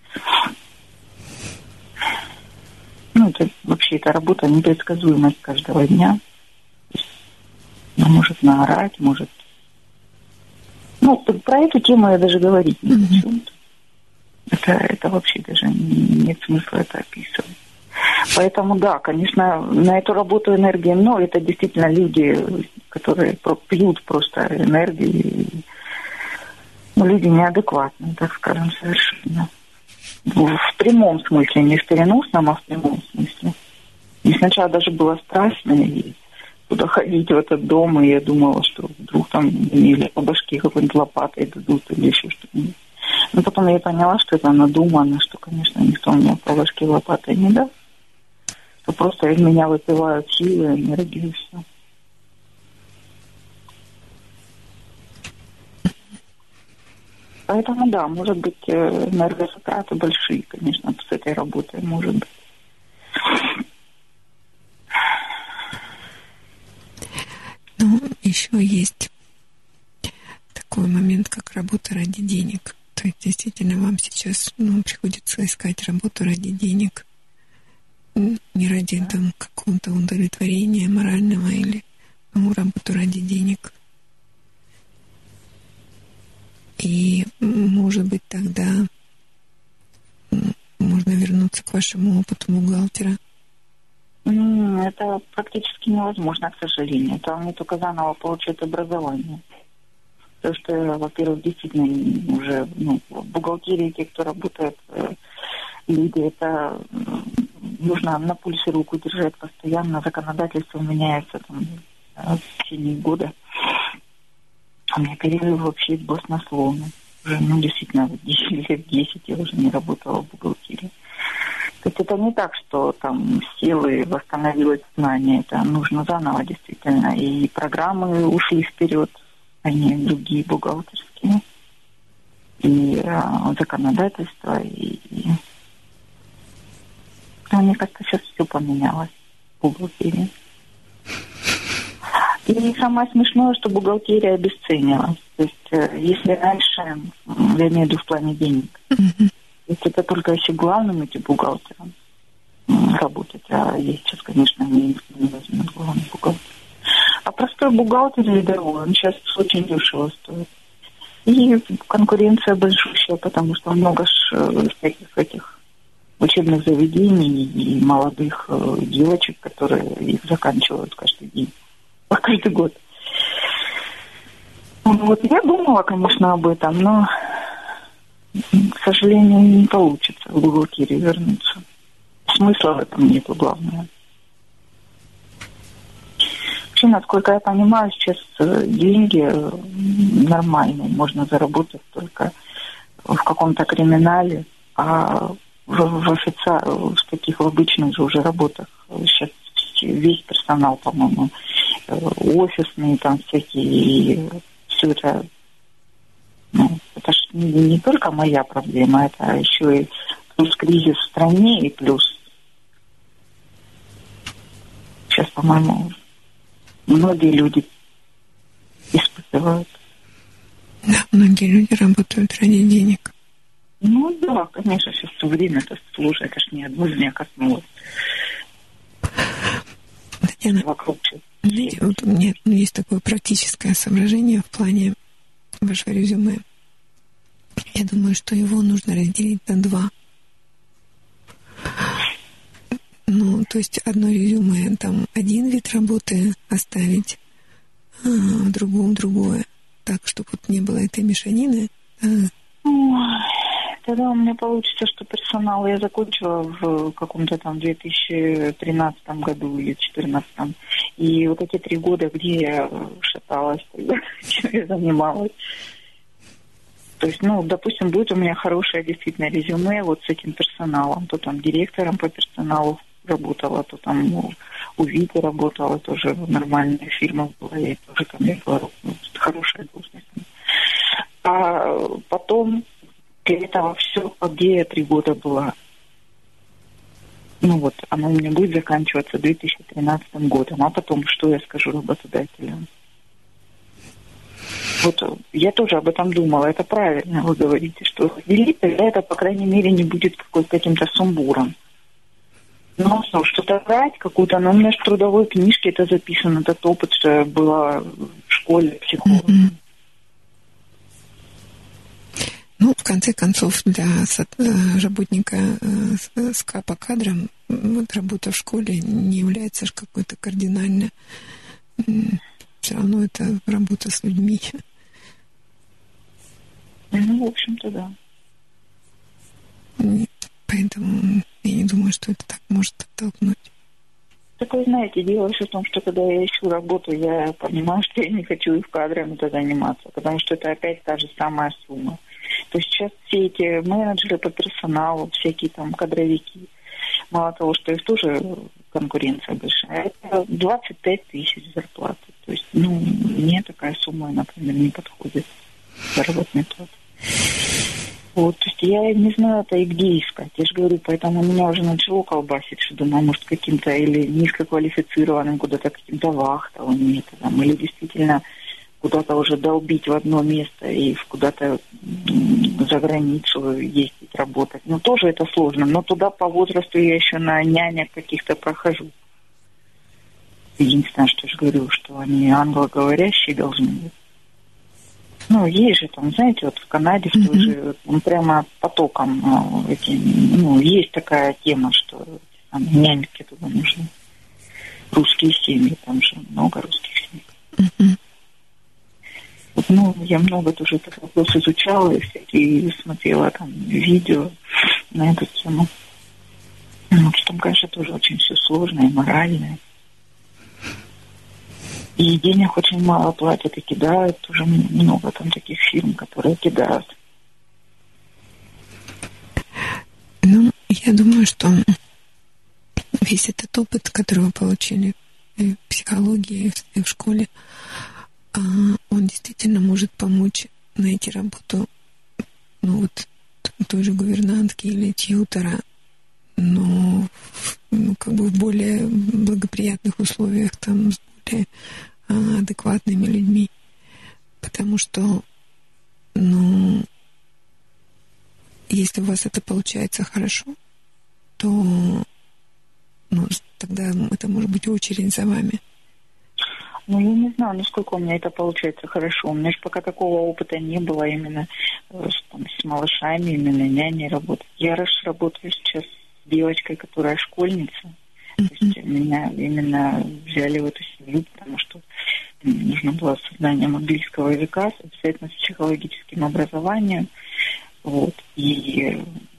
Ну, это вообще эта работа, непредсказуемость каждого дня. Она может наорать, может... Ну, про эту тему я даже говорить не хочу. Mm-hmm. Это, это вообще даже нет смысла это описывать. Поэтому, да, конечно, на эту работу энергии, но это действительно люди, которые пьют просто энергию. Ну, люди неадекватные, так скажем, совершенно. В прямом смысле, не в переносном, а в прямом смысле. И сначала даже было страшно и туда ходить, в этот дом, и я думала, что вдруг там или по башке какой-нибудь лопатой дадут, или еще что-нибудь. Но потом я поняла, что это надумано, что, конечно, никто мне по башке лопатой не даст. Что просто из меня выпивают силы, энергию, и все. Поэтому, да, может быть, энергозатраты большие, конечно, с этой работой, может быть. Ну, еще есть такой момент, как работа ради денег. То есть, действительно, вам сейчас ну, приходится искать работу ради денег. Не ради там, какого-то удовлетворения морального или ну, работу ради денег. И, может быть, тогда можно вернуться к вашему опыту бухгалтера. Это практически невозможно, к сожалению. Там не только заново получать образование. Потому что, во-первых, действительно уже ну, в бухгалтерии те, кто работает, люди, это нужно на пульсе руку держать постоянно. Законодательство меняется там, в течение года. У меня перерыв вообще баснословный. Уже, ну, действительно, лет десять я уже не работала в бухгалтерии. То есть это не так, что там силы восстановилось знание. Это нужно заново действительно. И программы ушли вперед, они другие бухгалтерские. И э, законодательство. И, и... Да, мне кажется, сейчас все поменялось в бухгалтерии. И самое смешное, что бухгалтерия обесценилась. То есть, э, если раньше, я имею в виду в плане денег, mm-hmm. если это только если главным идти бухгалтером работать, а я сейчас, конечно, не, не возьму главный бухгалтер. А простой бухгалтер рядовой, он сейчас очень дешево стоит. И конкуренция большущая, потому что много ж всяких этих учебных заведений и молодых девочек, которые их заканчивают каждый день. Каждый год. Вот я думала, конечно, об этом, но, к сожалению, не получится в бухгалтерию вернуться. Смысла в этом нету, главное. Вообще, насколько я понимаю, сейчас деньги нормальные можно заработать только в каком-то криминале, а в, в официале, в таких в обычных же уже работах сейчас весь персонал, по-моему, офисные там всякие, и все это, ну, это ж не, не только моя проблема, это еще и плюс кризис в стране, и плюс сейчас, по-моему, многие люди испытывают. Да, многие люди работают ради денег. Ну да, конечно, сейчас все время-то слушай, это ж не одно меня коснулось. Татьяна, вокруг. Знаете, вот у меня ну, есть такое практическое соображение в плане вашего резюме. Я думаю, что его нужно разделить на два. Ну, то есть одно резюме, там один вид работы оставить, а в другом другое. Так, чтобы вот не было этой мешанины. Тогда у меня получится, что персонал я закончила в каком-то там две тысячи тринадцатом году или две тысячи четырнадцатом. И вот эти три года, где я шаталась, чем я занималась. То есть, ну, допустим, будет у меня хорошее действительно резюме вот с этим персоналом. То там директором по персоналу работала, то там ну, у Вити работала, тоже нормальная фирма была, я тоже там я была ну, хорошая должность. А потом для этого все, где я три года была. Ну вот, оно у меня будет заканчиваться две тысячи тринадцатым годом. А потом, что я скажу работодателям? Вот я тоже об этом думала. Это правильно, вы говорите, что делить, тогда это, по крайней мере, не будет каким-то сумбуром. Ну, ну что-то брать какую-то, но у меня же в трудовой книжке это записано, этот опыт, что я была в школе психологом. Mm-hmm. Ну, в конце концов, для работника СКА по кадрам вот работа в школе не является какой-то кардинальной. Все равно это работа с людьми. Ну, в общем-то, да. Поэтому я не думаю, что это так может оттолкнуть. Так вы знаете, дело в том, что когда я ищу работу, я понимаю, что я не хочу и в кадрами-то заниматься, потому что это опять та же самая сумма. То есть сейчас все эти менеджеры по персоналу, всякие там кадровики, мало того, что их тоже конкуренция большая, это двадцать пять тысяч зарплаты. То есть, ну, мне такая сумма, например, не подходит, заработная плата. Вот, то есть я не знаю, это и где искать. Я же говорю, поэтому меня уже начало колбасить, что думаю, может, каким-то или низкоквалифицированным куда-то каким-то вахтовым методом, или действительно куда-то уже долбить в одно место и куда-то за границу ездить, работать. Ну, тоже это сложно, но туда по возрасту я еще на нянях каких-то прохожу. Единственное, что я же говорю, что они англоговорящие должны быть. Ну, есть же там, знаете, вот в Канаде в той же, там прямо потоком ну, эти, ну, есть такая тема, что там няньки туда нужны. Русские семьи, там же много русских семей. Mm-hmm. Вот, ну, я много тоже этот вопрос изучала и всякие смотрела там видео на эту тему. Вот, что там, конечно, тоже очень все сложное и моральное. И денег очень мало платят и кидают. Уже много там таких фирм, которые кидают. Ну, я думаю, что весь этот опыт, который вы получили в психологии и в школе, он действительно может помочь найти работу, ну, вот той же гувернантки или тьютора, но ну, как бы в более благоприятных условиях, там, с более а, адекватными людьми. Потому что, ну, если у вас это получается хорошо, то, ну, тогда это может быть очередь за вами. Ну, я не знаю, насколько у меня это получается хорошо. У меня же пока такого опыта не было именно там, с малышами, именно няней работать. Я раз работаю сейчас с девочкой, которая школьница. Mm-hmm. То есть меня именно взяли в эту семью, потому что нужно было создание английского языка, обязательно с психологическим образованием. Вот. И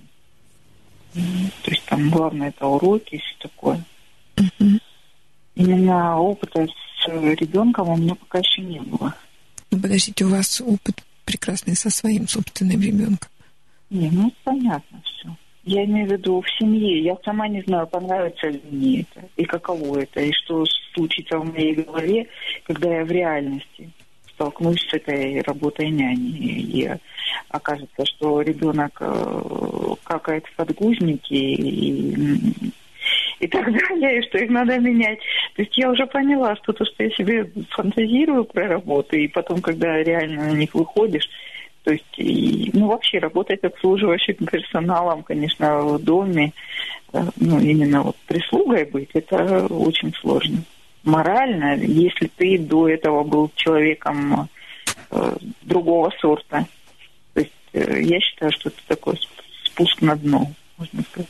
то есть там главное это уроки и все такое. Mm-hmm. Именно опыта с ребенком у меня пока еще не было. Ну, подождите, у вас опыт прекрасный со своим собственным ребенком. Не, ну понятно все. Я имею в виду в семье. Я сама не знаю, понравится ли мне это, и каково это, и что случится в моей голове, когда я в реальности столкнусь с этой работой няни. И окажется, что ребенок какает в подгузники и, и так далее, и что их надо менять. То есть я уже поняла, что то, что я себе фантазирую про работу, и потом, когда реально на них выходишь, то есть, и, ну, вообще работать обслуживающим персоналом, конечно, в доме, ну, именно вот прислугой быть, это очень сложно. Морально, если ты до этого был человеком э, другого сорта, то есть э, я считаю, что это такой спуск на дно, можно сказать.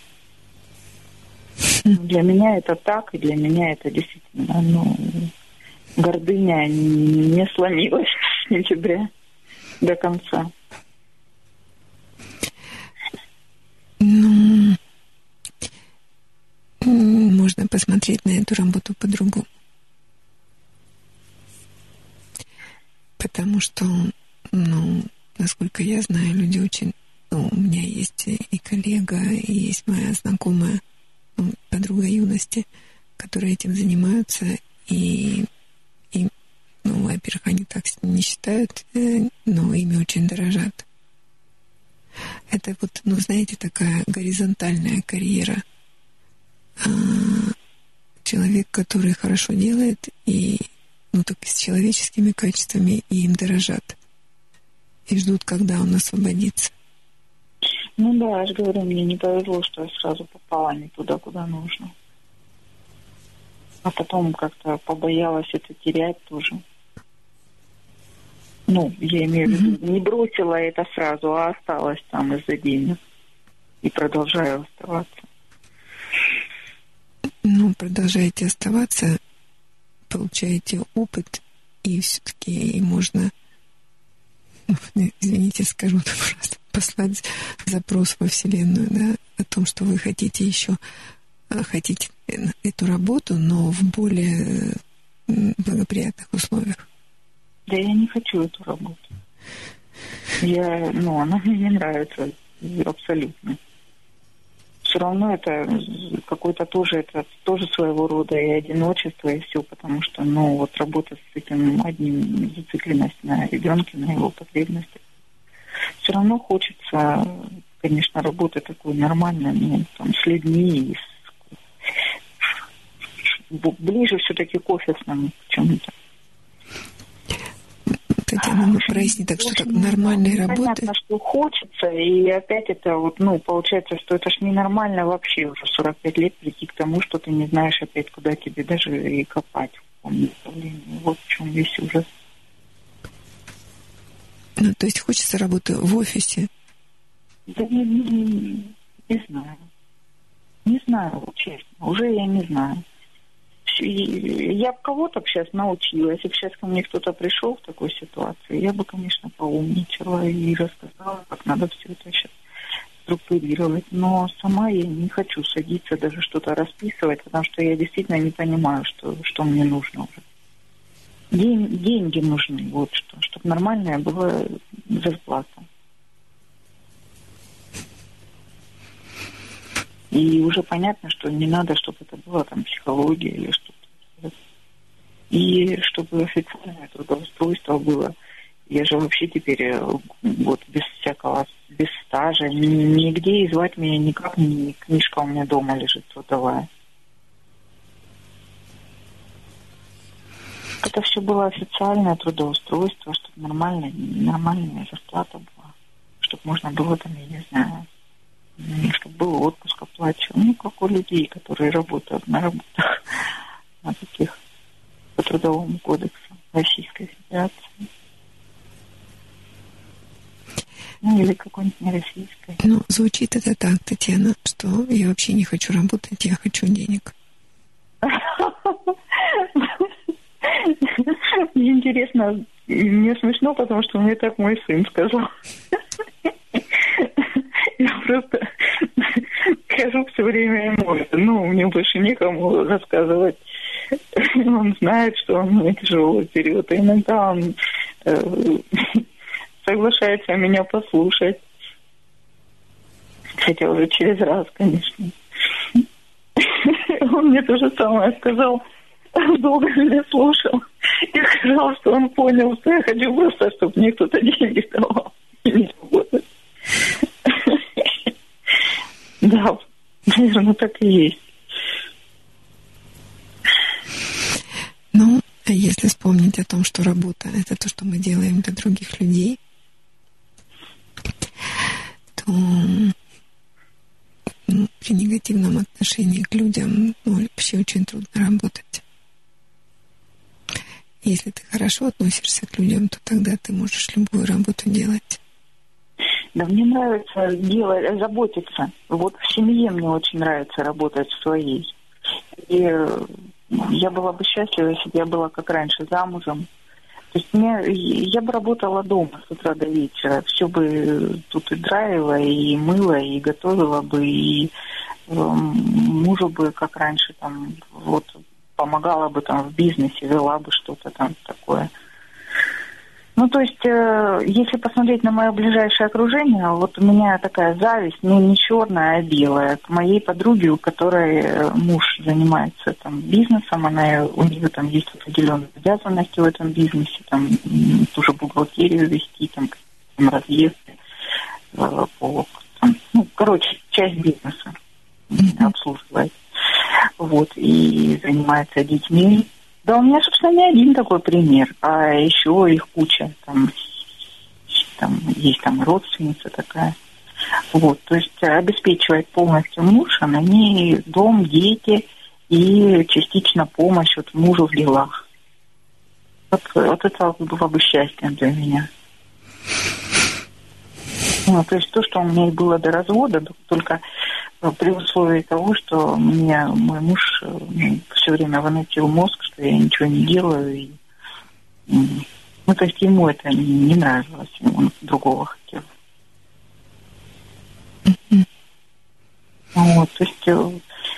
Для меня это так, и для меня это действительно, ну, гордыня не сломилась с сентября до конца. Ну, можно посмотреть на эту работу по-другому. Потому что, ну, насколько я знаю, люди очень... Ну, у меня есть и коллега, и есть моя знакомая, ну, подруга юности, которые этим занимаются, и, и ну, во-первых, они так не считают, но ими очень дорожат. Это вот, ну, знаете, такая горизонтальная карьера. Человек, который хорошо делает, и, ну, так и с человеческими качествами, и им дорожат. И ждут, когда он освободится. Ну да, я же говорю, мне не повезло, что я сразу попала не туда, куда нужно. А потом как-то побоялась это терять тоже. Ну, я имею в виду, Mm-hmm. не бросила это сразу, а осталась там из-за денег. И продолжаю оставаться. Ну, продолжаете оставаться, получаете опыт, и все-таки можно, извините, скажу это просто, послать запрос во Вселенную, да, о том, что вы хотите еще, хотите эту работу, но в более благоприятных условиях. Да я не хочу эту работу. Я, ну, она мне не нравится абсолютно. Все равно это какой-то тоже, это тоже своего рода и одиночество, и все, потому что, ну, вот работа с этим одним, зацикленность на ребенке, на его потребностях. Все равно хочется, конечно, работы такой нормальной, ну, там, с людьми, с... ближе все-таки к офисному чему-то. Татьяна, ну, проясни так, что так нормальной работы. Понятно, что хочется, и опять это вот, ну, получается, что это ж ненормально вообще уже в сорок пять лет прийти к тому, что ты не знаешь опять, куда тебе даже и копать в каком направлении. Вот в чем весь ужас. Ну, то есть хочется работы в офисе? Да не, не, не знаю. Не знаю, вот честно. Уже я не знаю. Я бы кого-то бы сейчас научила. Если бы сейчас ко мне кто-то пришел в такой ситуации, я бы, конечно, поумничала и рассказала, как надо все это сейчас структурировать. Но сама я не хочу садиться, даже что-то расписывать, потому что я действительно не понимаю, что, что мне нужно уже. День, деньги нужны, вот что, чтобы нормальная была зарплата. И уже понятно, что не надо, чтобы это была там психология или что-то. И чтобы официальное трудоустройство было. Я же вообще теперь вот без всякого, без стажа, нигде и звать меня никак, ни книжка у меня дома лежит трудовая. Это все было официальное трудоустройство, чтобы нормальная, нормальная зарплата была. Чтобы можно было там, я не знаю, чтобы был отпуск оплачивать. Ну, как у людей, которые работают на работах, на таких по трудовому кодексу Российской Федерации. Ну, или какой-нибудь не российской. Ну, звучит это так, Татьяна, что я вообще не хочу работать, я хочу денег. Мне интересно, мне смешно, потому что мне так мой сын сказал. Я просто хожу все время ему. Ну, мне больше некому рассказывать. Он знает, что он мне тяжелый период. И иногда он э, соглашается меня послушать. Хотя уже через раз, конечно. Он мне то же самое сказал. Долго меня слушал. Я сказала, что он понял, что я хочу просто, чтобы мне кто-то деньги давал. И не работать. Да, наверное, так и есть. Ну, а если вспомнить о том, что работа — это то, что мы делаем для других людей, то ну, при негативном отношении к людям ну, вообще очень трудно работать. Если ты хорошо относишься к людям, то тогда ты можешь любую работу делать. Да, мне нравится делать, заботиться. Вот в семье мне очень нравится работать в своей. И я была бы счастлива, если бы я была как раньше замужем. То есть мне, я бы работала дома с утра до вечера. Все бы тут и драила, и мыла, и готовила бы, и мужу бы, как раньше, там, вот, помогала бы там в бизнесе, вела бы что-то там такое. Ну, то есть, э, если посмотреть на мое ближайшее окружение, вот у меня такая зависть, ну, не черная, а белая, к моей подруге, у которой муж занимается там бизнесом, она, у нее там есть определенные обязанности в этом бизнесе, там, тоже бухгалтерию вести, там, там разъезды, э, по, там, ну, короче, часть бизнеса обслуживает, вот, и занимается детьми. Да, у меня, собственно, не один такой пример, а еще их куча. Там, там есть там родственница такая. Вот, то есть обеспечивает полностью муж, а на ней дом, дети и частично помощь вот мужу в делах. Вот, вот это было бы счастьем для меня. Ну, то есть то, что у меня и было до развода, только при условии того, что мне мой муж ну, все время выносил мозг, что я ничего не делаю. И, ну, то есть ему это не нравилось, он другого хотел. Mm-hmm. Вот, то есть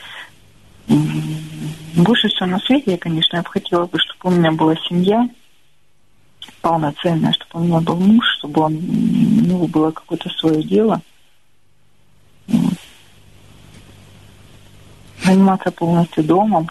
больше всего на свете я, конечно, я бы хотела бы, чтобы у меня была семья полноценная, чтобы у меня был муж, чтобы он, у него было какое-то свое дело. Вот. Заниматься полностью домом,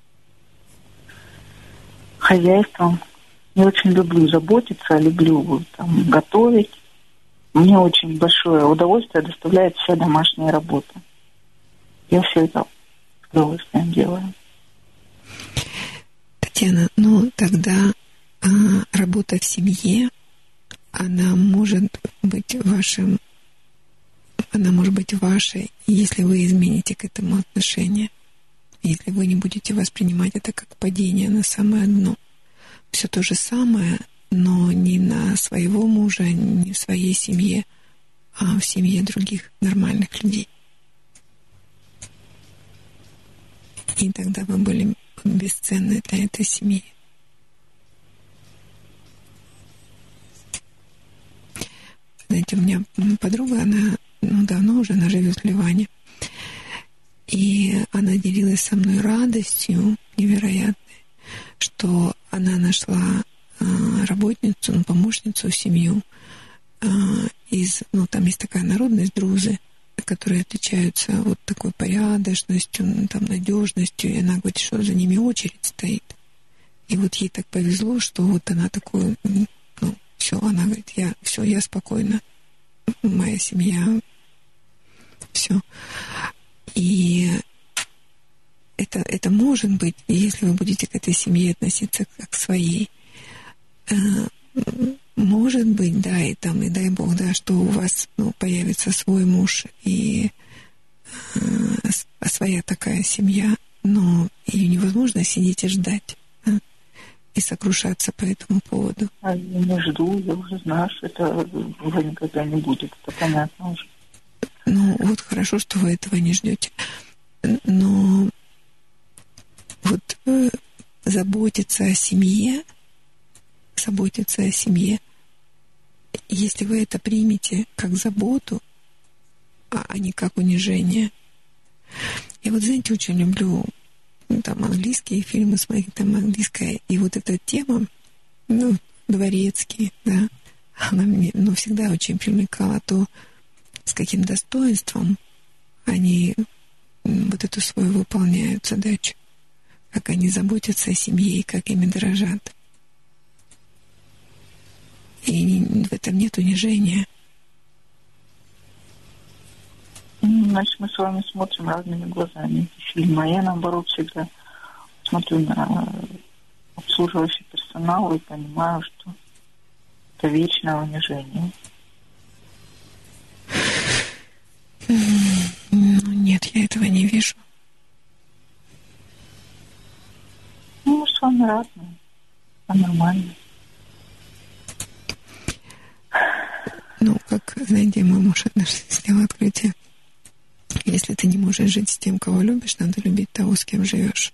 хозяйством. Я очень люблю заботиться, люблю там, готовить. Мне очень большое удовольствие доставляет вся домашняя работа. Я все это с удовольствием делаю. Татьяна, ну тогда а, работа в семье, она может быть вашим, она может быть вашей, если вы измените к этому отношение, если вы не будете воспринимать это как падение на самое дно. Все то же самое, но не на своего мужа, не в своей семье, а в семье других нормальных людей. И тогда вы были бесценны для этой семьи. Знаете, у меня подруга, она ну, давно уже, она живет в Ливане. И она делилась со мной радостью невероятной, что она нашла э, работницу, ну, помощницу в семью э, из, ну, там есть такая народность друзы, которые отличаются вот такой порядочностью, ну, там, надежностью, и она говорит, что за ними очередь стоит. И вот ей так повезло, что вот она такую, ну, все, она говорит, я, все, я спокойна, моя семья, все. И это, это может быть, если вы будете к этой семье относиться как к своей, может быть, да, и там, и дай Бог, да, что у вас ну, появится свой муж и э, своя такая семья, но ее невозможно сидеть и ждать, да, и сокрушаться по этому поводу. А я не жду, я уже знаю, что это уже никогда не будет, это понятно уже. Ну, вот хорошо, что вы этого не ждете. Но вот э, заботиться о семье, заботиться о семье, если вы это примете как заботу, а не как унижение. Я вот, знаете, очень люблю там английские фильмы, смотреть там английская, и вот эта тема, ну, Дворецкий, да, она мне, ну, всегда очень привлекала то, с каким достоинством они вот эту свою выполняют задачу, как они заботятся о семье и как ими дорожат. И в этом нет унижения. Значит, мы с вами смотрим разными глазами эти фильмы. А я, наоборот, всегда смотрю на обслуживающий персонал и понимаю, что это вечное унижение. Ну, нет, я этого не вижу. Ну, мы с вами разные. Это нормально. Ну, как, знаете, мой муж однажды сделал открытие. Если ты не можешь жить с тем, кого любишь, надо любить того, с кем живешь.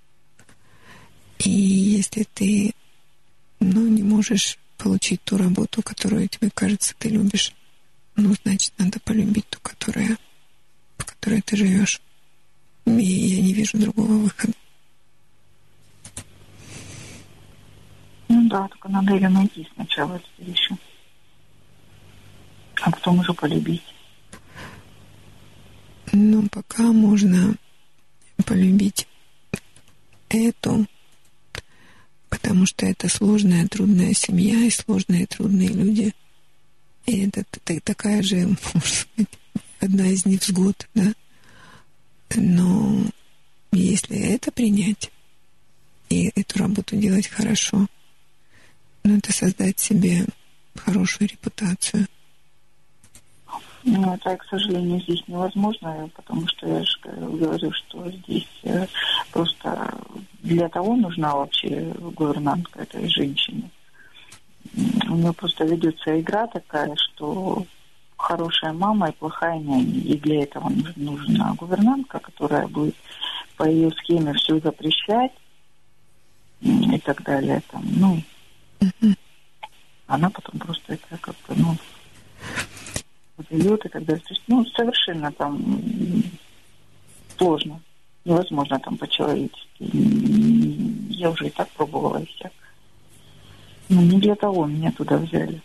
И если ты, ну, не можешь получить ту работу, которую тебе кажется, ты любишь, ну, значит, надо полюбить ту, которая, в которой ты живешь. И я не вижу другого выхода. Ну да, только надо ее найти сначала, теперь еще. А потом уже полюбить. Ну, пока можно полюбить эту, потому что это сложная, трудная семья и сложные, трудные люди. И это такая же, может быть, одна из невзгод, да. Но если это принять и эту работу делать хорошо, ну, это создать себе хорошую репутацию. Ну, это, к сожалению, здесь невозможно, потому что я же говорю, что здесь просто для того нужна вообще гувернантка этой женщины. У нее просто ведется игра такая, что хорошая мама и плохая няня. И для этого нужна гувернантка, которая будет по ее схеме все запрещать и так далее. Там, ну, mm-hmm. Она потом просто это как-то, ну, выдает и так далее. То есть, ну, совершенно там сложно. Невозможно там по-человечески. Я уже и так пробовала и всяк. Но не для того меня туда взяли.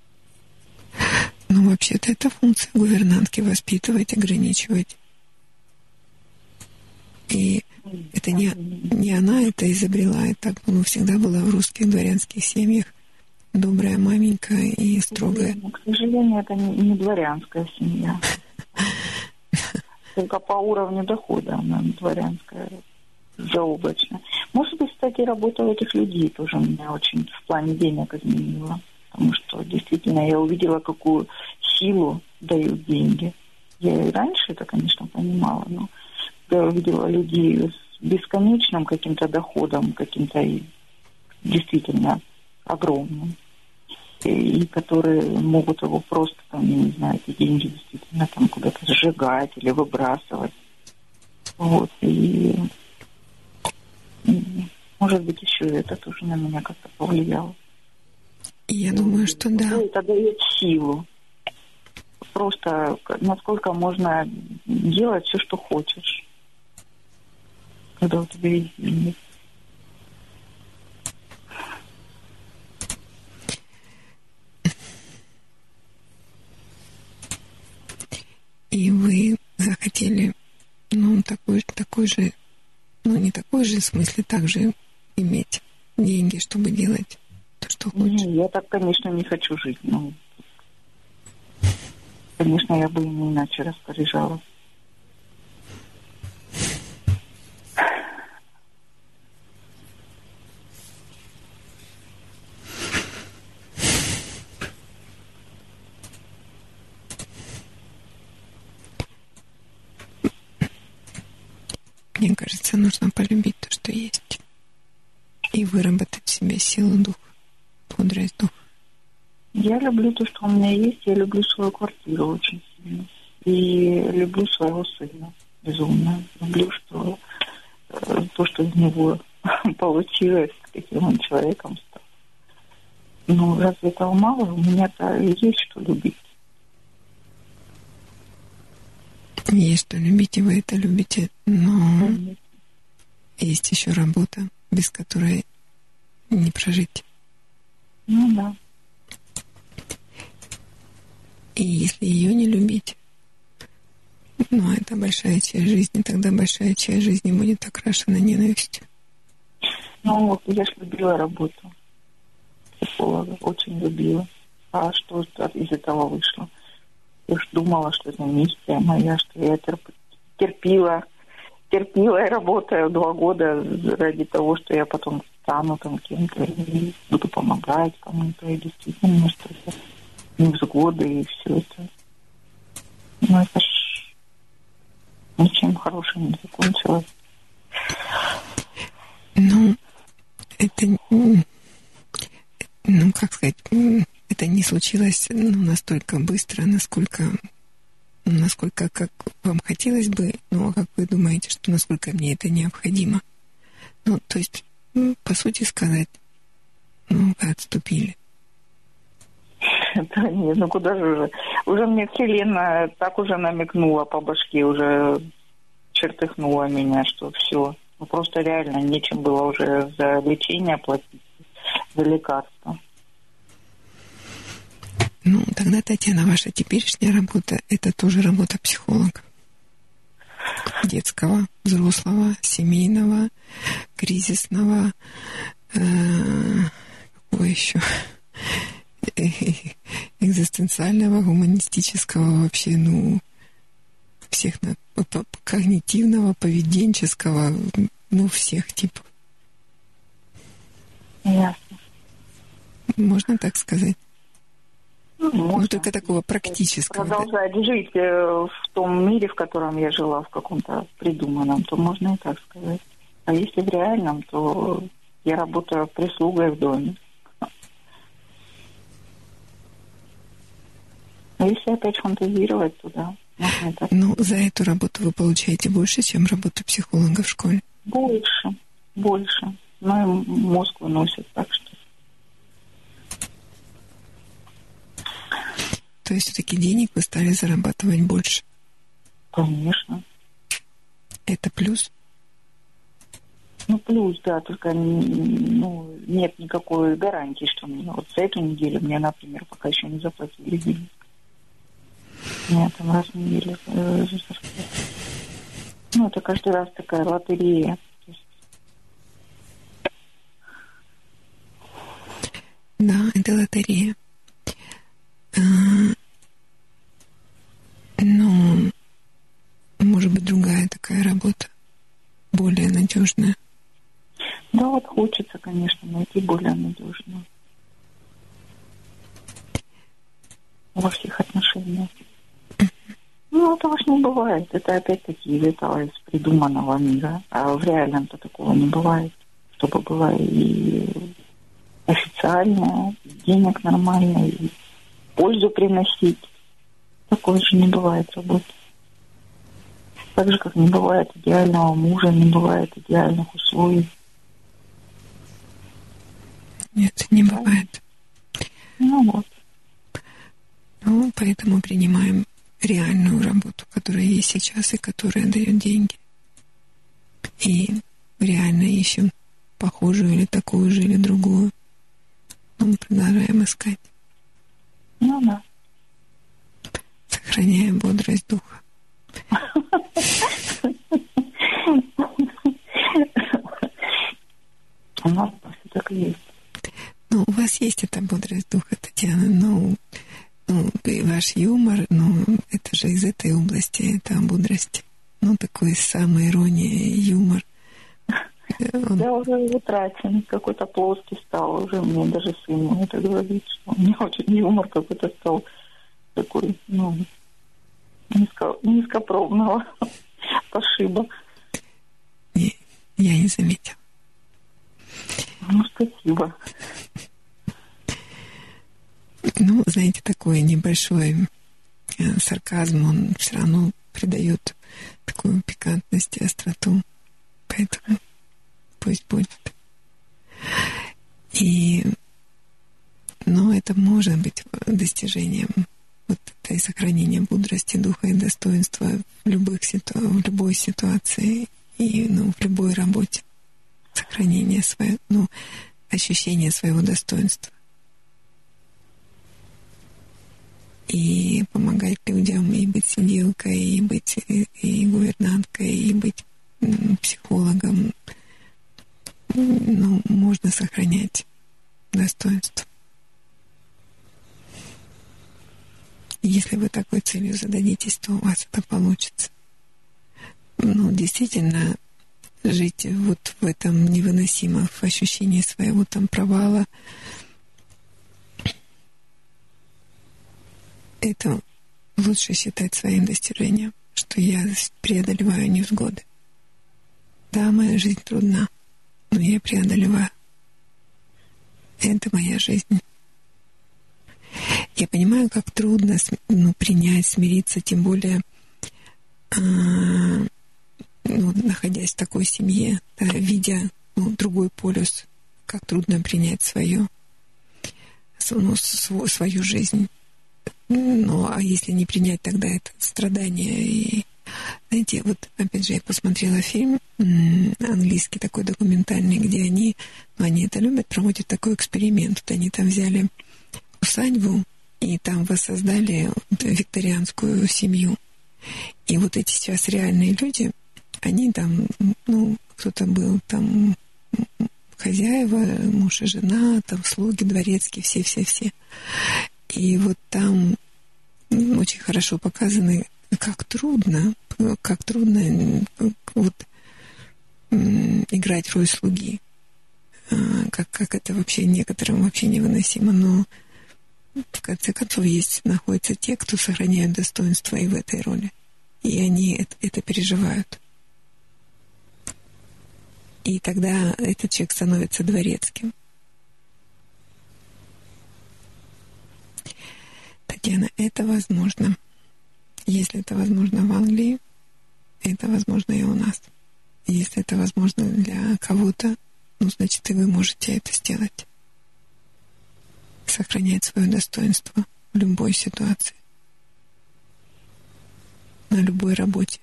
Ну, вообще-то это функция гувернантки — воспитывать, ограничивать. И это не, не она это изобрела, и так, ну, всегда было в русских дворянских семьях. Добрая маменька и строгая. К сожалению, это не, не дворянская семья. Только по уровню дохода она дворянская, заоблачная. Может быть, кстати, работа у этих людей тоже меня очень в плане денег изменила. Потому что действительно я увидела, какую силу дают деньги. Я и раньше это, конечно, понимала, но я увидела людей с бесконечным каким-то доходом, каким-то действительно огромным, и, и которые могут его просто, там, я не знаю, эти деньги действительно там куда-то сжигать или выбрасывать. Вот, и, и может быть, еще это тоже на меня как-то повлияло. Я думаю, что да. Это дает силу. Просто насколько можно делать все, что хочешь, когда у тебя есть деньги. И вы захотели, ну, такой, такой же, ну, не такой же, в смысле, также иметь деньги, чтобы делать то, что хочешь. Не, я так, конечно, не хочу жить. Ну, конечно, я бы не иначе распоряжалась. Мне кажется, нужно полюбить то, что есть, и выработать в себе силу духа, мудрость духа. Я люблю то, что у меня есть. Я люблю свою квартиру очень сильно. И люблю своего сына безумно. Люблю, что то, что из него получилось, каким он человеком стал. Ну, разве этого мало? У меня-то есть что любить. Есть что любить, и вы это любите, но mm-hmm. есть еще работа, без которой не прожить. Ну да. И если ее не любить, ну, это большая часть жизни, тогда большая часть жизни будет окрашена ненавистью. Ну вот, я ж любила работу психолога, очень любила. А что из этого вышло? Я уж думала, что это миссия моя, что я терп... терпела, терпела и работаю два года ради того, что я потом стану там кем-то и буду помогать кому-то, и действительно, что это невзгоды и все это. Ну, это ж ничем хорошим не закончилось. Ну, это, ну, как сказать, это не случилось, ну, настолько быстро, насколько, насколько, как вам хотелось бы, но как вы думаете, что насколько мне это необходимо. Ну, то есть, по сути сказать, ну, вы отступили. Да нет, ну куда же уже? Уже мне Вселенная так уже намекнула по башке, уже чертыхнула меня, что все. Ну просто реально нечем было уже за лечение платить, за лекарства. Ну, тогда, Татьяна, ваша теперешняя работа – это тоже работа психолога. Детского, взрослого, семейного, кризисного, э, какого еще, экзистенциального, гуманистического, вообще, ну, всех, когнитивного, поведенческого, ну, всех типов. Ясно. Можно так сказать? Ну, Ну, только такого практического. Продолжать да? жить в том мире, в котором я жила, в каком-то придуманном, то можно и так сказать. А если в реальном, то я работаю прислугой в доме. А если опять фантазировать, то да, можно и так. Ну, за эту работу вы получаете больше, чем работу психолога в школе? Больше, больше. Но и мозг выносит, так что. То есть все-таки денег вы стали зарабатывать больше? Конечно. Это плюс? Ну, плюс, да, только ну, нет никакой гарантии, что мне вот за эту неделю мне, например, пока еще не заплатили денег. Нет, там раз в неделю. Э, ну, это каждый раз такая лотерея. Да, это лотерея. А, ну, может быть, другая такая работа, более надежная. Да, вот хочется, конечно, найти более надежную во всех отношениях. Ну, этого ж не бывает. Это опять-таки из этого, из придуманного мира. А в реальном-то такого не бывает. Чтобы было и официально, и денег нормально, и пользу приносить. Такое же не бывает работы. Так же, как не бывает идеального мужа, не бывает идеальных условий. Нет, не бывает. Ну вот. Ну, поэтому принимаем реальную работу, которая есть сейчас и которая дает деньги. И реально ищем похожую или такую же, или другую. Но мы продолжаем искать. Ну да. Сохраняя бодрость духа. У нас просто так и есть. Ну, у вас есть эта бодрость духа, Татьяна, но ну, и ваш юмор, ну, это же из этой области, это о бодрости. Ну, такой самоирония, юмор. Он... Я уже утрачен, какой-то плоский стал. Уже мне даже сын это говорит, что у меня очень юмор какой-то стал такой, ну, низко, низкопробного пошиба. Не, я не заметила. Ну, спасибо. Ну, знаете, такой небольшой сарказм, он все равно придает такую пикантность и остроту. Поэтому пусть будет. И, но это может быть достижением вот этой сохранения бодрости духа и достоинства в любых ситу... в любой ситуации и ну, в любой работе. Сохранение своего, ну, ощущение своего достоинства. И помогать людям, и быть сиделкой, и быть и, и гувернанткой, и быть м, психологом. Ну, можно сохранять достоинство. Если вы такой целью зададитесь, то у вас это получится. Ну, действительно, жить вот в этом невыносимом ощущении своего там провала, это лучше считать своим достижением, что я преодолеваю невзгоды. Да, моя жизнь трудна, но я преодолеваю. Это моя жизнь. Я понимаю, как трудно ну, принять, смириться, тем более а, ну, находясь в такой семье, да, видя ну, другой полюс, как трудно принять свое, ну, свою жизнь. Ну, а если не принять, тогда это страдание. И, знаете, вот опять же я посмотрела фильм английский такой документальный, где они, ну, они это любят, проводят такой эксперимент. Вот они там взяли усадьбу и там воссоздали викторианскую семью. И вот эти сейчас реальные люди, они там, ну, кто-то был там хозяева, муж и жена, там слуги, дворецкие, все-все-все. И вот там очень хорошо показано, как трудно, как трудно вот, играть роль слуги. Как, как это вообще некоторым вообще невыносимо. Но в конце концов, есть, находятся те, кто сохраняют достоинство и в этой роли. И они это, это переживают. И тогда этот человек становится дворецким. Татьяна, это возможно. Если это возможно в Англии, это возможно и у нас. Если это возможно для кого-то, ну, значит, и вы можете это сделать. Сохранять свое достоинство в любой ситуации. На любой работе.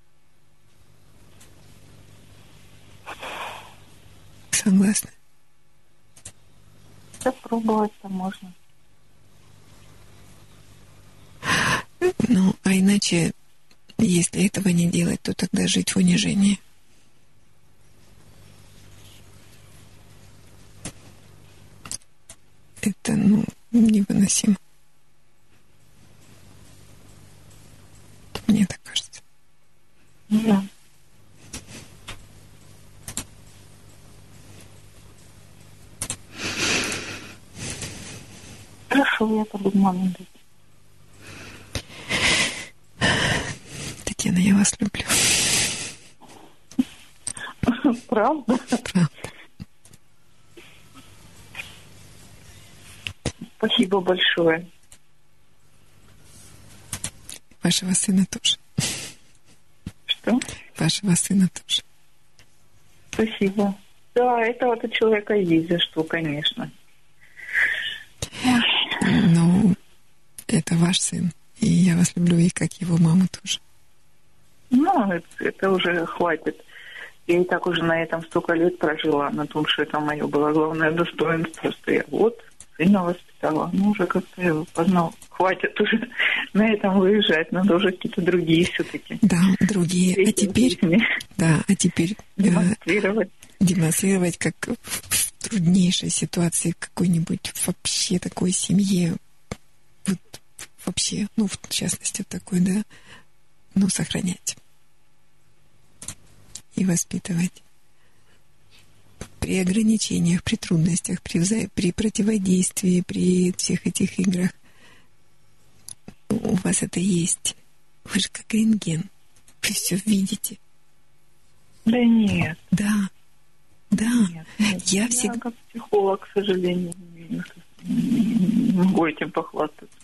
Согласны? Попробовать-то можно. Ну, а иначе, если этого не делать, то тогда жить в унижении. Это, ну, невыносимо. Мне так кажется. Да. Хорошо, я подумала над этим. Татьяна, я вас люблю. Правда? Правда. Спасибо большое. Вашего сына тоже. Что? Вашего сына тоже. Спасибо. Да, это вот у человека есть за что, конечно. Ну, это ваш сын. И я вас люблю, и как его маму тоже. Ну, это, это уже хватит. Я и так уже на этом столько лет прожила, на том, что это мое было главное достоинство, что я вот сына воспитала. Ну, уже как-то я его познал. Хватит уже на этом выезжать, надо уже какие-то другие все-таки. Да, другие. А теперь, да, а теперь демонстрировать. Э, демонстрировать, как в труднейшей ситуации какой-нибудь вообще такой семье, вот вообще, ну, в частности, такой, да, ну, сохранять и воспитывать. При ограничениях, при трудностях, при, вза... при противодействии, при всех этих играх у вас это есть. Вы же как рентген. Вы все видите. Да нет. Да. Да. Нет, нет. Я, Я всегда... как психолог, к сожалению, не могу этим похвастаться.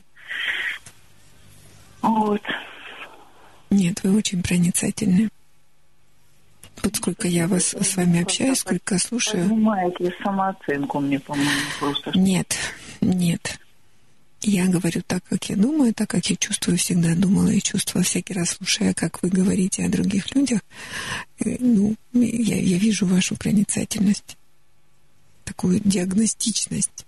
Вот. Нет, вы очень проницательны. Вот сколько я вас с вами общаюсь, сколько слушаю. Поднимаете самооценку мне, по-моему, просто. Нет, нет. Я говорю так, как я думаю, так, как я чувствую, всегда думала и чувствовала, всякий раз слушая, как вы говорите о других людях. Ну, я, я вижу вашу проницательность, такую диагностичность.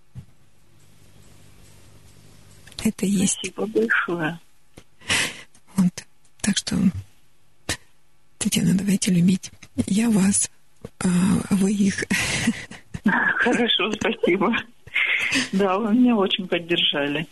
Это есть. Спасибо большое. Вот. Так что, Татьяна, давайте любить. Я вас, а вы их. Хорошо, спасибо. Да, вы меня очень поддержали.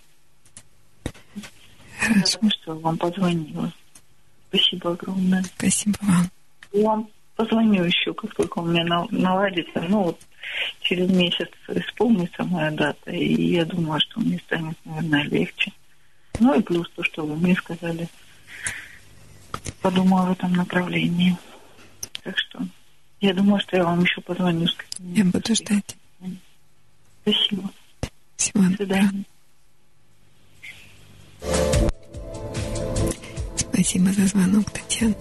Хорошо. Потому что вам позвонила. Спасибо огромное. Спасибо вам. Я вам позвоню еще, как только у меня наладится. Ну, вот через месяц исполнится моя дата, и я думаю, что мне станет, наверное, легче. Ну и плюс то, что вы мне сказали. Подумала в этом направлении. Так что я думаю, что я вам еще позвоню. Я буду ждать. Спасибо. Всего До свидания. Спасибо за звонок, Татьяна.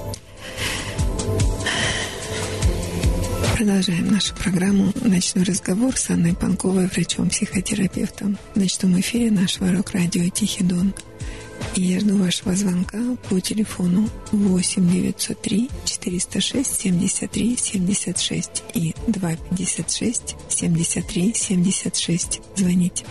Продолжаем нашу программу «Ночной разговор» с Анной Панковой, врачом-психотерапевтом. В ночном эфире нашего рок-радио «Тихий Дон». И я жду вашего звонка по телефону восемь девятьсот три четыреста шесть семьдесят три семьдесят шесть и два пятьдесят шесть семьдесят три семьдесят шесть. Звоните.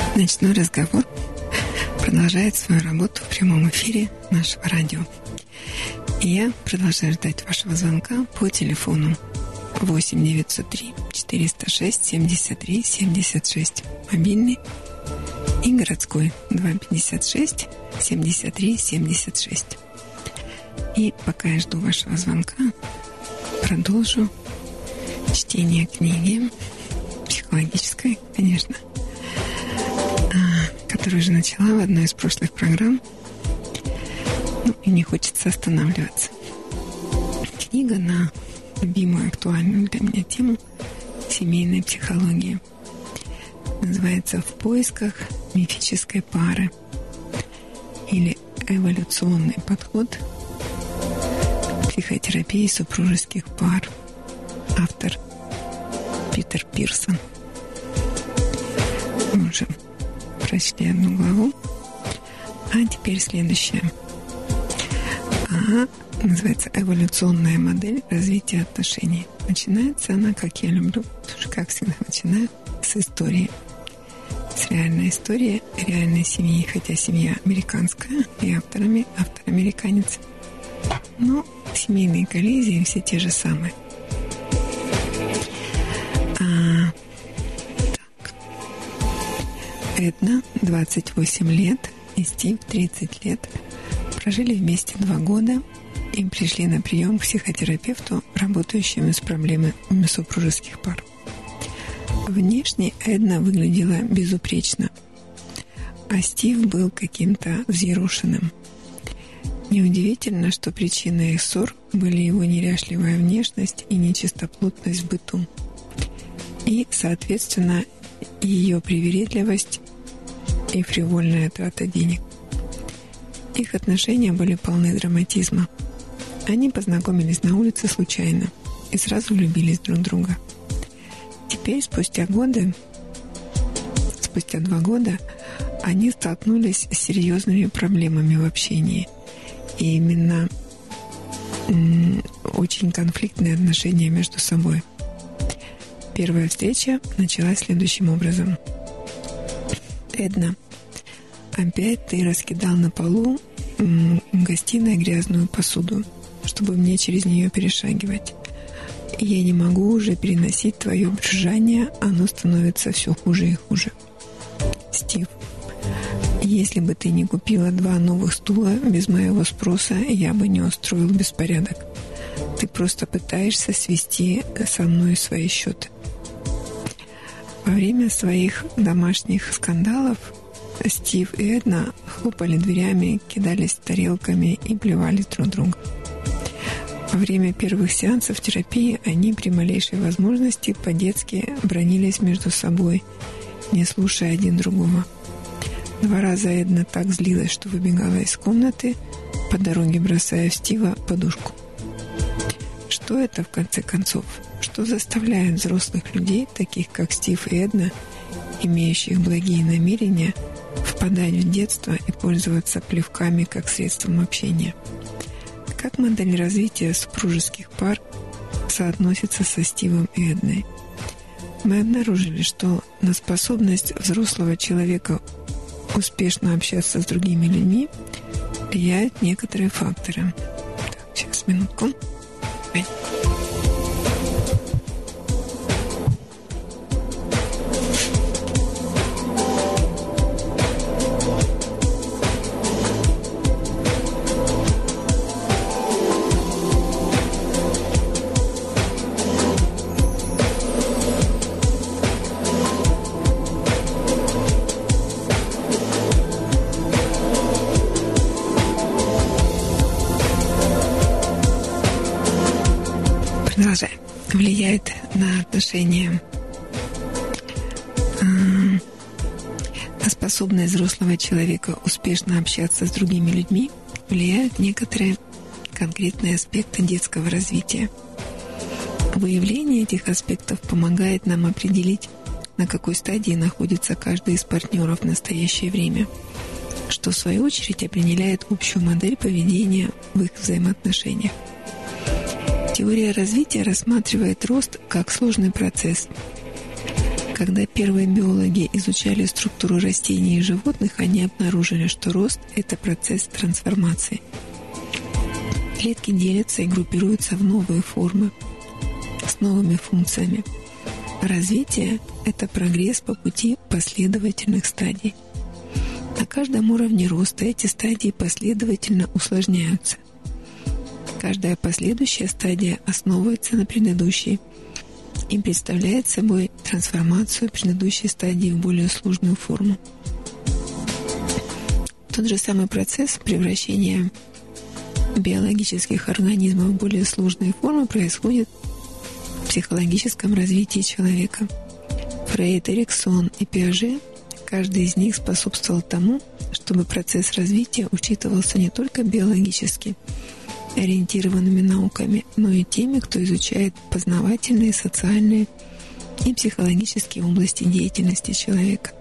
Ночной разговор продолжает свою работу в прямом эфире нашего радио. И я продолжаю ждать вашего звонка по телефону восемь девятьсот три четыреста шесть семьдесят три семьдесят шесть, мобильный, и городской два пятьдесят шесть семьдесят три семьдесят шесть. И пока я жду вашего звонка, продолжу чтение книги психологической, конечно, которую уже начала в одной из прошлых программ. Ну, и не хочется останавливаться. Книга на любимую, актуальную для меня тему семейной психологии. Называется «В поисках мифической пары» или «Эволюционный подход к психотерапии супружеских пар». Автор Питер Пирсон. Мы уже прочли одну главу. А теперь следующее. Ага, называется «Эволюционная модель развития отношений». Начинается она, как я люблю, тоже, как всегда, начинаю с истории. С реальной истории реальной семьи, хотя семья американская, и авторами автор американец. Но семейные коллизии все те же самые. А, так. Эдна, двадцать восемь лет, и Стив, тридцать лет, прожили вместе два года и пришли на прием к психотерапевту, работающему с проблемами супружеских пар. Внешне Эдна выглядела безупречно, а Стив был каким-то взъерошенным. Неудивительно, что причиной их ссор были его неряшливая внешность и нечистоплотность в быту, и, соответственно, ее привередливость и фривольная трата денег. Их отношения были полны драматизма. Они познакомились на улице случайно и сразу влюбились друг в друга. Теперь, спустя годы, спустя два года, они столкнулись с серьезными проблемами в общении. И именно м- очень конфликтные отношения между собой. Первая встреча началась следующим образом. «Эдна, опять ты раскидал на полу м- в гостиной грязную посуду, чтобы мне через нее перешагивать. Я не могу уже переносить твое брюзжание, оно становится все хуже и хуже. Стив, если бы ты не купила два новых стула без моего спроса, я бы не устроил беспорядок. Ты просто пытаешься свести со мной свои счеты». Во время своих домашних скандалов Стив и Эдна хлопали дверями, кидались тарелками и плевали друг друга. Во время первых сеансов терапии они при малейшей возможности по-детски бранились между собой, не слушая один другого. Два раза Эдна так злилась, что выбегала из комнаты, по дороге бросая в Стива подушку. Что это, в конце концов? Что заставляет взрослых людей, таких как Стив и Эдна, имеющих благие намерения, впадать в детство и пользоваться плевками как средством общения? Как модель развития супружеских пар соотносится со Стивом и Эдной? Мы обнаружили, что на способность взрослого человека успешно общаться с другими людьми влияют некоторые факторы. Так, сейчас, минутку. Ой. Влияет на отношения, на способность взрослого человека успешно общаться с другими людьми, влияют некоторые конкретные аспекты детского развития. Выявление этих аспектов помогает нам определить, на какой стадии находится каждый из партнеров в настоящее время, что в свою очередь определяет общую модель поведения в их взаимоотношениях. Теория развития рассматривает рост как сложный процесс, Когда первые биологи изучали структуру растений и животных, они обнаружили, что рост — это процесс трансформации. Клетки делятся и группируются в новые формы с новыми функциями. Развитие — это прогресс по пути последовательных стадий. На каждом уровне роста эти стадии последовательно усложняются. Каждая последующая стадия основывается на предыдущей и представляет собой трансформацию предыдущей стадии в более сложную форму. Тот же самый процесс превращения биологических организмов в более сложные формы происходит в психологическом развитии человека. Фрейд, Эриксон и Пиаже, каждый из них способствовал тому, чтобы процесс развития учитывался не только биологически ориентированными науками, но и теми, кто изучает познавательные, социальные и психологические области деятельности человека.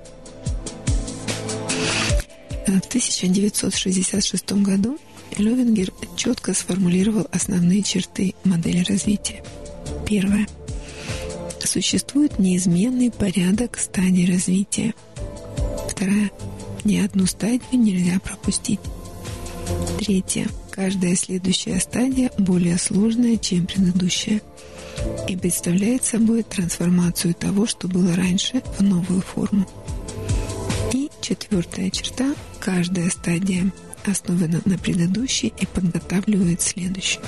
В тысяча девятьсот шестьдесят шестом году Левингер четко сформулировал основные черты модели развития. Первое. Существует неизменный порядок стадий развития. Второе. Ни одну стадию нельзя пропустить. Третье. Каждая следующая стадия более сложная, чем предыдущая, и представляет собой трансформацию того, что было раньше, в новую форму. И четвертая черта. Каждая стадия основана на предыдущей и подготавливает следующую.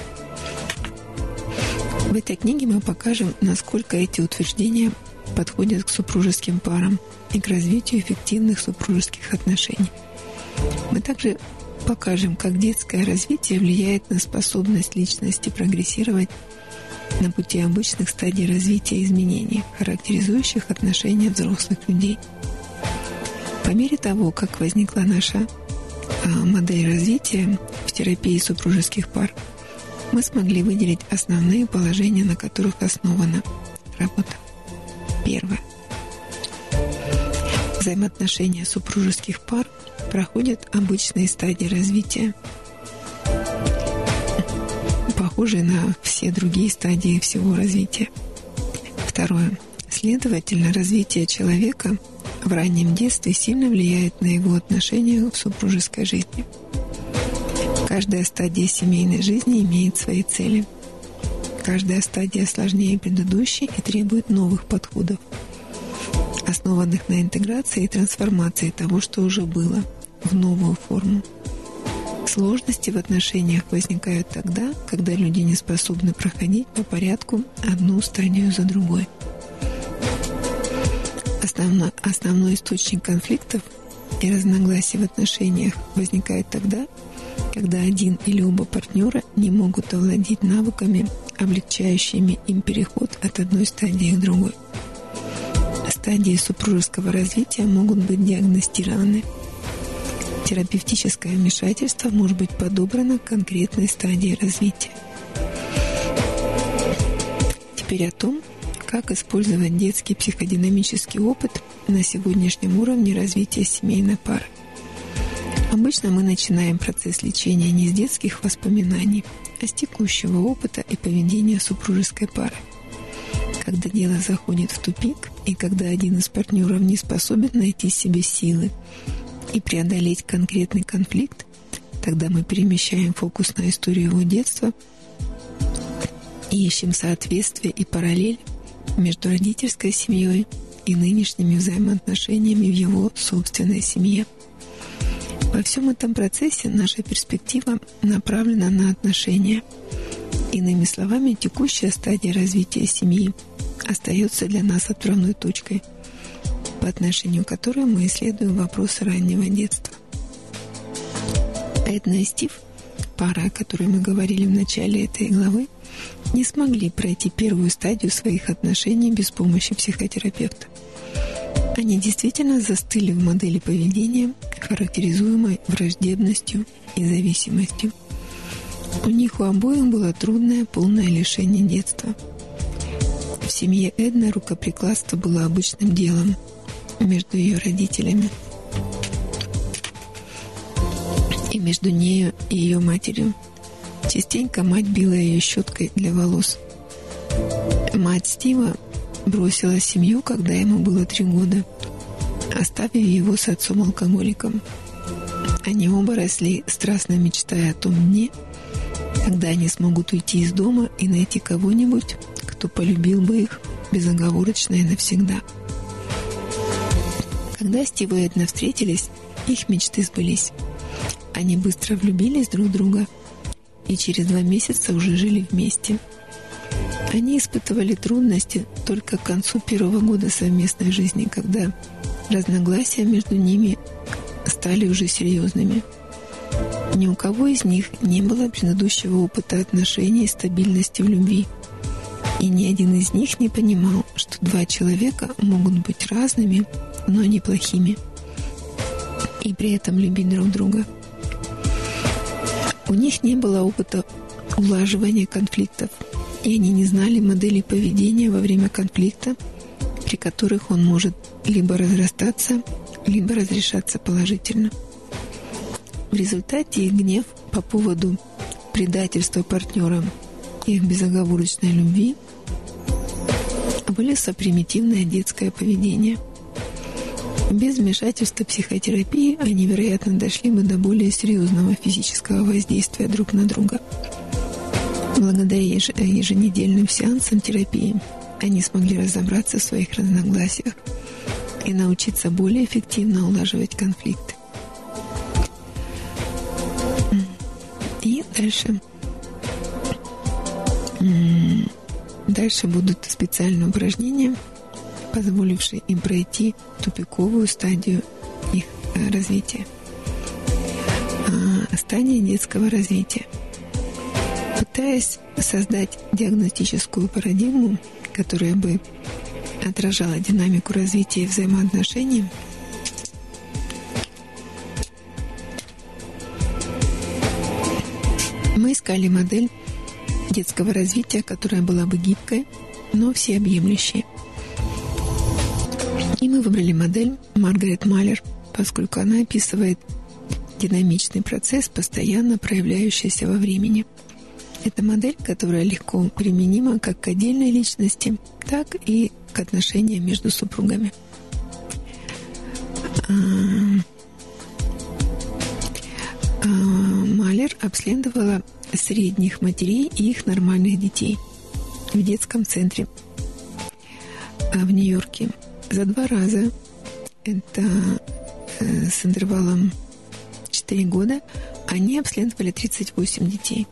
В этой книге мы покажем, насколько эти утверждения подходят к супружеским парам и к развитию эффективных супружеских отношений. Мы также покажем, как детское развитие влияет на способность личности прогрессировать на пути обычных стадий развития и изменений, характеризующих отношения взрослых людей. По мере того, как возникла наша модель развития в терапии супружеских пар, мы смогли выделить основные положения, на которых основана работа. Первое. Взаимоотношения супружеских пар проходят обычные стадии развития, похожие на все другие стадии всего развития. Второе. Следовательно, развитие человека в раннем детстве сильно влияет на его отношения в супружеской жизни. Каждая стадия семейной жизни имеет свои цели. Каждая стадия сложнее предыдущей и требует новых подходов, основанных на интеграции и трансформации того, что уже было, в новую форму. Сложности в отношениях возникают тогда, когда люди не способны проходить по порядку одну стадию за другой. Основно, основной источник конфликтов и разногласий в отношениях возникает тогда, когда один или оба партнера не могут овладеть навыками, облегчающими им переход от одной стадии к другой. Стадии супружеского развития могут быть диагностированы. Терапевтическое вмешательство может быть подобрано к конкретной стадии развития. Теперь о том, как использовать детский психодинамический опыт на сегодняшнем уровне развития семейной пары. Обычно мы начинаем процесс лечения не с детских воспоминаний, а с текущего опыта и поведения супружеской пары. Когда дело заходит в тупик, и когда один из партнеров не способен найти в себе силы и преодолеть конкретный конфликт, тогда мы перемещаем фокус на историю его детства и ищем соответствие и параллель между родительской семьей и нынешними взаимоотношениями в его собственной семье. Во всем этом процессе наша перспектива направлена на отношения. Иными словами, текущая стадия развития семьи остается для нас отправной точкой, по отношению к которой мы исследуем вопросы раннего детства. Эдна и Стив, пара, о которой мы говорили в начале этой главы, не смогли пройти первую стадию своих отношений без помощи психотерапевта. Они действительно застыли в модели поведения, характеризуемой враждебностью и зависимостью. У них у обоих было трудное, полное лишение детства. В семье Эдны рукоприкладство было обычным делом между ее родителями и между нею и ее матерью. Частенько мать била ее щеткой для волос. Мать Стива бросила семью, когда ему было три года, оставив его с отцом-алкоголиком. Они оба росли, страстно мечтая о том дне, когда они смогут уйти из дома и найти кого-нибудь, кто полюбил бы их безоговорочно и навсегда. Когда Стив и Эдна встретились, их мечты сбылись. Они быстро влюбились друг в друга и через два месяца уже жили вместе. Они испытывали трудности только к концу первого года совместной жизни, когда разногласия между ними стали уже серьезными. Ни у кого из них не было предыдущего опыта отношений и стабильности в любви. И ни один из них не понимал, что два человека могут быть разными, но неплохими, и при этом любить друг друга. У них не было опыта улаживания конфликтов, и они не знали моделей поведения во время конфликта, при которых он может либо разрастаться, либо разрешаться положительно. В результате их гнев по поводу предательства партнера и их безоговорочной любви вылез в примитивное детское поведение. Без вмешательства психотерапии они, вероятно, дошли бы до более серьезного физического воздействия друг на друга. Благодаря еженедельным сеансам терапии они смогли разобраться в своих разногласиях и научиться более эффективно улаживать конфликты. И дальше, дальше будут специальные упражнения, позволившие им пройти тупиковую стадию их развития. Стадия детского развития. Пытаясь создать диагностическую парадигму, которая бы отражала динамику развития и взаимоотношений, мы искали модель детского развития, которая была бы гибкой, но всеобъемлющей. И мы выбрали модель Маргарет Малер, поскольку она описывает динамичный процесс, постоянно проявляющийся во времени. Это модель, которая легко применима как к отдельной личности, так и к отношениям между супругами. Малер обследовала средних матерей и их нормальных детей в детском центре в Нью-Йорке. За два раза, это с интервалом четыре года, они обследовали тридцать восемь детей.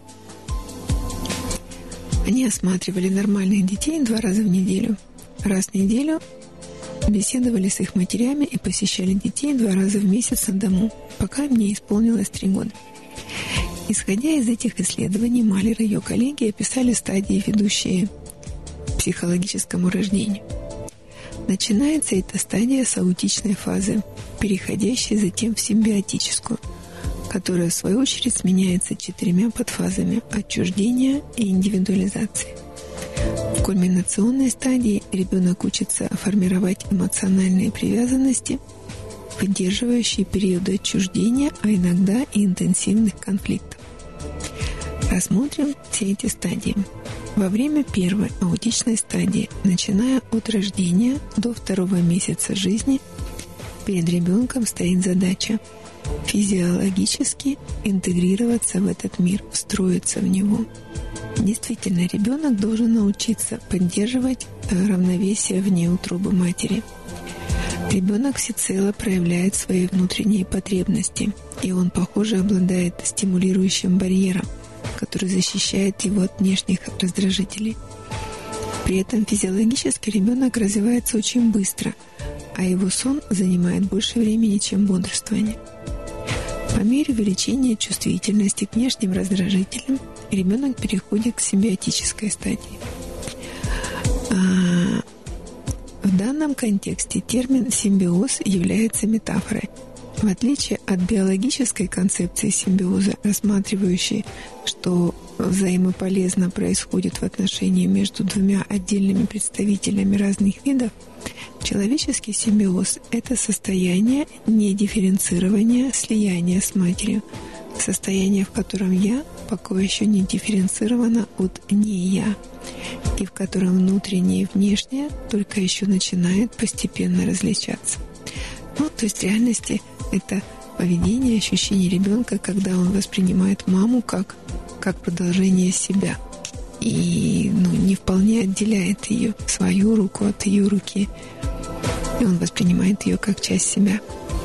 Они осматривали нормальных детей два раза в неделю. Раз в неделю беседовали с их матерями и посещали детей два раза в месяц на дому, пока им не исполнилось три года. Исходя из этих исследований, Малер и ее коллеги описали стадии, ведущие к психологическому рождению. Начинается эта стадия с аутичной фазы, переходящей затем в симбиотическую, которая в свою очередь сменяется четырьмя подфазами отчуждения и индивидуализации. В кульминационной стадии ребенок учится формировать эмоциональные привязанности, выдерживающие периоды отчуждения, а иногда и интенсивных конфликтов. Рассмотрим все эти стадии. Во время первой аутичной стадии, начиная от рождения до второго месяца жизни, перед ребенком стоит задача физиологически интегрироваться в этот мир, встроиться в него. Действительно, ребенок должен научиться поддерживать равновесие вне утробы матери. Ребенок всецело проявляет свои внутренние потребности, и он, похоже, обладает стимулирующим барьером, который защищает его от внешних раздражителей. При этом физиологически ребенок развивается очень быстро, а его сон занимает больше времени, чем бодрствование. По мере увеличения чувствительности к внешним раздражителям ребенок переходит к симбиотической стадии. А в данном контексте термин «симбиоз» является метафорой. В отличие от биологической концепции симбиоза, рассматривающей, что взаимополезно происходит в отношении между двумя отдельными представителями разных видов, человеческий симбиоз – это состояние недифференцирования, слияния с матерью, состояние, в котором «я» пока еще не дифференцировано от «не я». и в котором внутреннее и внешнее только еще начинает постепенно различаться. Ну, то есть в реальности это поведение, ощущение ребенка, когда он воспринимает маму как, как продолжение себя и ну, не вполне отделяет ее, свою руку от ее руки, и он воспринимает ее как часть себя.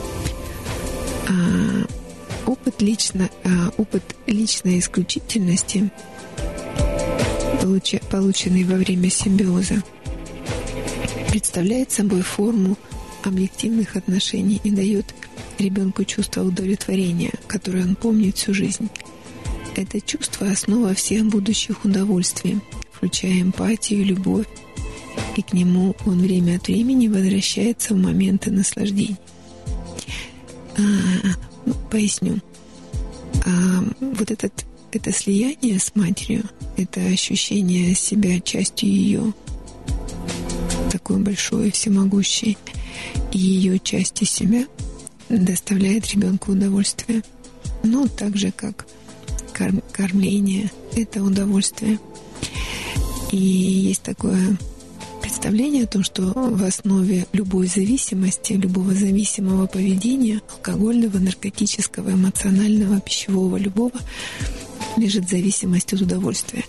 А опыт, лично, а опыт личной исключительности, получ, полученный во время симбиоза, представляет собой форму объективных отношений и дает ребенку чувство удовлетворения, которое он помнит всю жизнь. Это чувство – основа всех будущих удовольствий, включая эмпатию и любовь, и к нему он время от времени возвращается в моменты наслаждений. А, ну, поясню. А, вот этот, это слияние с матерью, это ощущение себя частью ее, такой большой, всемогущей, и ее части себя доставляет ребенку удовольствие. Ну, так же, как корм, кормление – это удовольствие. И есть такое представление о том, что в основе любой зависимости, любого зависимого поведения, алкогольного, наркотического, эмоционального, пищевого, любого, лежит зависимость от удовольствия.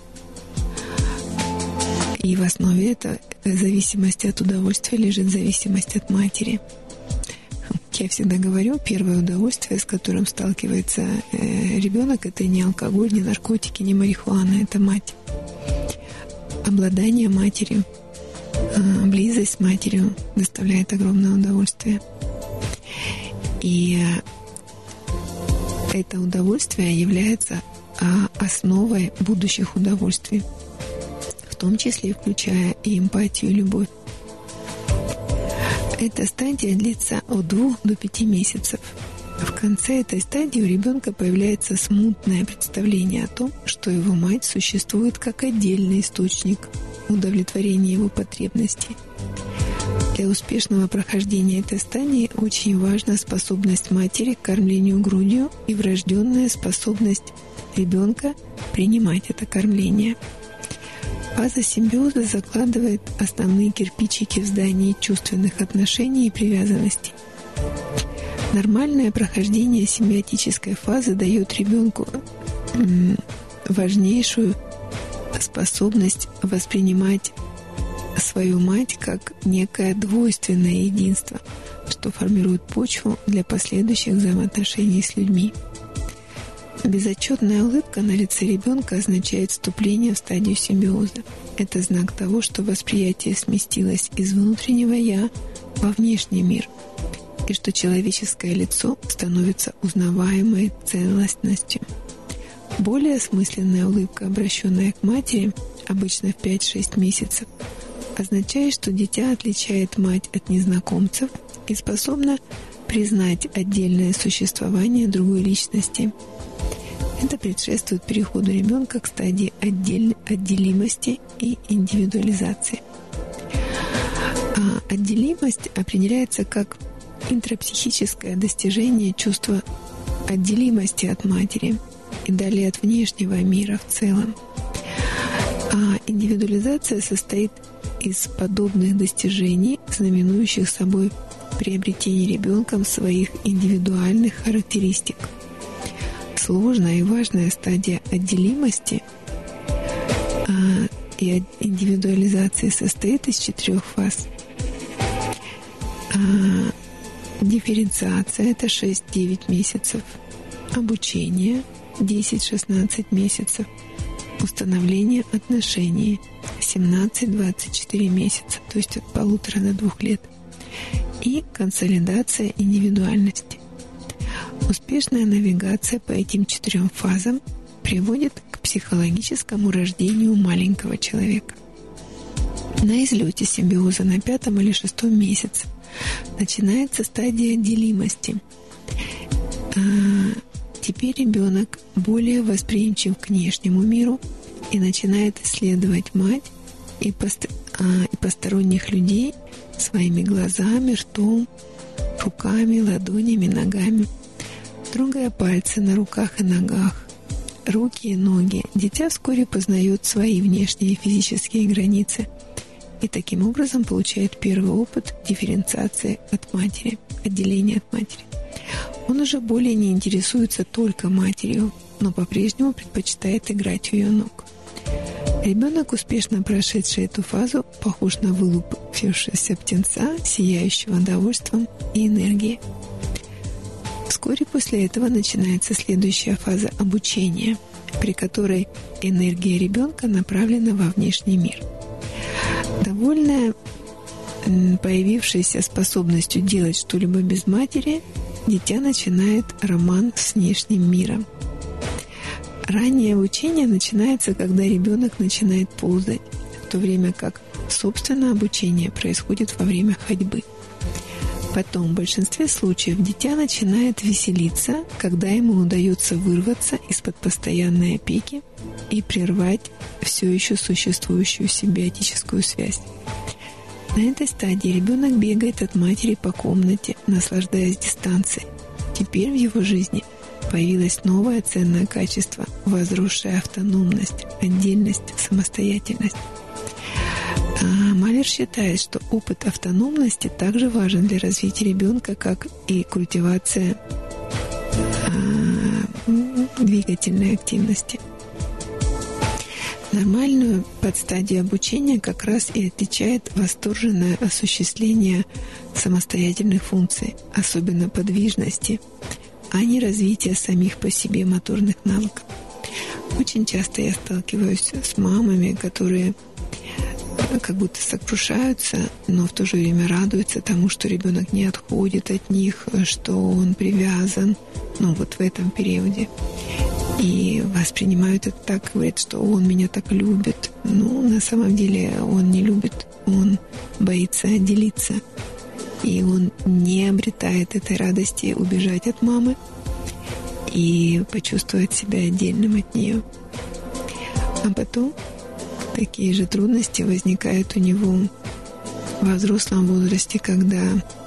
И в основе этой зависимости от удовольствия лежит зависимость от матери. Я всегда говорю, первое удовольствие, с которым сталкивается э, ребенок, это не алкоголь, не наркотики, не марихуана, это мать. Обладание матерью, э, близость с матерью доставляет огромное удовольствие. И э, это удовольствие является э, основой будущих удовольствий, в том числе включая и эмпатию, и любовь. Эта стадия длится от двух до пяти месяцев. В конце этой стадии у ребенка появляется смутное представление о том, что его мать существует как отдельный источник удовлетворения его потребностей. Для успешного прохождения этой стадии очень важна способность матери к кормлению грудью и врожденная способность ребенка принимать это кормление. Фаза симбиоза закладывает основные кирпичики в здании чувственных отношений и привязанностей. Нормальное прохождение симбиотической фазы дает ребенку важнейшую способность воспринимать свою мать как некое двойственное единство, что формирует почву для последующих взаимоотношений с людьми. Безотчетная улыбка на лице ребенка означает вступление в стадию симбиоза. Это знак того, что восприятие сместилось из внутреннего «я» во внешний мир, и что человеческое лицо становится узнаваемой целостностью. Более осмысленная улыбка, обращенная к матери, обычно в пять-шесть месяцев, означает, что дитя отличает мать от незнакомцев и способно признать отдельное существование другой личности. Это предшествует переходу ребенка к стадии отдель... отделимости и индивидуализации. А отделимость определяется как интрапсихическое достижение чувства отделимости от матери и далее от внешнего мира в целом. А индивидуализация состоит из подобных достижений, знаменующих собой приобретение ребенком своих индивидуальных характеристик. Сложная и важная стадия отделимости а, и индивидуализации состоит из четырех фаз. А, дифференциация – это шесть-девять месяцев. Обучение – десять-шестнадцать месяцев. Установление отношений – семнадцать-двадцать четыре месяца, то есть от полутора до двух лет. И консолидация индивидуальности. Успешная навигация по этим четырем фазам приводит к психологическому рождению маленького человека. На излете симбиоза на пятом или шестом месяце начинается стадия отделимости. А теперь ребенок более восприимчив к внешнему миру и начинает исследовать мать и, пост- а, и посторонних людей своими глазами, ртом, руками, ладонями, ногами, трогая пальцы на руках и ногах, руки и ноги, дитя вскоре познает свои внешние физические границы и таким образом получает первый опыт дифференциации от матери, отделения от матери. Он уже более не интересуется только матерью, но по-прежнему предпочитает играть у ее ног. Ребенок, успешно прошедший эту фазу, похож на вылупившегося птенца, сияющего довольством и энергией. Вскоре после этого начинается следующая фаза обучения, при которой энергия ребенка направлена во внешний мир. Довольная появившейся способностью делать что-либо без матери, дитя начинает роман с внешним миром. Раннее обучение начинается, когда ребенок начинает ползать, в то время как собственное обучение происходит во время ходьбы. Потом, в большинстве случаев, дитя начинает веселиться, когда ему удается вырваться из-под постоянной опеки и прервать все еще существующую симбиотическую связь. На этой стадии ребенок бегает от матери по комнате, наслаждаясь дистанцией. Теперь в его жизни появилось новое ценное качество – возросшая автономность, отдельность, самостоятельность. А Малер считает, что опыт автономности также важен для развития ребенка, как и культивация а, двигательной активности. Нормальную подстадию обучения как раз и отличает восторженное осуществление самостоятельных функций, особенно подвижности, а не развитие самих по себе моторных навыков. Очень часто я сталкиваюсь с мамами, которые как будто сокрушаются, но в то же время радуются тому, что ребенок не отходит от них, что он привязан, ну вот в этом периоде. И воспринимают это так, говорят, что он меня так любит. Ну, на самом деле он не любит, он боится отделиться. И он не обретает этой радости убежать от мамы и почувствовать себя отдельным от нее. А потом такие же трудности возникают у него во взрослом возрасте, когда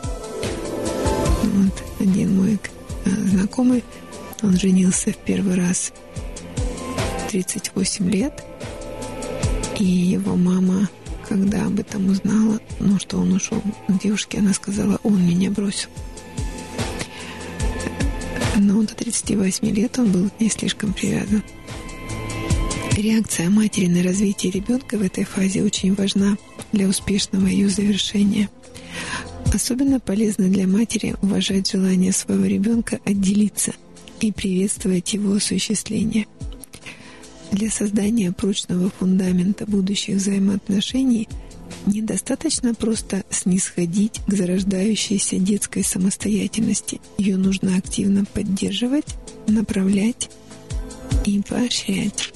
вот один мой знакомый, он женился в первый раз в тридцать восемь лет, и его мама, когда об этом узнала, ну, что он ушел к девушке, она сказала: он меня бросил. Но до тридцати восьми лет он был не слишком привязан. Реакция матери на развитие ребенка в этой фазе очень важна для успешного ее завершения. Особенно полезно для матери уважать желание своего ребенка отделиться и приветствовать его осуществление. Для создания прочного фундамента будущих взаимоотношений недостаточно просто снисходить к зарождающейся детской самостоятельности. Ее нужно активно поддерживать, направлять и поощрять.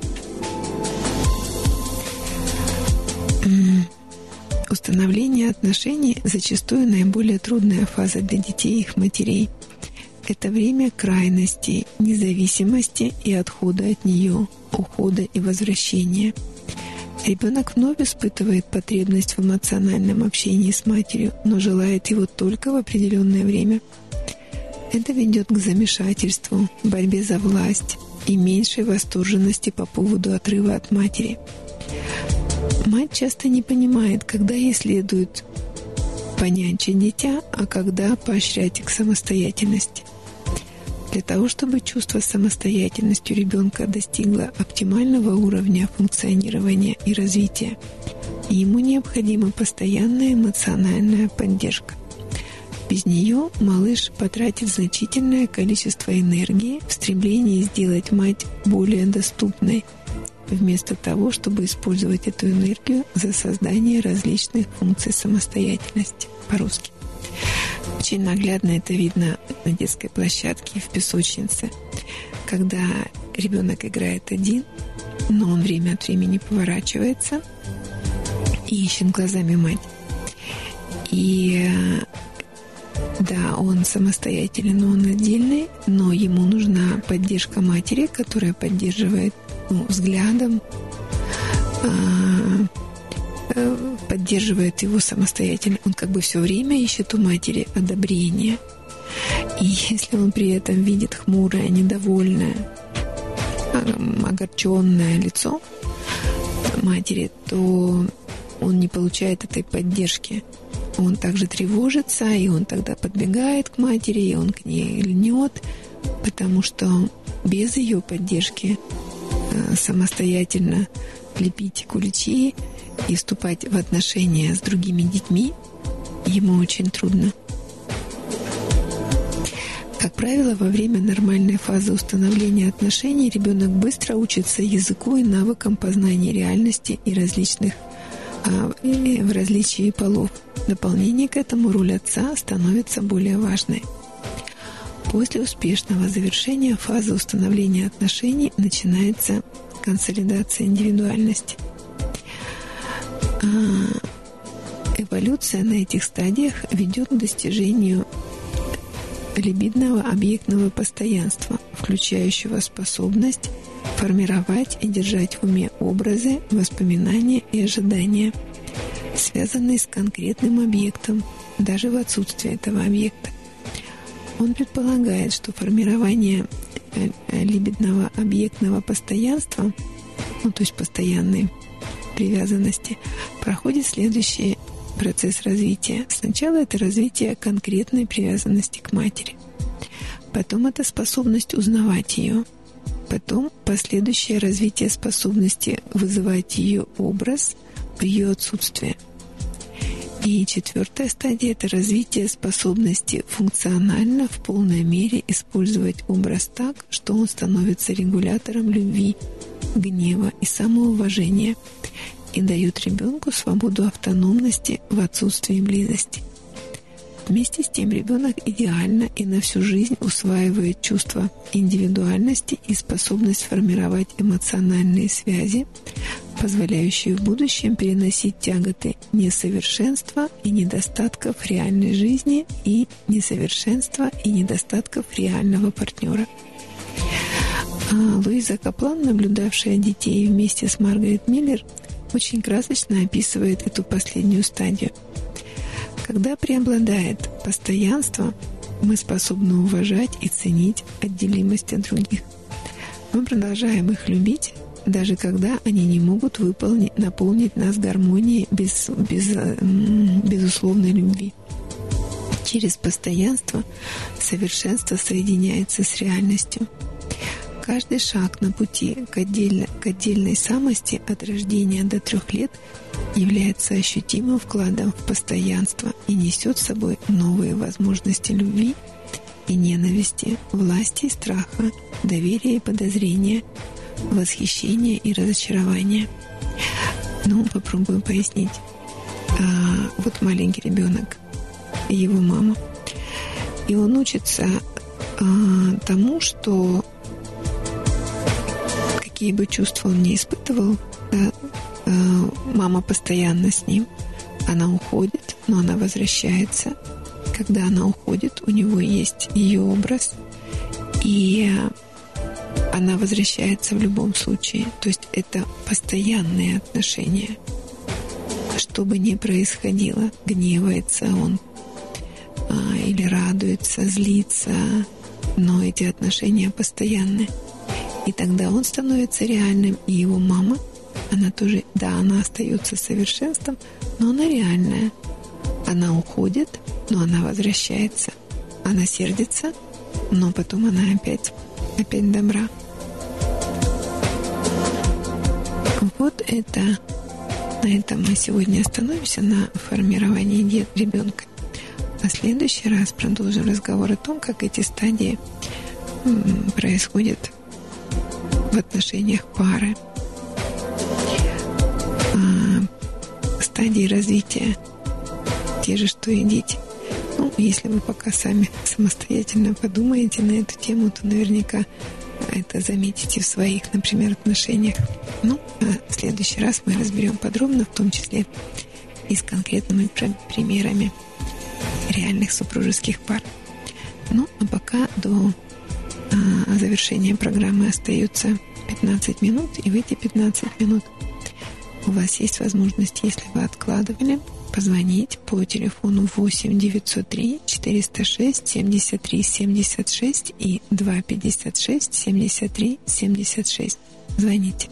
Установление отношений зачастую наиболее трудная фаза для детей и их матерей. Это время крайностей, независимости и отхода от нее, ухода и возвращения. Ребенок вновь испытывает потребность в эмоциональном общении с матерью, но желает его только в определенное время. Это ведет к замешательству, борьбе за власть и меньшей восторженности по поводу отрыва от матери. Мать часто не понимает, когда ей следует понянчить дитя, а когда поощрять к самостоятельности. Для того, чтобы чувство самостоятельности у ребенка достигло оптимального уровня функционирования и развития, ему необходима постоянная эмоциональная поддержка. Без нее малыш потратит значительное количество энергии в стремлении сделать мать более доступной, вместо того, чтобы использовать эту энергию за создание различных функций самостоятельности, по-русски. Очень наглядно это видно на детской площадке в песочнице, когда ребенок играет один, но он время от времени поворачивается и ищет глазами мать. И да, он самостоятелен, но он отдельный, но ему нужна поддержка матери, которая поддерживает ну, взглядом, поддерживает его самостоятельно. Он как бы все время ищет у матери одобрения. И если он при этом видит хмурое, недовольное огорченное лицо матери, то он не получает этой поддержки. Он также тревожится, и он тогда подбегает к матери, и он к ней льнет, потому что без ее поддержки самостоятельно лепить куличи и вступать в отношения с другими детьми ему очень трудно. Как правило, во время нормальной фазы установления отношений ребенок быстро учится языку и навыкам познания реальности и различных а, и в различии полов. В дополнение к этому роль отца становится более важной. После успешного завершения фазы установления отношений начинается консолидация индивидуальности. Эволюция на этих стадиях ведет к достижению либидного объектного постоянства, включающего способность формировать и держать в уме образы, воспоминания и ожидания, связанные с конкретным объектом, даже в отсутствии этого объекта. Он предполагает, что формирование либидного объектного постоянства, ну, то есть постоянной привязанности, проходит следующий процесс развития. Сначала это развитие конкретной привязанности к матери. Потом это способность узнавать ее. Потом последующее развитие способности вызывать ее образ в ее отсутствие. И четвертая стадия – это развитие способности функционально в полной мере использовать образ так, что он становится регулятором любви, гнева и самоуважения и дает ребенку свободу автономности в отсутствии близости. Вместе с тем ребенок идеально и на всю жизнь усваивает чувство индивидуальности и способность формировать эмоциональные связи, позволяющие в будущем переносить тяготы несовершенства и недостатков реальной жизни и несовершенства и недостатков реального партнера. А Луиза Каплан, наблюдавшая детей вместе с Маргарет Миллер, очень красочно описывает эту последнюю стадию. Когда преобладает постоянство, мы способны уважать и ценить отделимость от других. Мы продолжаем их любить, даже когда они не могут выполнить, наполнить нас гармонией без, без, безусловной любви. Через постоянство совершенство соединяется с реальностью. Каждый шаг на пути к, отдельно, к отдельной самости от рождения до трех лет является ощутимым вкладом в постоянство и несет с собой новые возможности любви и ненависти, власти и страха, доверия и подозрения, восхищения и разочарования. Ну, попробую пояснить. А, вот маленький ребенок, его мама, и он учится а, тому, что какие бы чувства он ни испытывал, да, э, мама постоянно с ним. Она уходит, но она возвращается. Когда она уходит, у него есть ее образ, и она возвращается в любом случае. То есть это постоянные отношения. Что бы ни происходило, гневается он э, или радуется, злится, но эти отношения постоянные. И тогда он становится реальным, и его мама, она тоже, да, она остается совершенством, но она реальная. Она уходит, но она возвращается. Она сердится, но потом она опять, опять добра. Вот это, на этом мы сегодня остановимся, на формировании ребенка. А в следующий раз продолжим разговор о том, как эти стадии происходят в отношениях пары. А, стадии развития те же, что и дети. Ну, если вы пока сами самостоятельно подумаете на эту тему, то наверняка это заметите в своих, например, отношениях. Ну, а в следующий раз мы разберем подробно, в том числе и с конкретными примерами реальных супружеских пар. Ну, а пока до завершения программы остается пятнадцать минут, и в эти пятнадцать минут у вас есть возможность, если вы откладывали позвонить по телефону восемь девятьсот три четыреста шесть семьдесят три семьдесят шесть и два пятьдесят шесть семьдесят три семьдесят шесть. Звоните.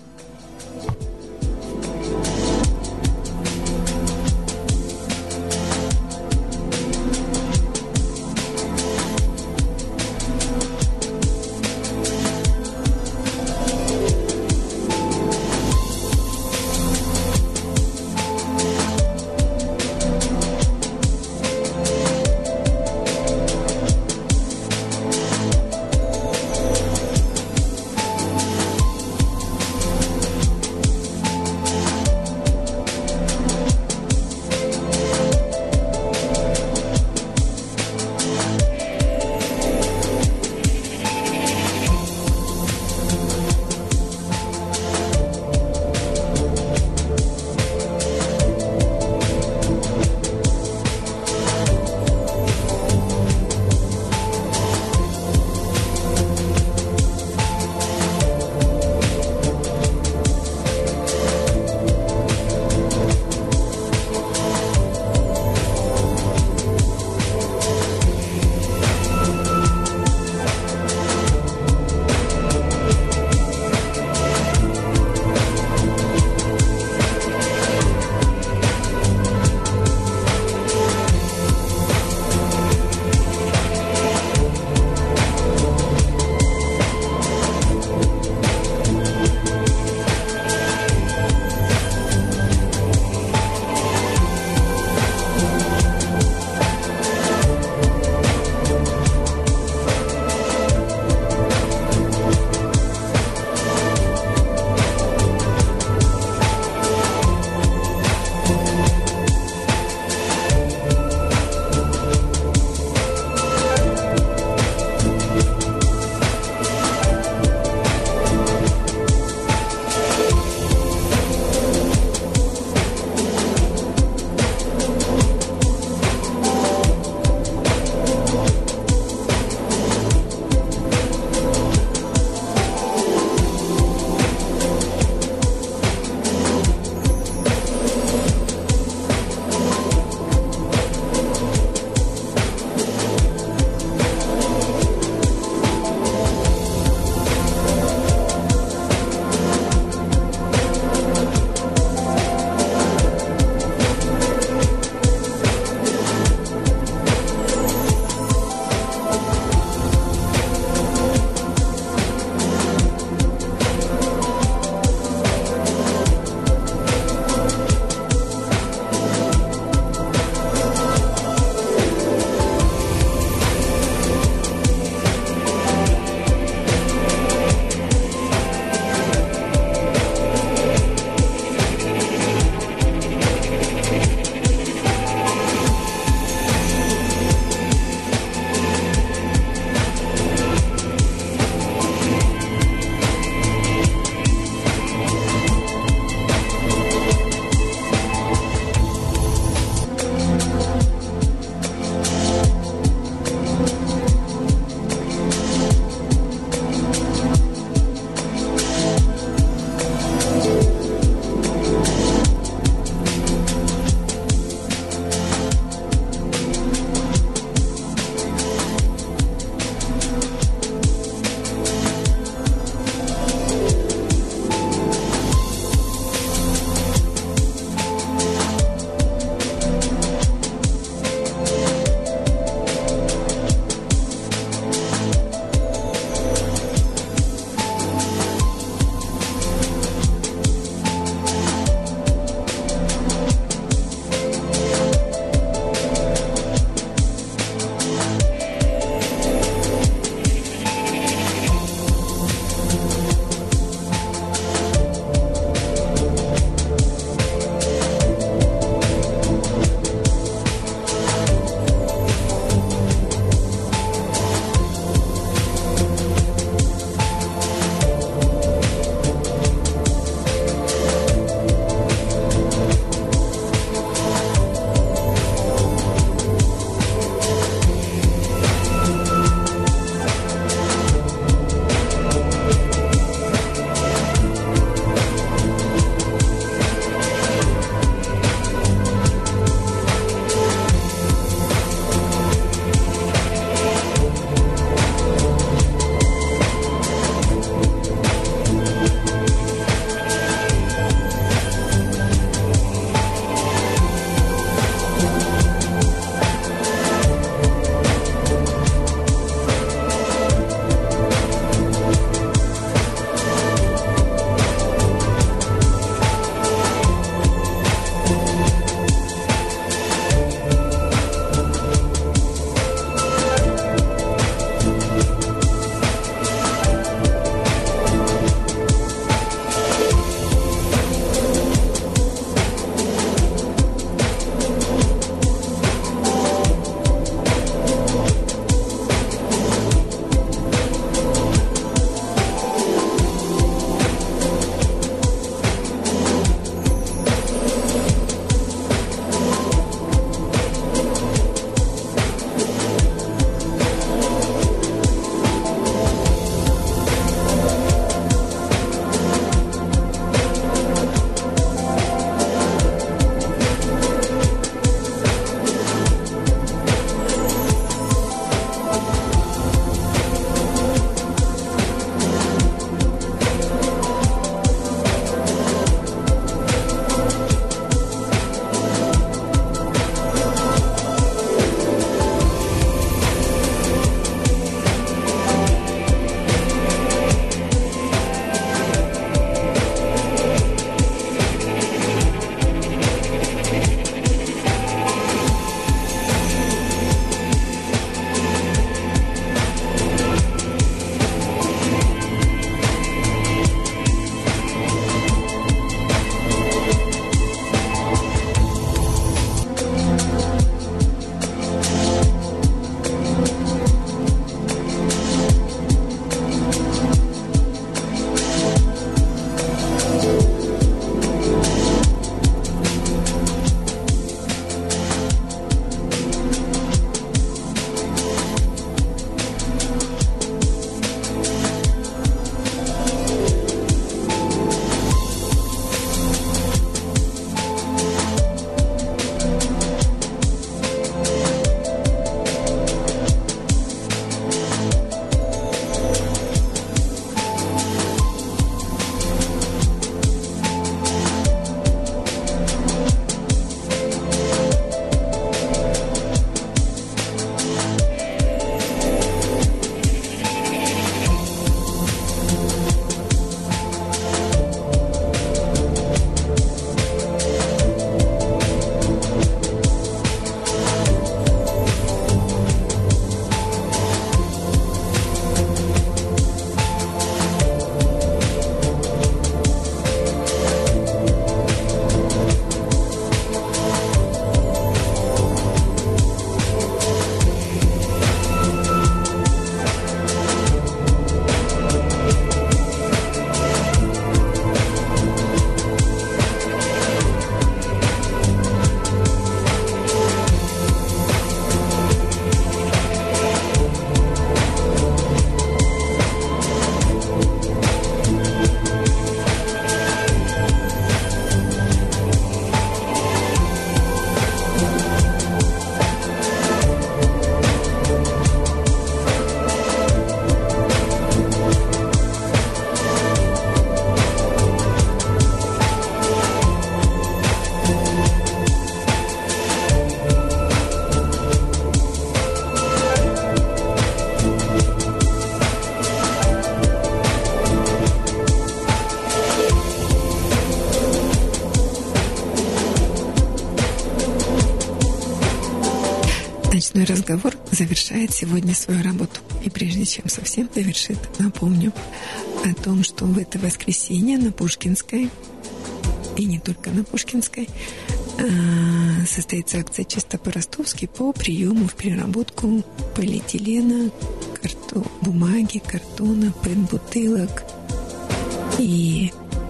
завершает сегодня свою работу. И прежде чем совсем завершит, напомню о том, что в это воскресенье на Пушкинской, и не только на Пушкинской, состоится акция «Чисто по-ростовски» по приему в переработку полиэтилена, карто... бумаги, картона, пэт-бутылок и...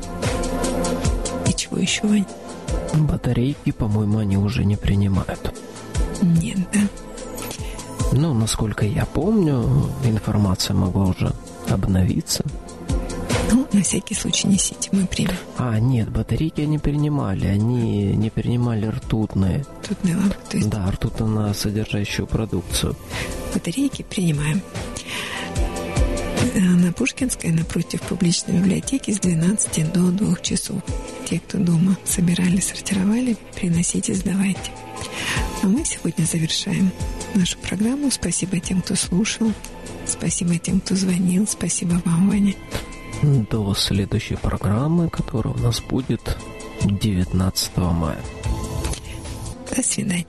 и чего еще, Вань? Батарейки, по-моему, они уже не принимают. Нет, да. Ну, насколько я помню, информация могла уже обновиться. Ну, на всякий случай несите, мы примем. А, нет, батарейки они принимали, они не принимали ртутные. Ртутные лампы, то есть? Да, ртутно-содержащую продукцию. Батарейки принимаем. На Пушкинской, напротив публичной библиотеки, с двенадцати до двух часов. Те, кто дома собирали, сортировали, приносите, сдавайте. А мы сегодня завершаем нашу программу. Спасибо тем, кто слушал. Спасибо тем, кто звонил. Спасибо вам, Ваня. До следующей программы, которая у нас будет девятнадцатого мая. До свидания.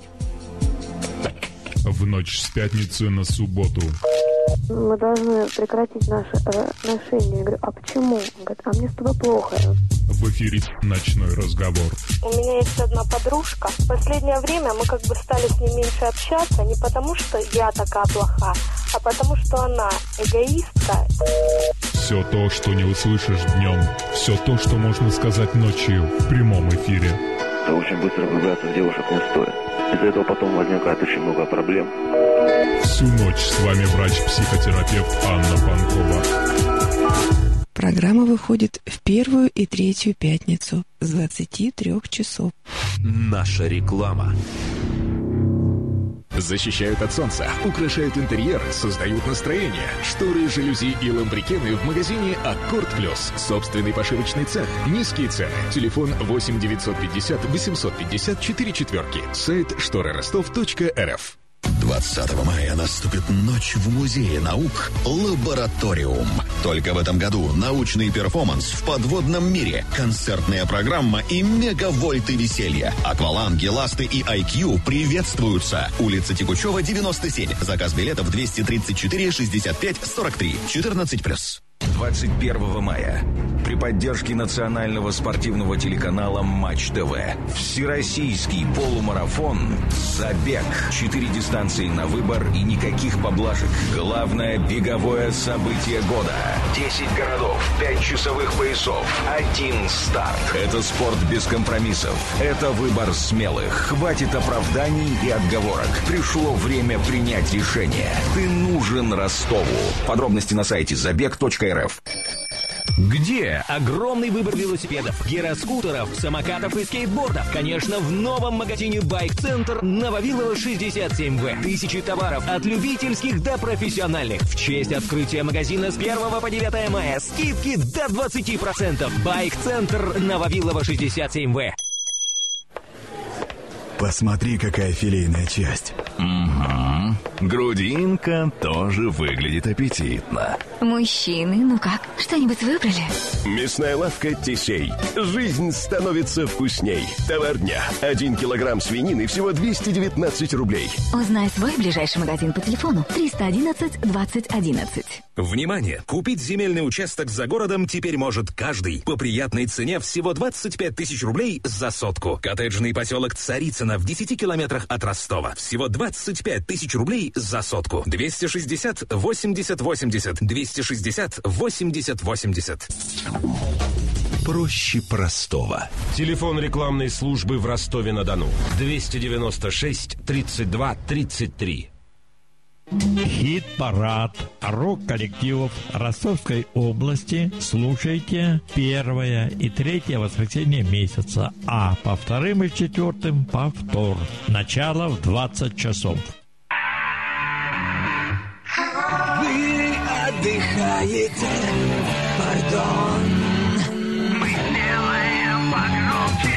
В ночь с пятницы на субботу. Мы должны прекратить наши отношения. Я говорю, а почему? Он говорит, а мне с тобой плохо. В эфире ночной разговор. У меня есть одна подружка. В последнее время мы как бы стали с ней меньше общаться, не потому что я такая плохая, а потому что она эгоистка. Все то, что не услышишь днем, все то, что можно сказать ночью в прямом эфире. Очень быстро влюбляться в девушек не стоит. Из-за этого потом возникает очень много проблем. Всю ночь с вами врач-психотерапевт Анна Панкова. Программа выходит в первую и третью пятницу с двадцати трёх часов. Наша реклама. Защищают от солнца, украшают интерьер, создают настроение. Шторы, жалюзи и ламбрикены в магазине «Аккорд Плюс». Собственный пошивочный цех, низкие цены. Телефон восемь девятьсот пятьдесят восемьсот пятьдесят четыре четверки. Сайт шторы ростов точка эр эф. двадцатого мая наступит ночь в Музее наук «Лабораториум». Только в этом году научный перформанс в подводном мире, концертная программа и мегавольты веселья. Акваланги, Ласты и ай кью приветствуются. Улица Текучева, девяносто семь. Заказ билетов двести тридцать четыре шестьдесят пять сорок три. четырнадцать плюс. двадцать первого мая при поддержке национального спортивного телеканала Матч ТВ всероссийский полумарафон «Забег». Четыре дистанции на выбор и никаких поблажек. Главное беговое событие года. Десять городов, пять часовых поясов, один старт. Это спорт без компромиссов. Это выбор смелых. Хватит оправданий и отговорок. Пришло время принять решение. Ты нужен Ростову. Подробности на сайте забег точка эр эф. Где огромный выбор велосипедов, гироскутеров, самокатов и скейтбордов? Конечно, в новом магазине Байк-центр на Вавилова шестьдесят семь вэ. Тысячи товаров от любительских до профессиональных. В честь открытия магазина с первого по девятое мая скидки до двадцати процентов. Байк-центр на Вавилова шестьдесят семь вэ. Посмотри, какая филейная часть. Угу. Грудинка тоже выглядит аппетитно. Мужчины, ну как, что-нибудь выбрали? Мясная лавка «Тесей». Жизнь становится вкусней. Товар дня. Один килограмм свинины всего двести девятнадцать рублей. Узнай свой ближайший магазин по телефону триста одиннадцать двадцать одиннадцать. Внимание! Купить земельный участок за городом теперь может каждый. По приятной цене всего двадцать пять тысяч рублей за сотку. Коттеджный поселок Царицыно в десяти километрах от Ростова. Всего двадцать пять тысяч рублей за сотку. двести шестьдесят восемьдесят восемьдесят. двести шестьдесят восемьдесят восемьдесят. Проще простого. Телефон рекламной службы в Ростове-на-Дону. двести девяносто шесть тридцать два тридцать три. Хит-парад рок-коллективов Ростовской области слушайте первое и третье воскресенье месяца, а по вторым и четвертым повтор. Начало в двадцать часов. Вы отдыхаете, пардон. Мы сделаем погромче.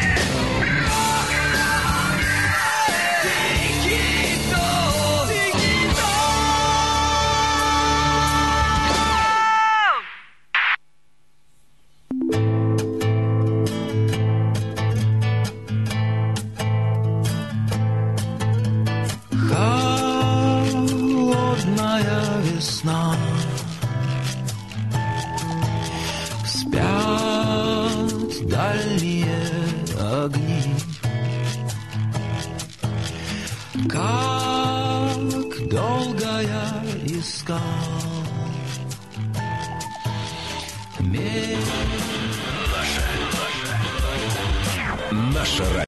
долгая весна. Спят дальние огни. Как долго я искал Наша